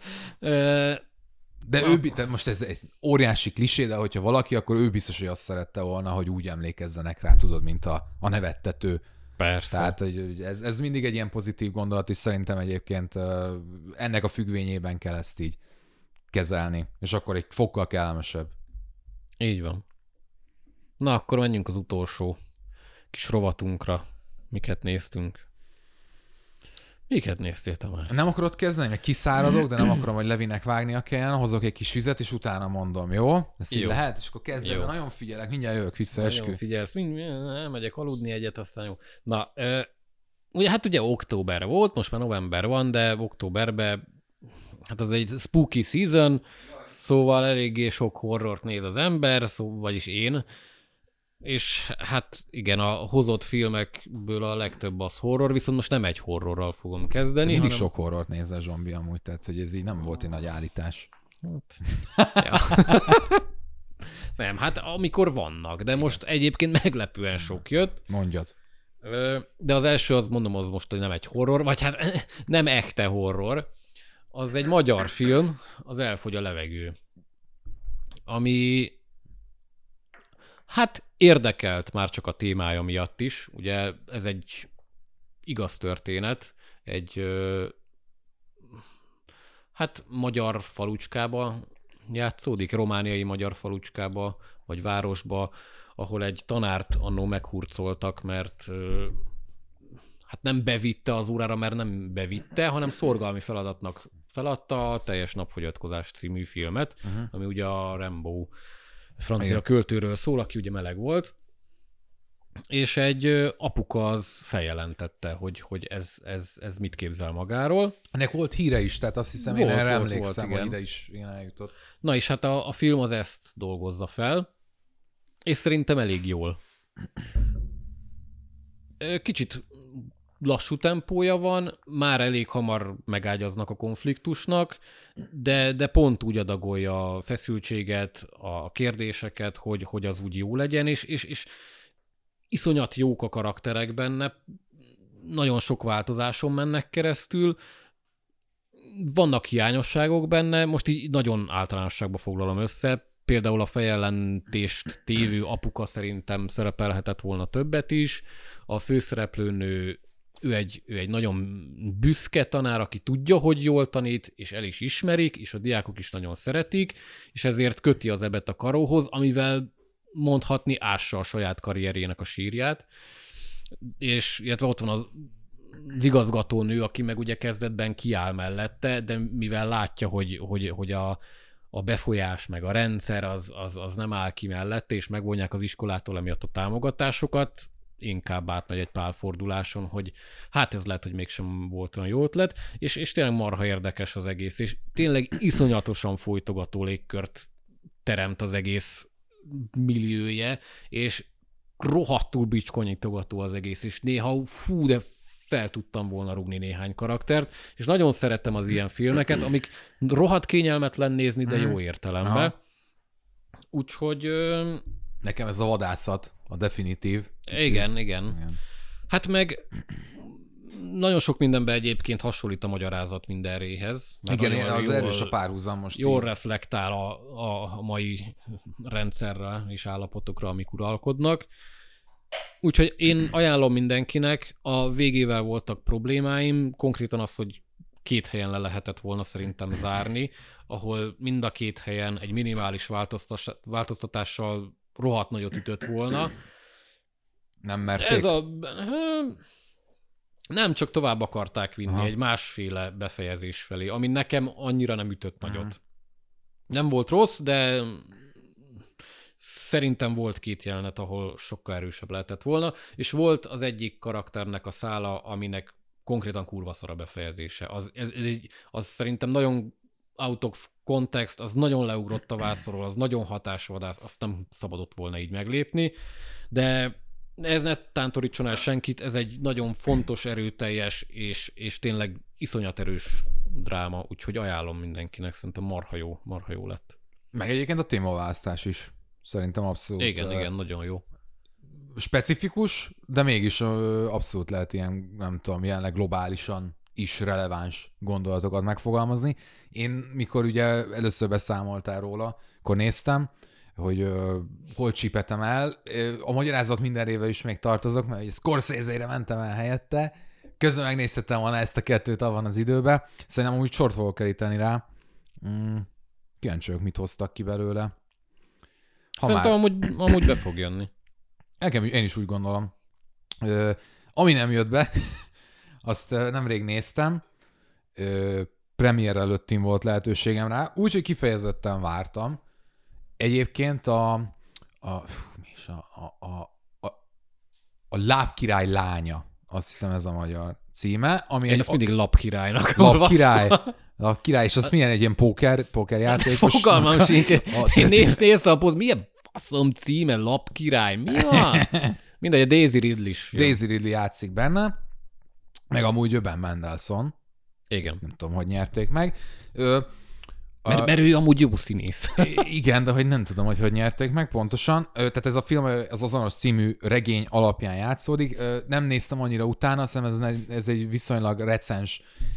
[SPEAKER 2] De ő, tehát most ez egy óriási klisé, de hogyha valaki, akkor ő biztos, hogy azt szerette volna, hogy úgy emlékezzenek rá, tudod, mint a, a nevettető.
[SPEAKER 1] Persze.
[SPEAKER 2] Tehát hogy ez, ez mindig egy ilyen pozitív gondolat, és szerintem egyébként ennek a függvényében kell ezt így kezelni, és akkor egy fokkal kellemesebb.
[SPEAKER 1] Így van. Na, akkor menjünk az utolsó kis rovatunkra. Miket néztünk? Miket néztél, Tamás?
[SPEAKER 2] Nem akarod kezdeni, meg kiszáradok, de nem akarom, hogy Levinek vágnia kelljen, hozok egy kis vizet, és utána mondom, jó? Ezt jó. Így lehet? És akkor kezdem, de nagyon figyelek, mindjárt jövök vissza, eskü.
[SPEAKER 1] Nagyon figyelsz, elmegyek aludni egyet, aztán jó. Na, ö, ugye, hát ugye október volt, most már november van, de októberben, hát az egy spooky season, szóval eléggé sok horrort néz az ember, szó, vagyis én, és hát igen, a hozott filmekből a legtöbb az horror, viszont most nem egy horrorral fogom kezdeni.
[SPEAKER 2] Te mindig
[SPEAKER 1] hanem...
[SPEAKER 2] sok horrort nézel, zombi amúgy, tehát hogy ez így nem volt egy nagy állítás.
[SPEAKER 1] Hát... Ja. Nem, hát amikor vannak, de most egyébként meglepően sok jött.
[SPEAKER 2] Mondjad.
[SPEAKER 1] De az első, az mondom, az most, hogy nem egy horror, vagy hát nem echte horror. Az egy magyar film, az Elfogy a levegő. Ami hát érdekelt már csak a témája miatt is. Ugye ez egy igaz történet, egy hát magyar falucskába játszódik, romániai magyar falucskába, vagy városba, ahol egy tanárt annó meghurcoltak, mert hát nem bevitte az órára, mert nem bevitte, hanem szorgalmi feladatnak feladta a Teljes napfogyatkozás című filmet, uh-huh. ami ugye a Rambo francia igen. költőről szól, aki ugye meleg volt, és egy apuka az feljelentette, hogy, hogy ez, ez, ez mit képzel magáról.
[SPEAKER 2] Ennek volt híre is, tehát azt hiszem, volt, én erre volt, emlékszem, volt, hogy ide is igen, eljutott.
[SPEAKER 1] Na és hát a, a film az ezt dolgozza fel, és szerintem elég jól. Kicsit lassú tempója van, már elég hamar megágyaznak a konfliktusnak, de, de pont úgy adagolja a feszültséget, a kérdéseket, hogy, hogy az úgy jó legyen, és, és, és iszonyat jók a karakterek benne, nagyon sok változáson mennek keresztül, vannak hiányosságok benne, most így nagyon általánosságban foglalom össze, például a fejellentést tévő apuka szerintem szerepelhetett volna többet is, a főszereplőnő ő egy, ő egy nagyon büszke tanár, aki tudja, hogy jól tanít, és el is ismerik, és a diákok is nagyon szeretik, és ezért köti az ebet a karóhoz, amivel mondhatni ássa a saját karrierjének a sírját, és illetve ott van az, az igazgatónő, aki meg ugye kezdetben kiáll mellette, de mivel látja, hogy, hogy, hogy a, a befolyás, meg a rendszer az, az, az nem áll ki mellette, és megvonják az iskolától emiatt a támogatásokat, inkább átmegy egy pálforduláson, hogy hát ez lehet, hogy mégsem volt olyan jó ötlet, és, és tényleg marha érdekes az egész, és tényleg iszonyatosan folytogató légkört teremt az egész millióje, és rohadtul bicskonyitogató az egész, és néha fú, de fel tudtam volna rúgni néhány karaktert, és nagyon szeretem az ilyen filmeket, amik rohadt kényelmetlen nézni, de jó értelemben. Aha. Úgyhogy...
[SPEAKER 2] Nekem ez a vadászat, a definitív.
[SPEAKER 1] Igen, igen, igen. Hát meg nagyon sok mindenben egyébként hasonlít a magyarázat mindenréhez.
[SPEAKER 2] Igen, az jól, erős a párhuzam most.
[SPEAKER 1] Jól így reflektál a, a mai rendszerre és állapotokra, amik uralkodnak. Úgyhogy én ajánlom mindenkinek, a végével voltak problémáim, konkrétan az, hogy két helyen le lehetett volna szerintem zárni, ahol mind a két helyen egy minimális változtatással rohadt nagyot ütött volna.
[SPEAKER 2] Nem merték?
[SPEAKER 1] Ez a... Nem, csak tovább akarták vinni. Aha. Egy másféle befejezés felé, ami nekem annyira nem ütött nagyot. Aha. Nem volt rossz, de szerintem volt két jelenet, ahol sokkal erősebb lehetett volna, és volt az egyik karakternek a szála, aminek konkrétan kurva szar a befejezése. Az, ez, ez egy, az szerintem nagyon out of context, az nagyon leugrott a vászorról, az nagyon hatásvadász, azt nem szabadott volna így meglépni, de ez ne tántorítson el senkit, ez egy nagyon fontos, erőteljes és, és tényleg iszonyat erős dráma, úgyhogy ajánlom mindenkinek, szerintem marha jó, marha jó lett.
[SPEAKER 2] Meg egyébként a témaválasztás is szerintem abszolút.
[SPEAKER 1] Igen, uh, igen, nagyon jó.
[SPEAKER 2] Specifikus, de mégis uh, abszolút lehet ilyen, nem tudom, jelenleg globálisan is releváns gondolatokat megfogalmazni. Én, mikor ugye először beszámoltál róla, akkor néztem, hogy uh, hol csípetem el. A magyarázat mindenrével is még tartozok, mert Scorsese-re mentem el helyette. Közben megnézhettem volna ezt a kettőt abban az időben. Szerintem úgy sort fogok keríteni rá. Mm, kíváncsi vagyok, mit hoztak ki belőle.
[SPEAKER 1] Ha Szerintem már... amúgy, amúgy be fog jönni.
[SPEAKER 2] Nekem, én is úgy gondolom. Ö, ami nem jött be, azt nemrég néztem. Ö, premier előttim volt lehetőségem rá, úgyhogy kifejezetten vártam. Egyébként a, a, fú, mi is a, a, a, a, a Lábkirály lánya, azt hiszem ez a magyar címe. Ami
[SPEAKER 1] Én
[SPEAKER 2] egy,
[SPEAKER 1] ezt mindig Lapkirálynak
[SPEAKER 2] Lapkirály. Lapkirály, és az milyen egy ilyen póker, pókerjátékos.
[SPEAKER 1] Fogalmam sincs. Én nézd, nézd a pozt, milyen faszom címe, Lapkirály, mi van? Mindegy, a Daisy Ridley is.
[SPEAKER 2] Daisy Ridley játszik benne, meg amúgy Ben Mendelsohn.
[SPEAKER 1] Igen.
[SPEAKER 2] Nem tudom, hogy nyerték meg. Ö,
[SPEAKER 1] Mert, a... mert ő amúgy jó színész.
[SPEAKER 2] Igen, de hogy nem tudom, hogy hogy nyerték meg pontosan. Tehát ez a film az azonos című regény alapján játszódik. Nem néztem annyira utána, azt hiszem ez, ez egy viszonylag recens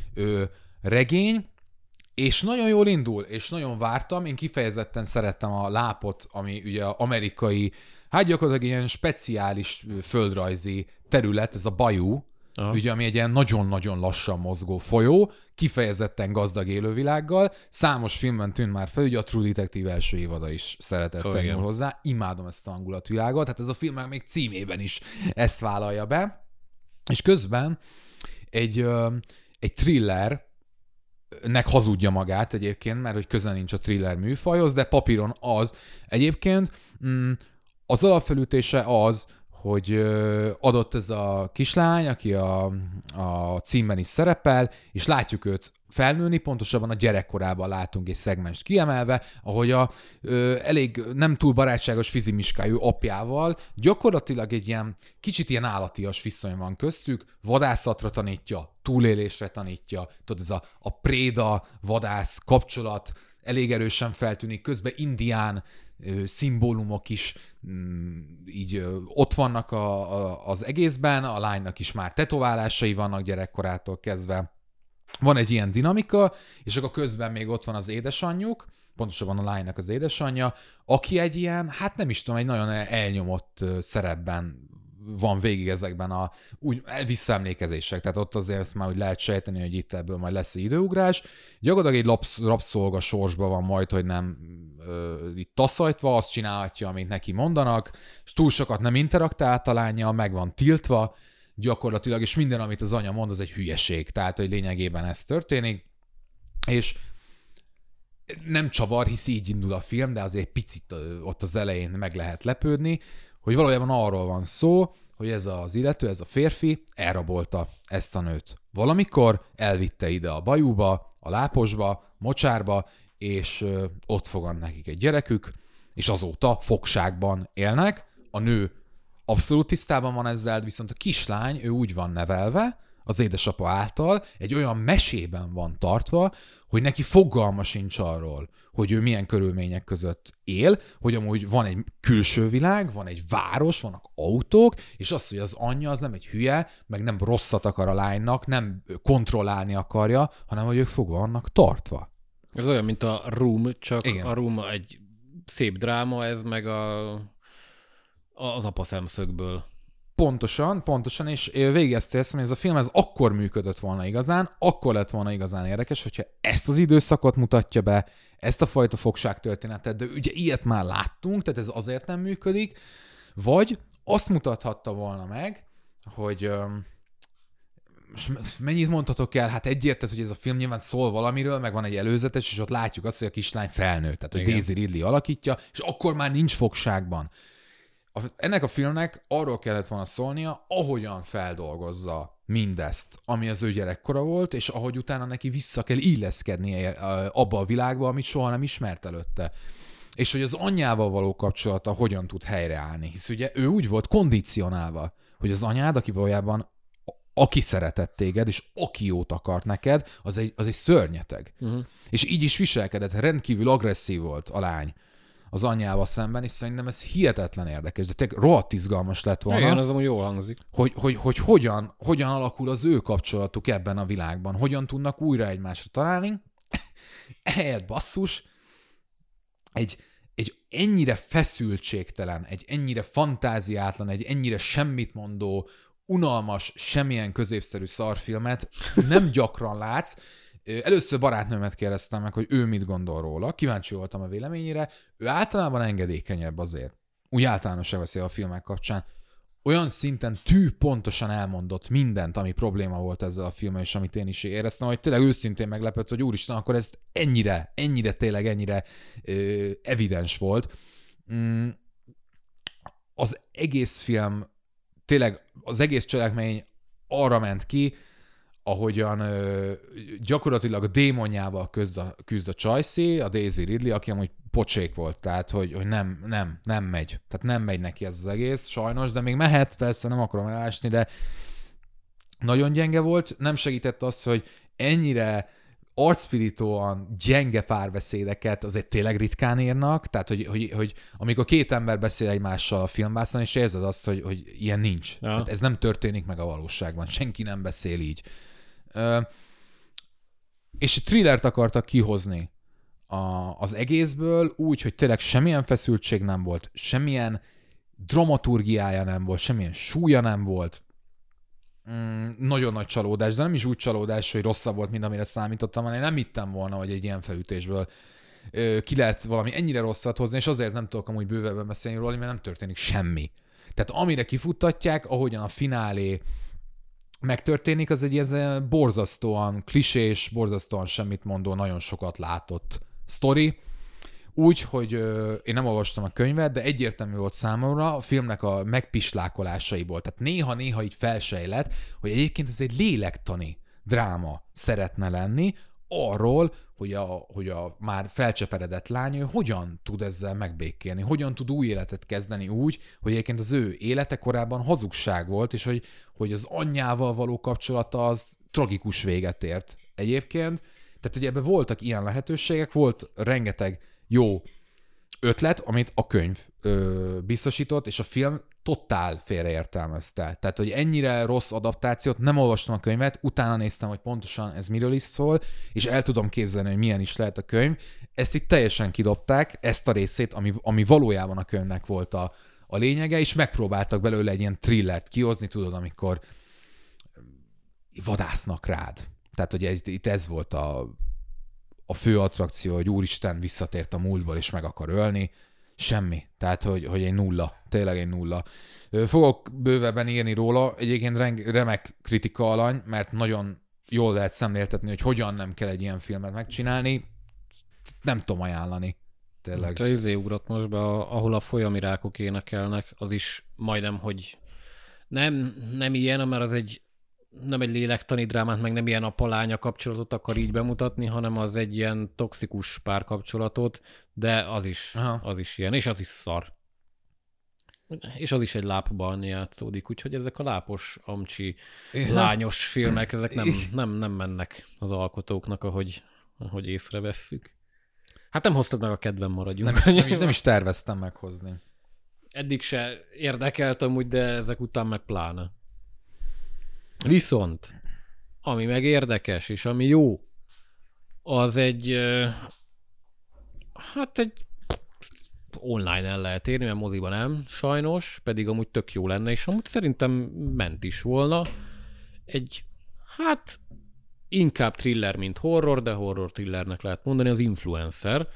[SPEAKER 2] regény, és nagyon jól indul, és nagyon vártam. Én kifejezetten szerettem a lápot, ami ugye amerikai, hát gyakorlatilag ilyen speciális földrajzi terület, ez a Bayou, aha, ugye, ami egy ilyen nagyon-nagyon lassan mozgó folyó, kifejezetten gazdag élővilággal, számos filmben tűnt már fel, ugye a True Detective első évada is szeretettel nyúl hozzá, imádom ezt a hangulatvilágot, tehát ez a film még címében is ezt vállalja be, és közben egy, egy thrillernek hazudja magát egyébként, mert hogy közel nincs a thriller műfajhoz, de papíron az. Egyébként az alapfelütése az, hogy ö, adott ez a kislány, aki a, a címben is szerepel, és látjuk őt felnőni, pontosabban a gyerekkorában látunk egy szegmest kiemelve, ahogy a ö, elég nem túl barátságos fizimiskájú apjával gyakorlatilag egy ilyen kicsit ilyen állatias viszony van köztük, vadászatra tanítja, túlélésre tanítja, tudod, ez a, a préda vadász kapcsolat elég erősen feltűnik, közben indián ö, szimbólumok is mm, így ö, ott vannak a, a, az egészben, a lánynak is már tetoválásai vannak gyerekkorától kezdve. Van egy ilyen dinamika, és akkor közben még ott van az édesanyjuk, pontosabban a lánynak az édesanyja, aki egy ilyen, hát nem is tudom, egy nagyon elnyomott szerepben van végig ezekben a úgy visszaemlékezések. Tehát ott azért ezt már úgy lehet sejteni, hogy itt ebből majd lesz egy időugrás. Gyakorlatilag egy lapsz, rabszolga sorsban van majd, hogy nem ö, itt taszajtva, azt csinálhatja, amit neki mondanak, és túl sokat nem interaktált a lánnyal, meg van tiltva, gyakorlatilag, és minden, amit az anya mond, az egy hülyeség. Tehát, hogy lényegében ez történik. És nem csavar, hisz így indul a film, de azért picit ott az elején meg lehet lepődni, hogy valójában arról van szó, hogy ez az illető, ez a férfi elrabolta ezt a nőt. Valamikor elvitte ide a bajúba, a láposba, mocsárba, és ott fogad nekik egy gyerekük, és azóta fogságban élnek. A nő abszolút tisztában van ezzel, viszont a kislány, ő úgy van nevelve, az édesapa által, egy olyan mesében van tartva, hogy neki fogalma sincs arról, hogy ő milyen körülmények között él, hogy amúgy van egy külső világ, van egy város, vannak autók, és az, hogy az anyja az nem egy hülye, meg nem rosszat akar a lánynak, nem kontrollálni akarja, hanem hogy ők fogva vannak tartva.
[SPEAKER 1] Ez olyan, mint a Room, csak
[SPEAKER 2] Igen.
[SPEAKER 1] a Room egy szép dráma, ez meg a, az apa szemszögből.
[SPEAKER 2] Pontosan, pontosan, és végig ezt érzem, hogy ez a film ez akkor működött volna igazán, akkor lett volna igazán érdekes, hogyha ezt az időszakot mutatja be, ezt a fajta fogságtörténetet, de ugye ilyet már láttunk, tehát ez azért nem működik, vagy azt mutathatta volna meg, hogy most mennyit mondhatok el, hát egyértelmű, hogy ez a film nyilván szól valamiről, meg van egy előzetes, és ott látjuk azt, hogy a kislány felnőtt, tehát hogy
[SPEAKER 1] Igen.
[SPEAKER 2] Daisy Ridley alakítja, és akkor már nincs fogságban. A, ennek a filmnek arról kellett volna szólnia, ahogyan feldolgozza mindezt, ami az ő gyerekkora volt, és ahogy utána neki vissza kell illeszkednie abba a világba, amit soha nem ismert előtte. És hogy az anyjával való kapcsolata hogyan tud helyreállni. Hisz ugye ő úgy volt kondicionálva, hogy az anyád, aki valójában aki szeretett téged, és aki jót akart neked, az egy, az egy szörnyeteg. Uh-huh. És így is viselkedett, rendkívül agresszív volt a lány az anyjával szemben, és szerintem ez hihetetlen érdekes, de tényleg rohadt izgalmas lett volna.
[SPEAKER 1] Igen, az amúgy jól hangzik.
[SPEAKER 2] Hogy, hogy, hogy hogyan, hogyan alakul az ő kapcsolatuk ebben a világban, hogyan tudnak újra egymásra találni. Ehelyett basszus, egy, egy ennyire feszültségtelen, egy ennyire fantáziátlan, egy ennyire semmitmondó, unalmas, semmilyen középszerű szarfilmet nem gyakran látsz. Először barátnőmet kérdeztem meg, hogy ő mit gondol róla. Kíváncsi voltam a véleményére. Ő általában engedékenyebb azért. Úgy általánosan veszi a filmek kapcsán. Olyan szinten tű pontosan elmondott mindent, ami probléma volt ezzel a filmmel, és amit én is éreztem, hogy tényleg őszintén meglepett, hogy úristen, akkor ez ennyire, ennyire tényleg ennyire ö, evidens volt. Mm, az egész film, tényleg az egész cselekmény arra ment ki, ahogyan ö, gyakorlatilag a démonjával küzd a, küzd a Csajci, a Daisy Ridley, aki amúgy pocsék volt, tehát hogy, hogy nem, nem, nem megy. Tehát nem megy neki ez az egész, sajnos, de még mehet, persze nem akarom elásni, de nagyon gyenge volt, nem segített az, hogy ennyire arcpirítóan gyenge párbeszédeket azért tényleg ritkán írnak, tehát hogy, hogy, hogy amikor két ember beszél egymással a filmbászon, és érzed azt, hogy, hogy ilyen nincs. Ja. Tehát ez nem történik meg a valóságban, senki nem beszél így. Ö, és thrillert akartak kihozni a, az egészből úgy, hogy tényleg semmilyen feszültség nem volt, semmilyen dramaturgiája nem volt, semmilyen súlya nem volt. Mm, nagyon nagy csalódás, de nem is úgy csalódás, hogy rosszabb volt, mint amire számítottam, hanem én nem hittem volna, hogy egy ilyen felütésből ö, ki lehet valami ennyire rosszat hozni, és azért nem tudok amúgy bővebben beszélni róla, mert nem történik semmi. Tehát amire kifuttatják, ahogyan a finálé megtörténik, az egy ez borzasztóan klisés, borzasztóan semmit mondó, nagyon sokat látott sztori. úgy, hogy ö, én nem olvastam a könyvet, de egyértelmű volt számomra a filmnek a megpislákolásaiból. Tehát néha-néha így felsejlett, hogy egyébként ez egy lélektani dráma szeretne lenni, arról, hogy a, hogy a már felcseperedett lány, ő hogyan tud ezzel megbékélni, hogyan tud új életet kezdeni úgy, hogy egyébként az ő élete korábban hazugság volt, és hogy, hogy az anyjával való kapcsolata az tragikus véget ért egyébként. Tehát, hogy ebben voltak ilyen lehetőségek, volt rengeteg jó ötlet, amit a könyv ö, biztosított, és a film totál félreértelmezte. Tehát, hogy ennyire rossz adaptációt, nem olvastam a könyvet, utána néztem, hogy pontosan ez miről is szól, és el tudom képzelni, hogy milyen is lehet a könyv. Ezt itt teljesen kidobták, ezt a részét, ami, ami valójában a könyvnek volt a, a lényege, és megpróbáltak belőle egy ilyen thrillert kihozni, tudod, amikor vadásznak rád. Tehát, hogy ez, itt ez volt a, a fő attrakció, hogy úristen visszatért a múltból, és meg akar ölni. Semmi. Tehát, hogy, hogy egy nulla. Tényleg egy nulla. Fogok bővebben írni róla. Egyébként remek kritika alany, mert nagyon jól lehet szemléltetni, hogy hogyan nem kell egy ilyen filmet megcsinálni. Nem tudom ajánlani. Tényleg.
[SPEAKER 1] A izé ugrott most be, ahol a folyami rákok énekelnek, az is majdnem, hogy nem, nem ilyen, mert az egy nem egy lélektani drámát, meg nem ilyen apa-lánya kapcsolatot akar így bemutatni, hanem az egy ilyen toxikus párkapcsolatot, de az is, az is ilyen, és az is szar. És az is egy lápban játszódik, úgyhogy ezek a lápos, amcsi, én lányos nem... filmek, ezek nem, nem, nem mennek az alkotóknak, ahogy, ahogy észrevesszük. Hát nem hoztad meg a kedvem, maradjunk.
[SPEAKER 2] Nem, nem, nem is terveztem meghozni.
[SPEAKER 1] Eddig se érdekeltem úgy, de ezek után meg pláne. Viszont, ami meg érdekes, és ami jó, az egy, hát egy online el lehet érni, mert moziban nem, sajnos, pedig amúgy tök jó lenne, és amúgy szerintem ment is volna. Egy, hát inkább thriller, mint horror, de horror thrillernek lehet mondani, az Influencer.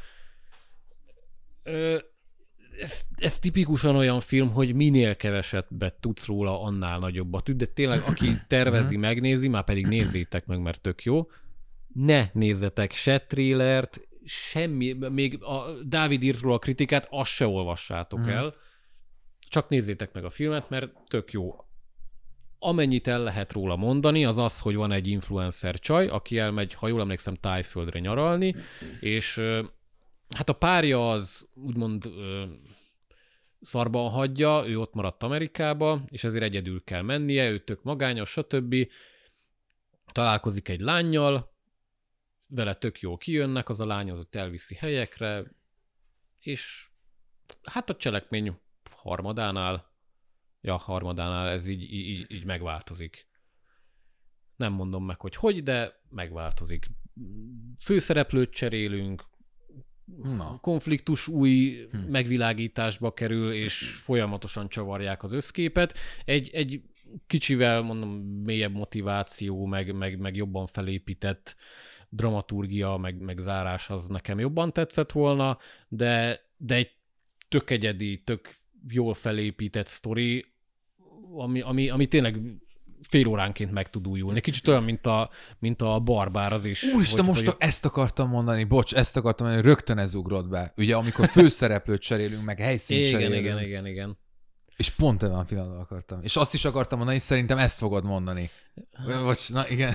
[SPEAKER 1] Ez, ez tipikusan olyan film, hogy minél kevesebbet tudsz róla, annál nagyobbat. De tényleg, aki tervezi, megnézi, már pedig nézzétek meg, mert tök jó. Ne nézzetek se trailert, semmi, még a Dávid írt róla a kritikát, azt se olvassátok el. Csak nézzétek meg a filmet, mert tök jó. Amennyit el lehet róla mondani, az az, hogy van egy influencer csaj, aki elmegy, ha jól emlékszem, Tájföldre nyaralni, és hát a párja az úgymond ö, szarban hagyja, ő ott maradt Amerikába, és ezért egyedül kell mennie, ő tök magányos, stb. Találkozik egy lánnyal, vele tök jól kijönnek, az a lány az ott elviszi helyekre, és hát a cselekmény harmadánál, ja, harmadánál ez így, így, így megváltozik. Nem mondom meg, hogy hogy, de megváltozik. Főszereplőt cserélünk, Na. konfliktus új hm. megvilágításba kerül, és folyamatosan csavarják az összképet. Egy, egy kicsivel, mondom, mélyebb motiváció, meg, meg, meg jobban felépített dramaturgia, meg, meg zárás az nekem jobban tetszett volna, de, de egy tök egyedi, tök jól felépített sztori, ami, ami, ami tényleg fél óránként meg tud újulni. Kicsit olyan, mint a, mint a Barbár az is.
[SPEAKER 2] Úristen, most hogy... ezt akartam mondani, bocs, ezt akartam mondani, rögtön ez ugrott be. Ugye, amikor főszereplőt cserélünk, meg helyszínt
[SPEAKER 1] igen,
[SPEAKER 2] cserélünk.
[SPEAKER 1] Igen, igen, igen.
[SPEAKER 2] És pont ebben a pillanatban akartam. És azt is akartam mondani, és szerintem ezt fogod mondani. Bocs, na igen.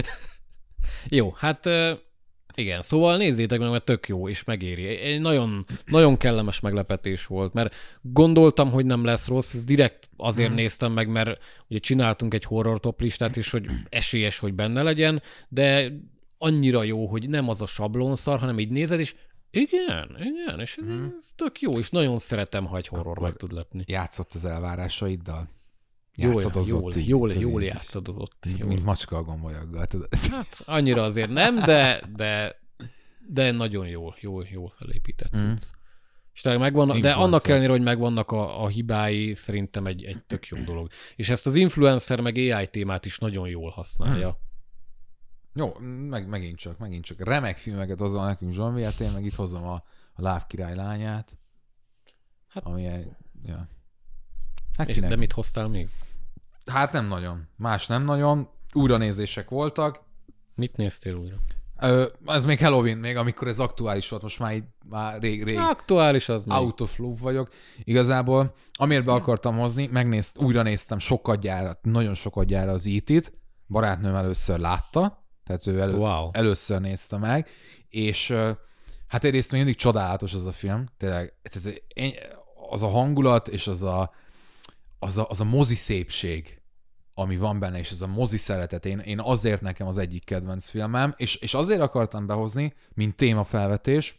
[SPEAKER 1] Jó, hát igen, szóval nézzétek meg, mert tök jó, és megéri. Egy nagyon, nagyon kellemes meglepetés volt, mert gondoltam, hogy nem lesz rossz, ez direkt azért hmm. néztem meg, mert ugye csináltunk egy horror top listát, és hogy esélyes, hogy benne legyen, de annyira jó, hogy nem az a sablonszar, hanem így nézed, és igen, igen, és ez, hmm. ez tök jó, és nagyon szeretem, ha egy horror Akkor meg tud lepni.
[SPEAKER 2] Játszott az elvárásaiddal?
[SPEAKER 1] Játszadozott így. Jól, jól, jól játszadozott.
[SPEAKER 2] Mint, mint macska a gombolyaggal.
[SPEAKER 1] Hát annyira azért nem, de, de, de nagyon jól, jól, jól felépített. Mm. És megvannak, de annak ellenére, hogy megvannak a, a hibái, szerintem egy, egy tök jó dolog. És ezt az influencer meg á i témát is nagyon jól használja. Mm.
[SPEAKER 2] Jó, meg, megint csak, megint csak. Remek filmeket hozom nekünk Zsombiát, én meg itt hozom a, a Láv király lányát. Hát, ami egy, ja. Hát
[SPEAKER 1] és de mit hoztál még?
[SPEAKER 2] Hát nem nagyon. Más nem nagyon. Újranézések voltak.
[SPEAKER 1] Mit néztél újra?
[SPEAKER 2] Ö, ez még Halloween, még amikor ez aktuális volt, most már, így, már rég, rég
[SPEAKER 1] aktuális az még.
[SPEAKER 2] Out of loop vagyok. Igazából, amiért be akartam hozni, megnézt, újra néztem sokadjára, nagyon sokadjára az í té-t, barátnőm először látta, tehát ő elő,
[SPEAKER 1] wow.
[SPEAKER 2] először nézte meg, és hát egyrészt még mindig csodálatos az a film, tényleg az a hangulat, és az a, az a, az a mozi szépség, ami van benne, és ez a mozi szeretet, én, én azért nekem az egyik kedvenc filmem, és, és azért akartam behozni, mint témafelvetés,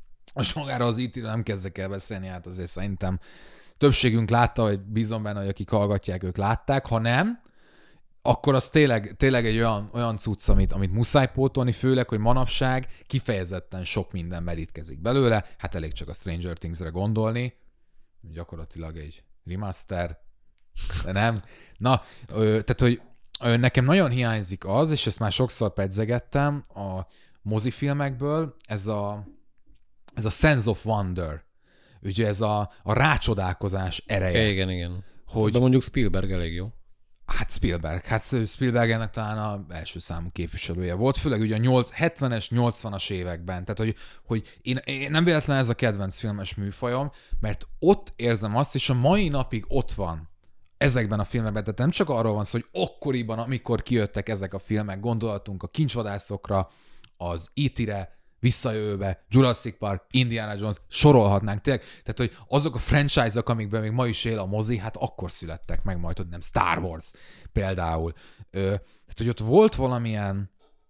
[SPEAKER 2] és magára az í té-ről nem kezdek el beszélni, hát azért szerintem többségünk látta, vagy bízom benne, hogy akik hallgatják, ők látták, ha nem, akkor az tényleg, tényleg egy olyan, olyan cucc, amit, amit muszáj pótolni, főleg, hogy manapság kifejezetten sok minden merítkezik belőle, hát elég csak a Stranger Things-re gondolni, gyakorlatilag egy remaster, de nem. Na, ö, tehát, hogy ö, nekem nagyon hiányzik az, és ezt már sokszor pedzegettem a mozifilmekből, ez a, ez a sense of wonder, ugye ez a, a rácsodálkozás ereje.
[SPEAKER 1] Igen, igen.
[SPEAKER 2] Hogy,
[SPEAKER 1] de mondjuk Spielberg elég jó.
[SPEAKER 2] Hát Spielberg, hát Spielberg ennek talán az első számú képviselője volt, főleg ugye a hetvenes, nyolcvanas években, tehát hogy, hogy én, én nem véletlen ez a kedvenc filmes műfajom, mert ott érzem azt, és a mai napig ott van ezekben a filmekben, tehát nem csak arról van szó, hogy akkoriban, amikor kijöttek ezek a filmek, gondoltunk a kincsvadászokra, az í té-re, Visszajövőbe, Jurassic Park, Indiana Jones, sorolhatnánk tényleg. Tehát, hogy azok a franchise-ok, amikben még ma is él a mozi, hát akkor születtek meg majd, hogy nem Star Wars például. Ö, tehát, hogy ott volt valamilyen,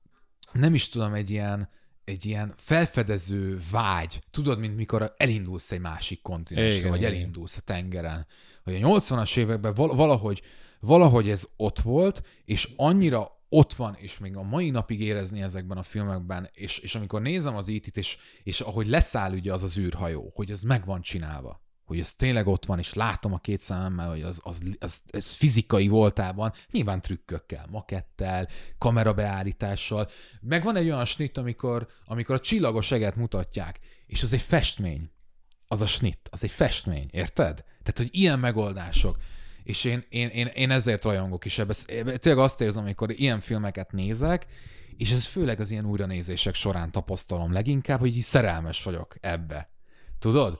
[SPEAKER 2] nem is tudom, egy ilyen, egy ilyen felfedező vágy. Tudod, mint mikor elindulsz egy másik kontinensre, vagy igen. elindulsz a tengeren. Hogy a nyolcvanas években valahogy, valahogy ez ott volt, és annyira ott van, és még a mai napig érezni ezekben a filmekben, és, és amikor nézem az í té-t, és, és ahogy leszáll ugye az az űrhajó, hogy ez meg van csinálva, hogy ez tényleg ott van, és látom a két szememmel, hogy az, az, az, ez fizikai voltában, nyilván trükkökkel, makettel, kamerabeállítással, meg van egy olyan snitt, amikor, amikor a csillagos eget mutatják, és az egy festmény, az a snitt, az egy festmény, érted? Tehát, hogy ilyen megoldások. És én, én, én, én ezért rajongok is ebbe. Tényleg azt érzem, amikor ilyen filmeket nézek, és ez főleg az ilyen újranézések során tapasztalom leginkább, hogy így szerelmes vagyok ebbe. Tudod?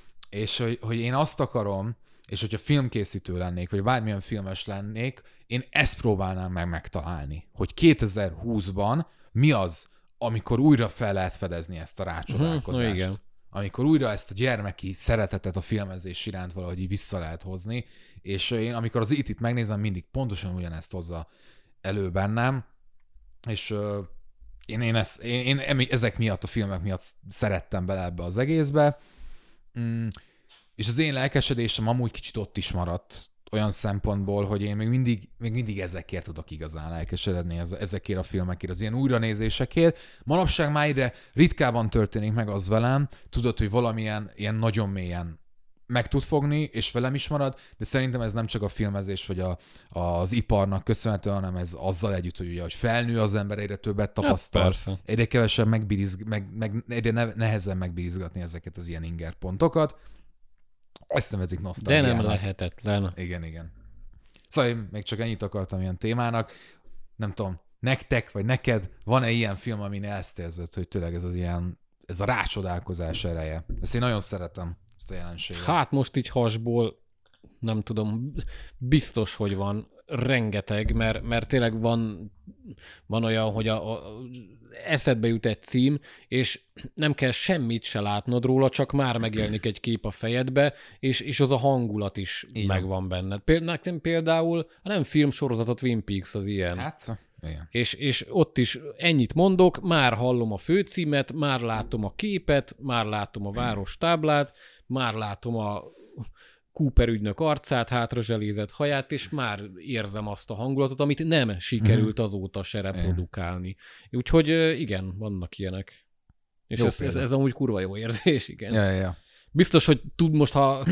[SPEAKER 2] És hogy, hogy én azt akarom, és hogyha filmkészítő lennék, vagy bármilyen filmes lennék, én ezt próbálnám meg megtalálni. Hogy kétezer-húszban mi az, amikor újra fel lehet fedezni ezt a rácsodálkozást. Uh-huh, igen. Amikor újra ezt a gyermeki szeretetet a filmezés iránt valahogy így vissza lehet hozni, és én amikor az í té-t megnézem, mindig pontosan ugyanezt hozza elő bennem, és uh, én, én, ezt, én, én ezek miatt, a filmek miatt szerettem bele ebbe az egészbe, mm, és az én lelkesedésem amúgy kicsit ott is maradt, olyan szempontból, hogy én még mindig, még mindig ezekért tudok igazán lelkesedni, ezekért a filmekért, az ilyen újranézésekért. Manapság már egyre ritkábban történik meg az velem, tudod, hogy valamilyen ilyen nagyon mélyen meg tud fogni, és velem is marad, de szerintem ez nem csak a filmezés, vagy a, az iparnak köszönhető, hanem ez azzal együtt, hogy, ugye, hogy felnő az ember, egyre többet tapasztal, ja, egyre kevesebb megbirizg, meg, meg, egyre nehezen megbirizgatni ezeket az ilyen inger pontokat. Ezt nevezik nosztalgiának.
[SPEAKER 1] De nem lehetetlen.
[SPEAKER 2] Igen, igen. Szóval én még csak ennyit akartam ilyen témának. Nem tudom, nektek, vagy neked van-e ilyen film, amin ezt érzed, hogy tényleg ez az ilyen, ez a rácsodálkozás ereje? Ezt én nagyon szeretem, ezt a jelenséget.
[SPEAKER 1] Hát most így hasból, nem tudom, biztos, hogy van rengeteg, mert, mert tényleg van, van olyan, hogy a, a eszedbe jut egy cím, és nem kell semmit se látnod róla, csak már megjelenik egy kép a fejedbe, és, és az a hangulat is igen. megvan benned. Nekem például a nem filmsorozat, a Twin Peaks az ilyen.
[SPEAKER 2] Hát, igen.
[SPEAKER 1] És, és ott is ennyit mondok, már hallom a főcímet, már látom a képet, már látom a várostáblát, már látom a Cooper ügynök arcát, hátra zselézett haját, és már érzem azt a hangulatot, amit nem sikerült azóta se reprodukálni. Úgyhogy igen, vannak ilyenek. És ez, ez, ez amúgy kurva jó érzés, igen.
[SPEAKER 2] Ja, ja.
[SPEAKER 1] Biztos, hogy tud most, ha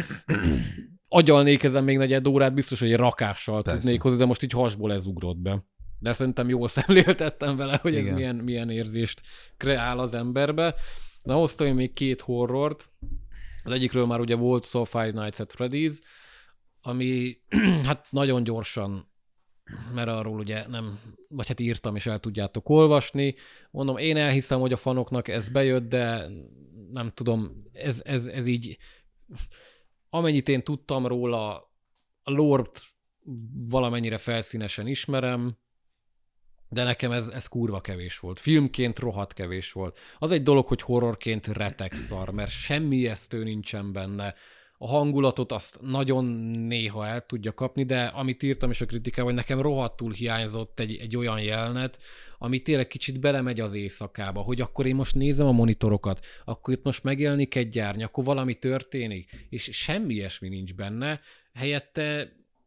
[SPEAKER 1] agyalnék ezen még negyed órát, biztos, hogy egy rakással Persze. tudnék hozni, de most így hasból ez ugrott be. De szerintem jól szemléltettem vele, hogy igen. ez milyen, milyen érzést kreál az emberbe. Na, hoztam én még két horrort. Az egyikről már ugye volt szó, Five Nights at Freddy's, ami hát nagyon gyorsan mert arról ugye nem, vagy hát írtam, és el tudjátok olvasni. Mondom, én elhiszem, hogy a fanoknak ez bejött, de nem tudom, ez, ez, ez így, amennyit én tudtam róla, a lore-t valamennyire felszínesen ismerem, de nekem ez, ez kurva kevés volt. Filmként rohadt kevés volt. Az egy dolog, hogy horrorként retek szar, mert semmi ijesztő nincsen benne. A hangulatot azt nagyon néha el tudja kapni, de amit írtam is a kritikában, hogy nekem rohadtul hiányzott egy, egy olyan jelenet, ami tényleg kicsit belemegy az éjszakába, hogy akkor én most nézem a monitorokat, akkor itt most megjelenik egy gyárny, akkor valami történik, és semmi ilyesmi nincs benne. Helyette...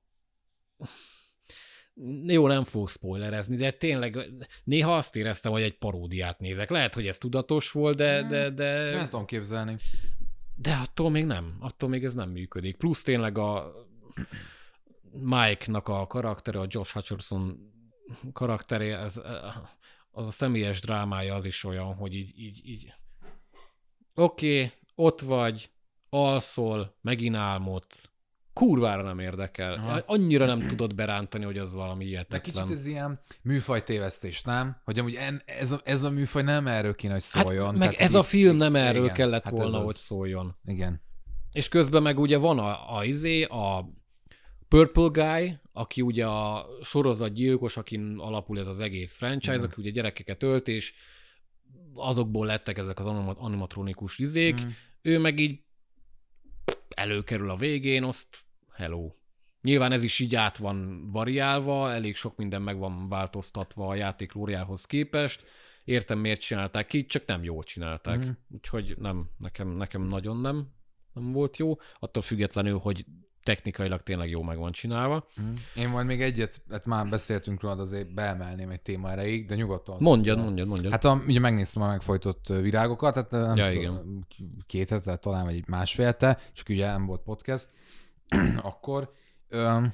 [SPEAKER 1] Jó, nem fogok spoilerezni, de tényleg néha azt éreztem, hogy egy paródiát nézek. Lehet, hogy ez tudatos volt, de... de, de...
[SPEAKER 2] Nem tudom képzelni.
[SPEAKER 1] De attól még nem. Attól még ez nem működik. Plusz tényleg a Mike-nak a karaktere, a Josh Hutcherson karaktere, ez, az a személyes drámája az is olyan, hogy így... így, így... Oké, okay, ott vagy, alszol, megint álmodsz. Kurvára nem érdekel. Aha. Annyira nem tudod berántani, hogy az valami hihetetlen.
[SPEAKER 2] De kicsit ez ilyen műfajtévesztés, nem? Hogy amúgy en, ez, a, ez a műfaj nem erről kéne, hogy szóljon.
[SPEAKER 1] Hát, meg
[SPEAKER 2] Tehát
[SPEAKER 1] ez
[SPEAKER 2] így,
[SPEAKER 1] a film nem erről
[SPEAKER 2] igen,
[SPEAKER 1] kellett
[SPEAKER 2] hát
[SPEAKER 1] volna,
[SPEAKER 2] az...
[SPEAKER 1] hogy szóljon.
[SPEAKER 2] Igen.
[SPEAKER 1] És közben meg ugye van a, a izé, a Purple Guy, aki ugye a sorozatgyilkos, akin alapul ez az egész franchise, igen. Aki ugye gyerekeket ölt, és azokból lettek ezek az animatronikus izék. Mm. Ő meg így előkerül a végén, azt hello. Nyilván ez is így át van variálva, elég sok minden meg van változtatva a játék lóriához képest. Értem, miért csinálták ki, csak nem jól csinálták. Mm. Úgyhogy nem, nekem, nekem nagyon nem, nem volt jó. Attól függetlenül, hogy technikailag tényleg jó meg van csinálva.
[SPEAKER 2] Mm. Én majd még egyet, hát már beszéltünk róla, azért beemelném egy téma erejéig, de nyugodtan.
[SPEAKER 1] Mondjad, mondjad, mondjad.
[SPEAKER 2] Hát a, ugye megnéztem a megfojtott virágokat, hát nem
[SPEAKER 1] ja,
[SPEAKER 2] tudom, két hete, talán vagy egy másfél hete, csak ugye nem volt podcast. Akkor öm,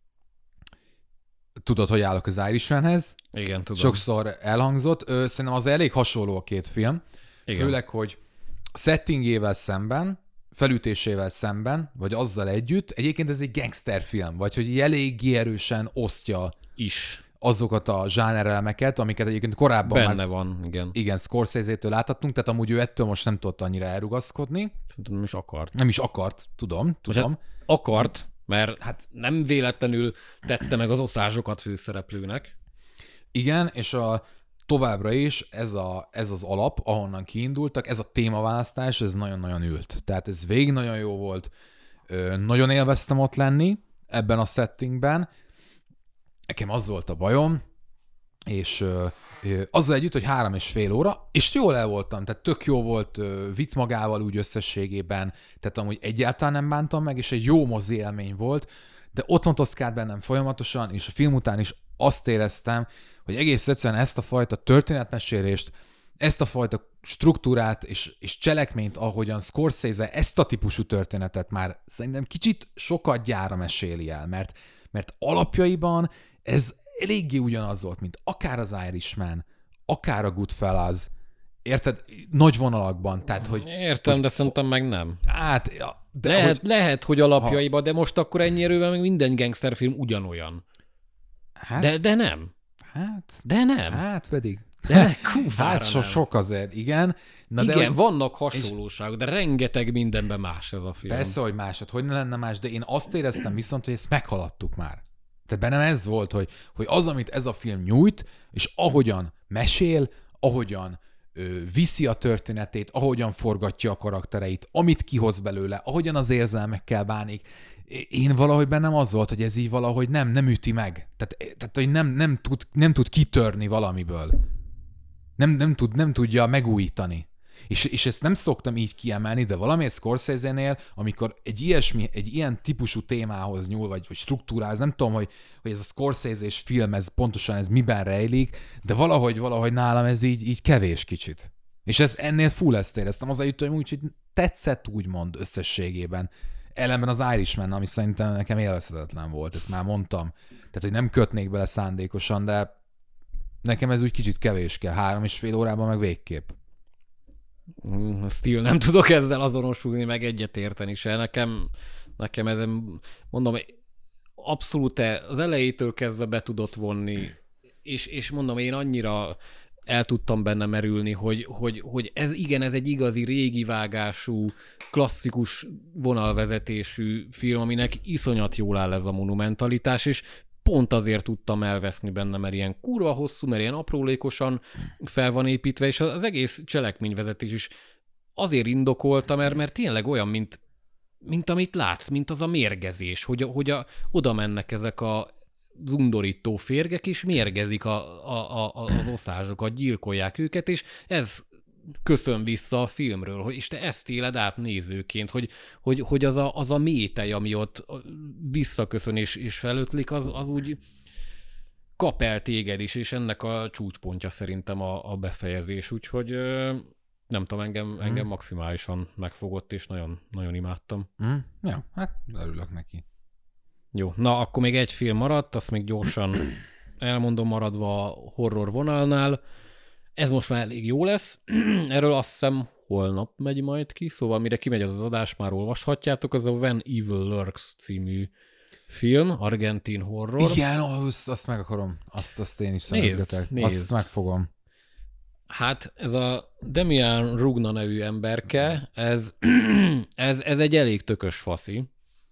[SPEAKER 2] tudod, hogy állok az Irishmanhez.
[SPEAKER 1] Igen, tudom.
[SPEAKER 2] Sokszor elhangzott. Ö, szerintem az elég hasonló a két film. Igen. Főleg, hogy a settingével szemben, felütésével szemben, vagy azzal együtt, egyébként ez egy gangsterfilm, vagy hogy eléggé erősen osztja
[SPEAKER 1] is
[SPEAKER 2] azokat a zsánerelemeket, amiket egyébként korábban
[SPEAKER 1] benne
[SPEAKER 2] már...
[SPEAKER 1] van, igen.
[SPEAKER 2] Igen, Scorsese-től láthattunk, tehát amúgy ő ettől most nem tudott annyira elrugaszkodni.
[SPEAKER 1] Szerintem nem is akart.
[SPEAKER 2] Nem is akart, tudom, tudom.
[SPEAKER 1] Hát akart, mert hát nem véletlenül tette meg az oszázsokat főszereplőnek.
[SPEAKER 2] Igen, és a továbbra is ez, a, ez az alap, ahonnan kiindultak, ez a témaválasztás, ez nagyon-nagyon ült. Tehát ez végig nagyon jó volt. Nagyon élveztem ott lenni ebben a settingben. Nekem az volt a bajom, és azzal együtt, hogy három és fél óra, és jól el voltam, tehát tök jó volt, vitt magával úgy összességében, tehát amúgy egyáltalán nem bántam meg, és egy jó mozi élmény volt, de ott motoszkált bennem folyamatosan, és a film után is azt éreztem, hogy egész egyszerűen ezt a fajta történetmesélést, ezt a fajta struktúrát és, és cselekményt, ahogyan Scorsese ezt a típusú történetet már szerintem kicsit sokat gyára meséli el, mert, mert alapjaiban ez eléggé ugyanaz volt, mint akár az Irishman, akár a Goodfellas, érted? Nagy vonalakban, tehát, hogy...
[SPEAKER 1] Értem, hogy, de szerintem meg nem.
[SPEAKER 2] Hát, ja, de
[SPEAKER 1] lehet,
[SPEAKER 2] hogy,
[SPEAKER 1] lehet, hogy alapjaiban, de most akkor ennyi erővel még minden gangsterfilm ugyanolyan.
[SPEAKER 2] Hát,
[SPEAKER 1] de, de nem.
[SPEAKER 2] Hát...
[SPEAKER 1] De nem.
[SPEAKER 2] Hát pedig...
[SPEAKER 1] De kúvára
[SPEAKER 2] hát so, sok azért, igen.
[SPEAKER 1] Na igen, de, hogy... vannak hasonlóságok, de rengeteg mindenben más ez a film.
[SPEAKER 2] Persze, hogy más, hogy ne lenne más, de én azt éreztem viszont, hogy ezt meghaladtuk már. Tehát bennem ez volt, hogy, hogy az, amit ez a film nyújt, és ahogyan mesél, ahogyan ö, viszi a történetét, ahogyan forgatja a karaktereit, amit kihoz belőle, ahogyan az érzelmekkel bánik, én valahogy bennem az volt, hogy ez így valahogy nem, nem üti meg. Tehát, tehát hogy nem, nem, tud, nem tud kitörni valamiből. Nem, nem, tud, nem tudja megújítani. És, és ezt nem szoktam így kiemelni, de valamiért Scorsese-nél, amikor egy ilyesmi, egy ilyen típusú témához nyúl, vagy, vagy struktúrához, nem tudom, hogy, hogy ez a Scorsese-s film, ez pontosan ez miben rejlik, de valahogy, valahogy nálam ez így, így kevés kicsit. És ez, ennél full ezt éreztem. Az a jutom úgy, hogy tetszett úgymond összességében. Ellenben az Irishman, ami szerintem nekem élvezhetetlen volt, ezt már mondtam. Tehát, hogy nem kötnék bele szándékosan, de nekem ez úgy kicsit kevés kell. Három és fél órában meg végképp.
[SPEAKER 1] Mm, still nem tudok ezzel azonosulni, meg egyetérteni se. Nekem, nekem ezen, mondom, abszolút az elejétől kezdve be tudott vonni, és, és mondom, én annyira el tudtam benne merülni, hogy, hogy, hogy ez igen, ez egy igazi régi vágású, klasszikus vonalvezetésű film, aminek iszonyat jól áll ez a monumentalitás, és pont azért tudtam elveszni benne, mert ilyen kurva hosszú, mert ilyen aprólékosan fel van építve, és az egész cselekményvezetés is azért indokolta, mert, mert tényleg olyan, mint, mint amit látsz, mint az a mérgezés, hogy, hogy a, oda mennek ezek a undorító férgek, és mérgezik a, a, a, az oszázsokat, gyilkolják őket, és ez köszön vissza a filmről, hogy, és te ezt éled át nézőként, hogy, hogy, hogy az, a, az a métej, ami ott visszaköszön és, és felötlik, az, az úgy kap el téged is, és ennek a csúcspontja szerintem a, a befejezés, úgyhogy nem tudom, engem, mm. engem maximálisan megfogott, és nagyon, nagyon imádtam.
[SPEAKER 2] Mm. Ja, hát örülök neki.
[SPEAKER 1] Jó, na akkor még egy film maradt, azt még gyorsan elmondom maradva a horror vonalnál. Ez most már elég jó lesz. Erről azt hiszem holnap megy majd ki, szóval mire kimegy az az adás, már olvashatjátok. Az a When Evil Lurks című film, argentin horror.
[SPEAKER 2] Igen, azt, azt meg akarom. Azt, azt én is szemezgetek. Azt megfogom.
[SPEAKER 1] Hát ez a Demian Rugna nevű emberke, ez, ez, ez egy elég tökös faszi,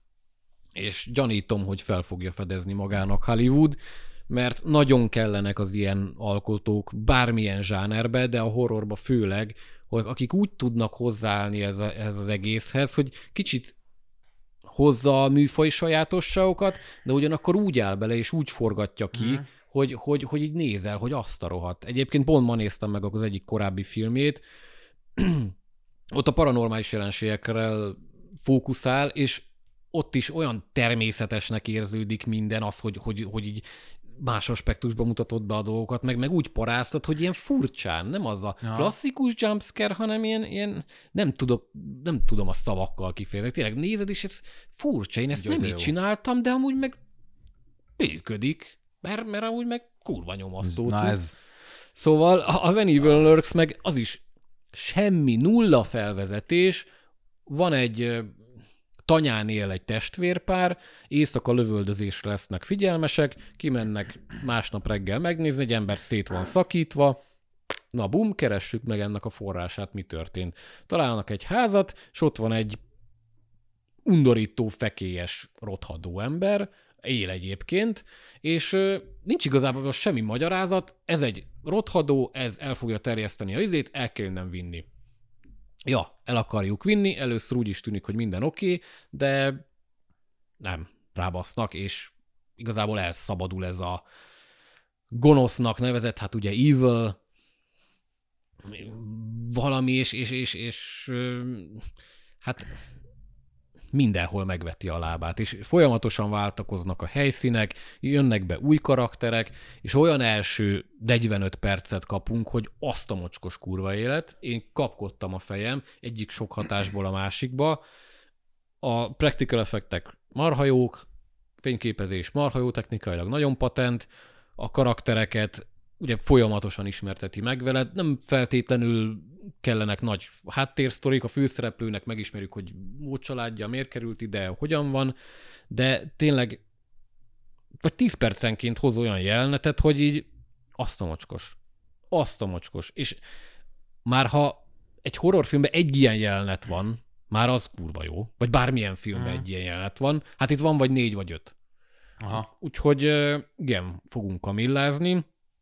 [SPEAKER 1] és gyanítom, hogy fel fogja fedezni magának Hollywood, mert nagyon kellenek az ilyen alkotók bármilyen zsánerbe, de a horrorba főleg, hogy akik úgy tudnak hozzáállni ez, a, ez az egészhez, hogy kicsit hozza a műfaj sajátosságokat, de ugyanakkor úgy áll bele, és úgy forgatja ki, mm. hogy, hogy, hogy így nézel, hogy azt a rohadt. Egyébként pont ma néztem meg az egyik korábbi filmjét, ott a paranormális jelenségekre fókuszál, és ott is olyan természetesnek érződik minden az, hogy, hogy, hogy így más aspektusban mutatott be a dolgokat, meg, meg úgy paráztat, hogy ilyen furcsán, nem az a ja. klasszikus jumpscare, hanem ilyen, ilyen nem, tudok, nem tudom a szavakkal kifejezni. Tényleg nézed, és ez furcsa, én ezt jó, nem így jó. csináltam, de amúgy meg működik, mert, mert amúgy meg kurva nyomasztó.
[SPEAKER 2] Na ez...
[SPEAKER 1] Szóval a When Evil Lurks meg az is semmi, nulla felvezetés, van egy tanyán él egy testvérpár, éjszaka lövöldözésre lesznek figyelmesek, kimennek másnap reggel megnézni, egy ember szét van szakítva, na bum, keressük meg ennek a forrását, mi történt. Találnak egy házat, és ott van egy undorító, fekélyes, rothadó ember, él egyébként, és nincs igazából semmi magyarázat, ez egy rothadó, ez el fogja terjeszteni a izét, el kell nem vinni. Ja, el akarjuk vinni, először úgy is tűnik, hogy minden oké, okay, de nem, rábasznak, és igazából elszabadul ez a gonosznak nevezett, hát ugye evil valami, és, és, és, és hát mindenhol megveti a lábát, és folyamatosan váltakoznak a helyszínek, jönnek be új karakterek, és olyan első negyvenöt percet kapunk, hogy azt a mocskos kurva élet. Én kapkodtam a fejem egyik sok hatásból a másikba. A practical effektek marha jók, fényképezés marha jó, technikailag nagyon patent, a karaktereket ugye folyamatosan ismerteti meg veled, nem feltétlenül kellenek nagy háttérsztorik, a főszereplőnek megismerjük, hogy ó, családja, miért került ide, hogyan van, de tényleg vagy tíz percenként hoz olyan jelenetet, hogy így azt a mocskos, azt a mocskos, és már ha egy horrorfilmben egy ilyen jelenet van, már az kurva jó, vagy bármilyen filmben hmm. egy ilyen jelenet van, hát itt van vagy négy vagy öt. Aha. Úgyhogy igen, fogunk kamillázni.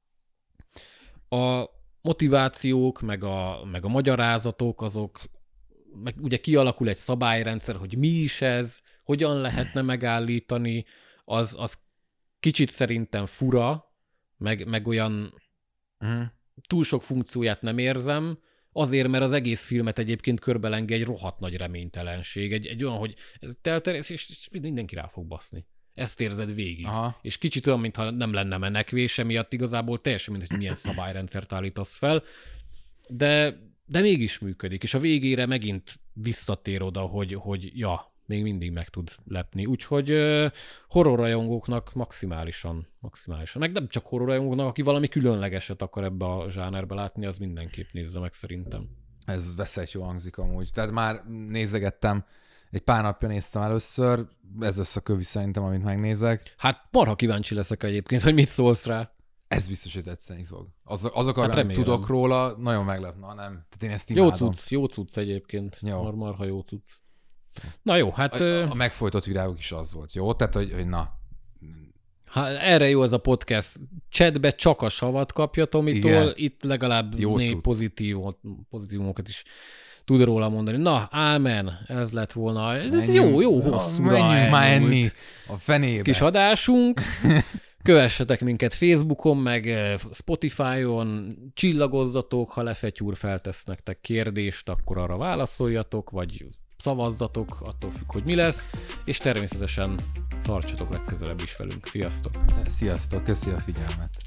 [SPEAKER 1] A motivációk, meg a, meg a magyarázatok, azok, meg ugye kialakul egy szabályrendszer, hogy mi is ez, hogyan lehetne megállítani, az, az kicsit szerintem fura, meg, meg olyan mm. túl sok funkcióját nem érzem, azért, mert az egész filmet egyébként körbelenge egy rohadt nagy reménytelenség, egy, egy olyan, hogy telteresz, és mindenki rá fog baszni. Ezt érzed végig. Aha. És kicsit olyan, mintha nem lenne menekvés, emiatt igazából teljesen mindegy, hogy milyen szabályrendszert állítasz fel, de, de mégis működik, és a végére megint visszatér oda, hogy, hogy ja, még mindig meg tud lepni. Úgyhogy uh, horrorrajongóknak maximálisan, maximálisan. Meg nem csak horrorrajongóknak, aki valami különlegeset akar ebbe a zsánerbe látni, az mindenképp nézze meg szerintem.
[SPEAKER 2] Ez veszett jó hangzik amúgy. Tehát már nézegettem egy pár napja néztem először, ez lesz a kövi szerintem, amit megnézek.
[SPEAKER 1] Hát marha kíváncsi leszek egyébként, hogy mit szólsz rá.
[SPEAKER 2] Ez biztos, hogy tetszeni fog. Az, azok, hát amit tudok róla, nagyon meglep, na nem. Tehát én ezt
[SPEAKER 1] imádom. Jó cucc, jó cucc egyébként. Jó. Mar, marha jó cucc. Na jó, hát...
[SPEAKER 2] A, a megfojtott virágok is az volt, jó? Tehát, hogy, hogy na...
[SPEAKER 1] Ha erre jó ez a podcast. Chatbe csak a savat kapja Tomitól, igen. Itt legalább négy pozitívot, pozitívumokat is tud róla mondani. Na, ámen, ez lett volna. Ez menjünk, jó, jó, hosszú.
[SPEAKER 2] Menjünk már enni a fenébe.
[SPEAKER 1] Kis adásunk. Kövessetek minket Facebookon, meg Spotify-on, csillagozzatok, ha Lefetyúr feltesz nektek kérdést, akkor arra válaszoljatok, vagy szavazzatok, attól függ, hogy mi lesz, és természetesen tartsatok legközelebb is velünk. Sziasztok!
[SPEAKER 2] Sziasztok, köszi a figyelmet!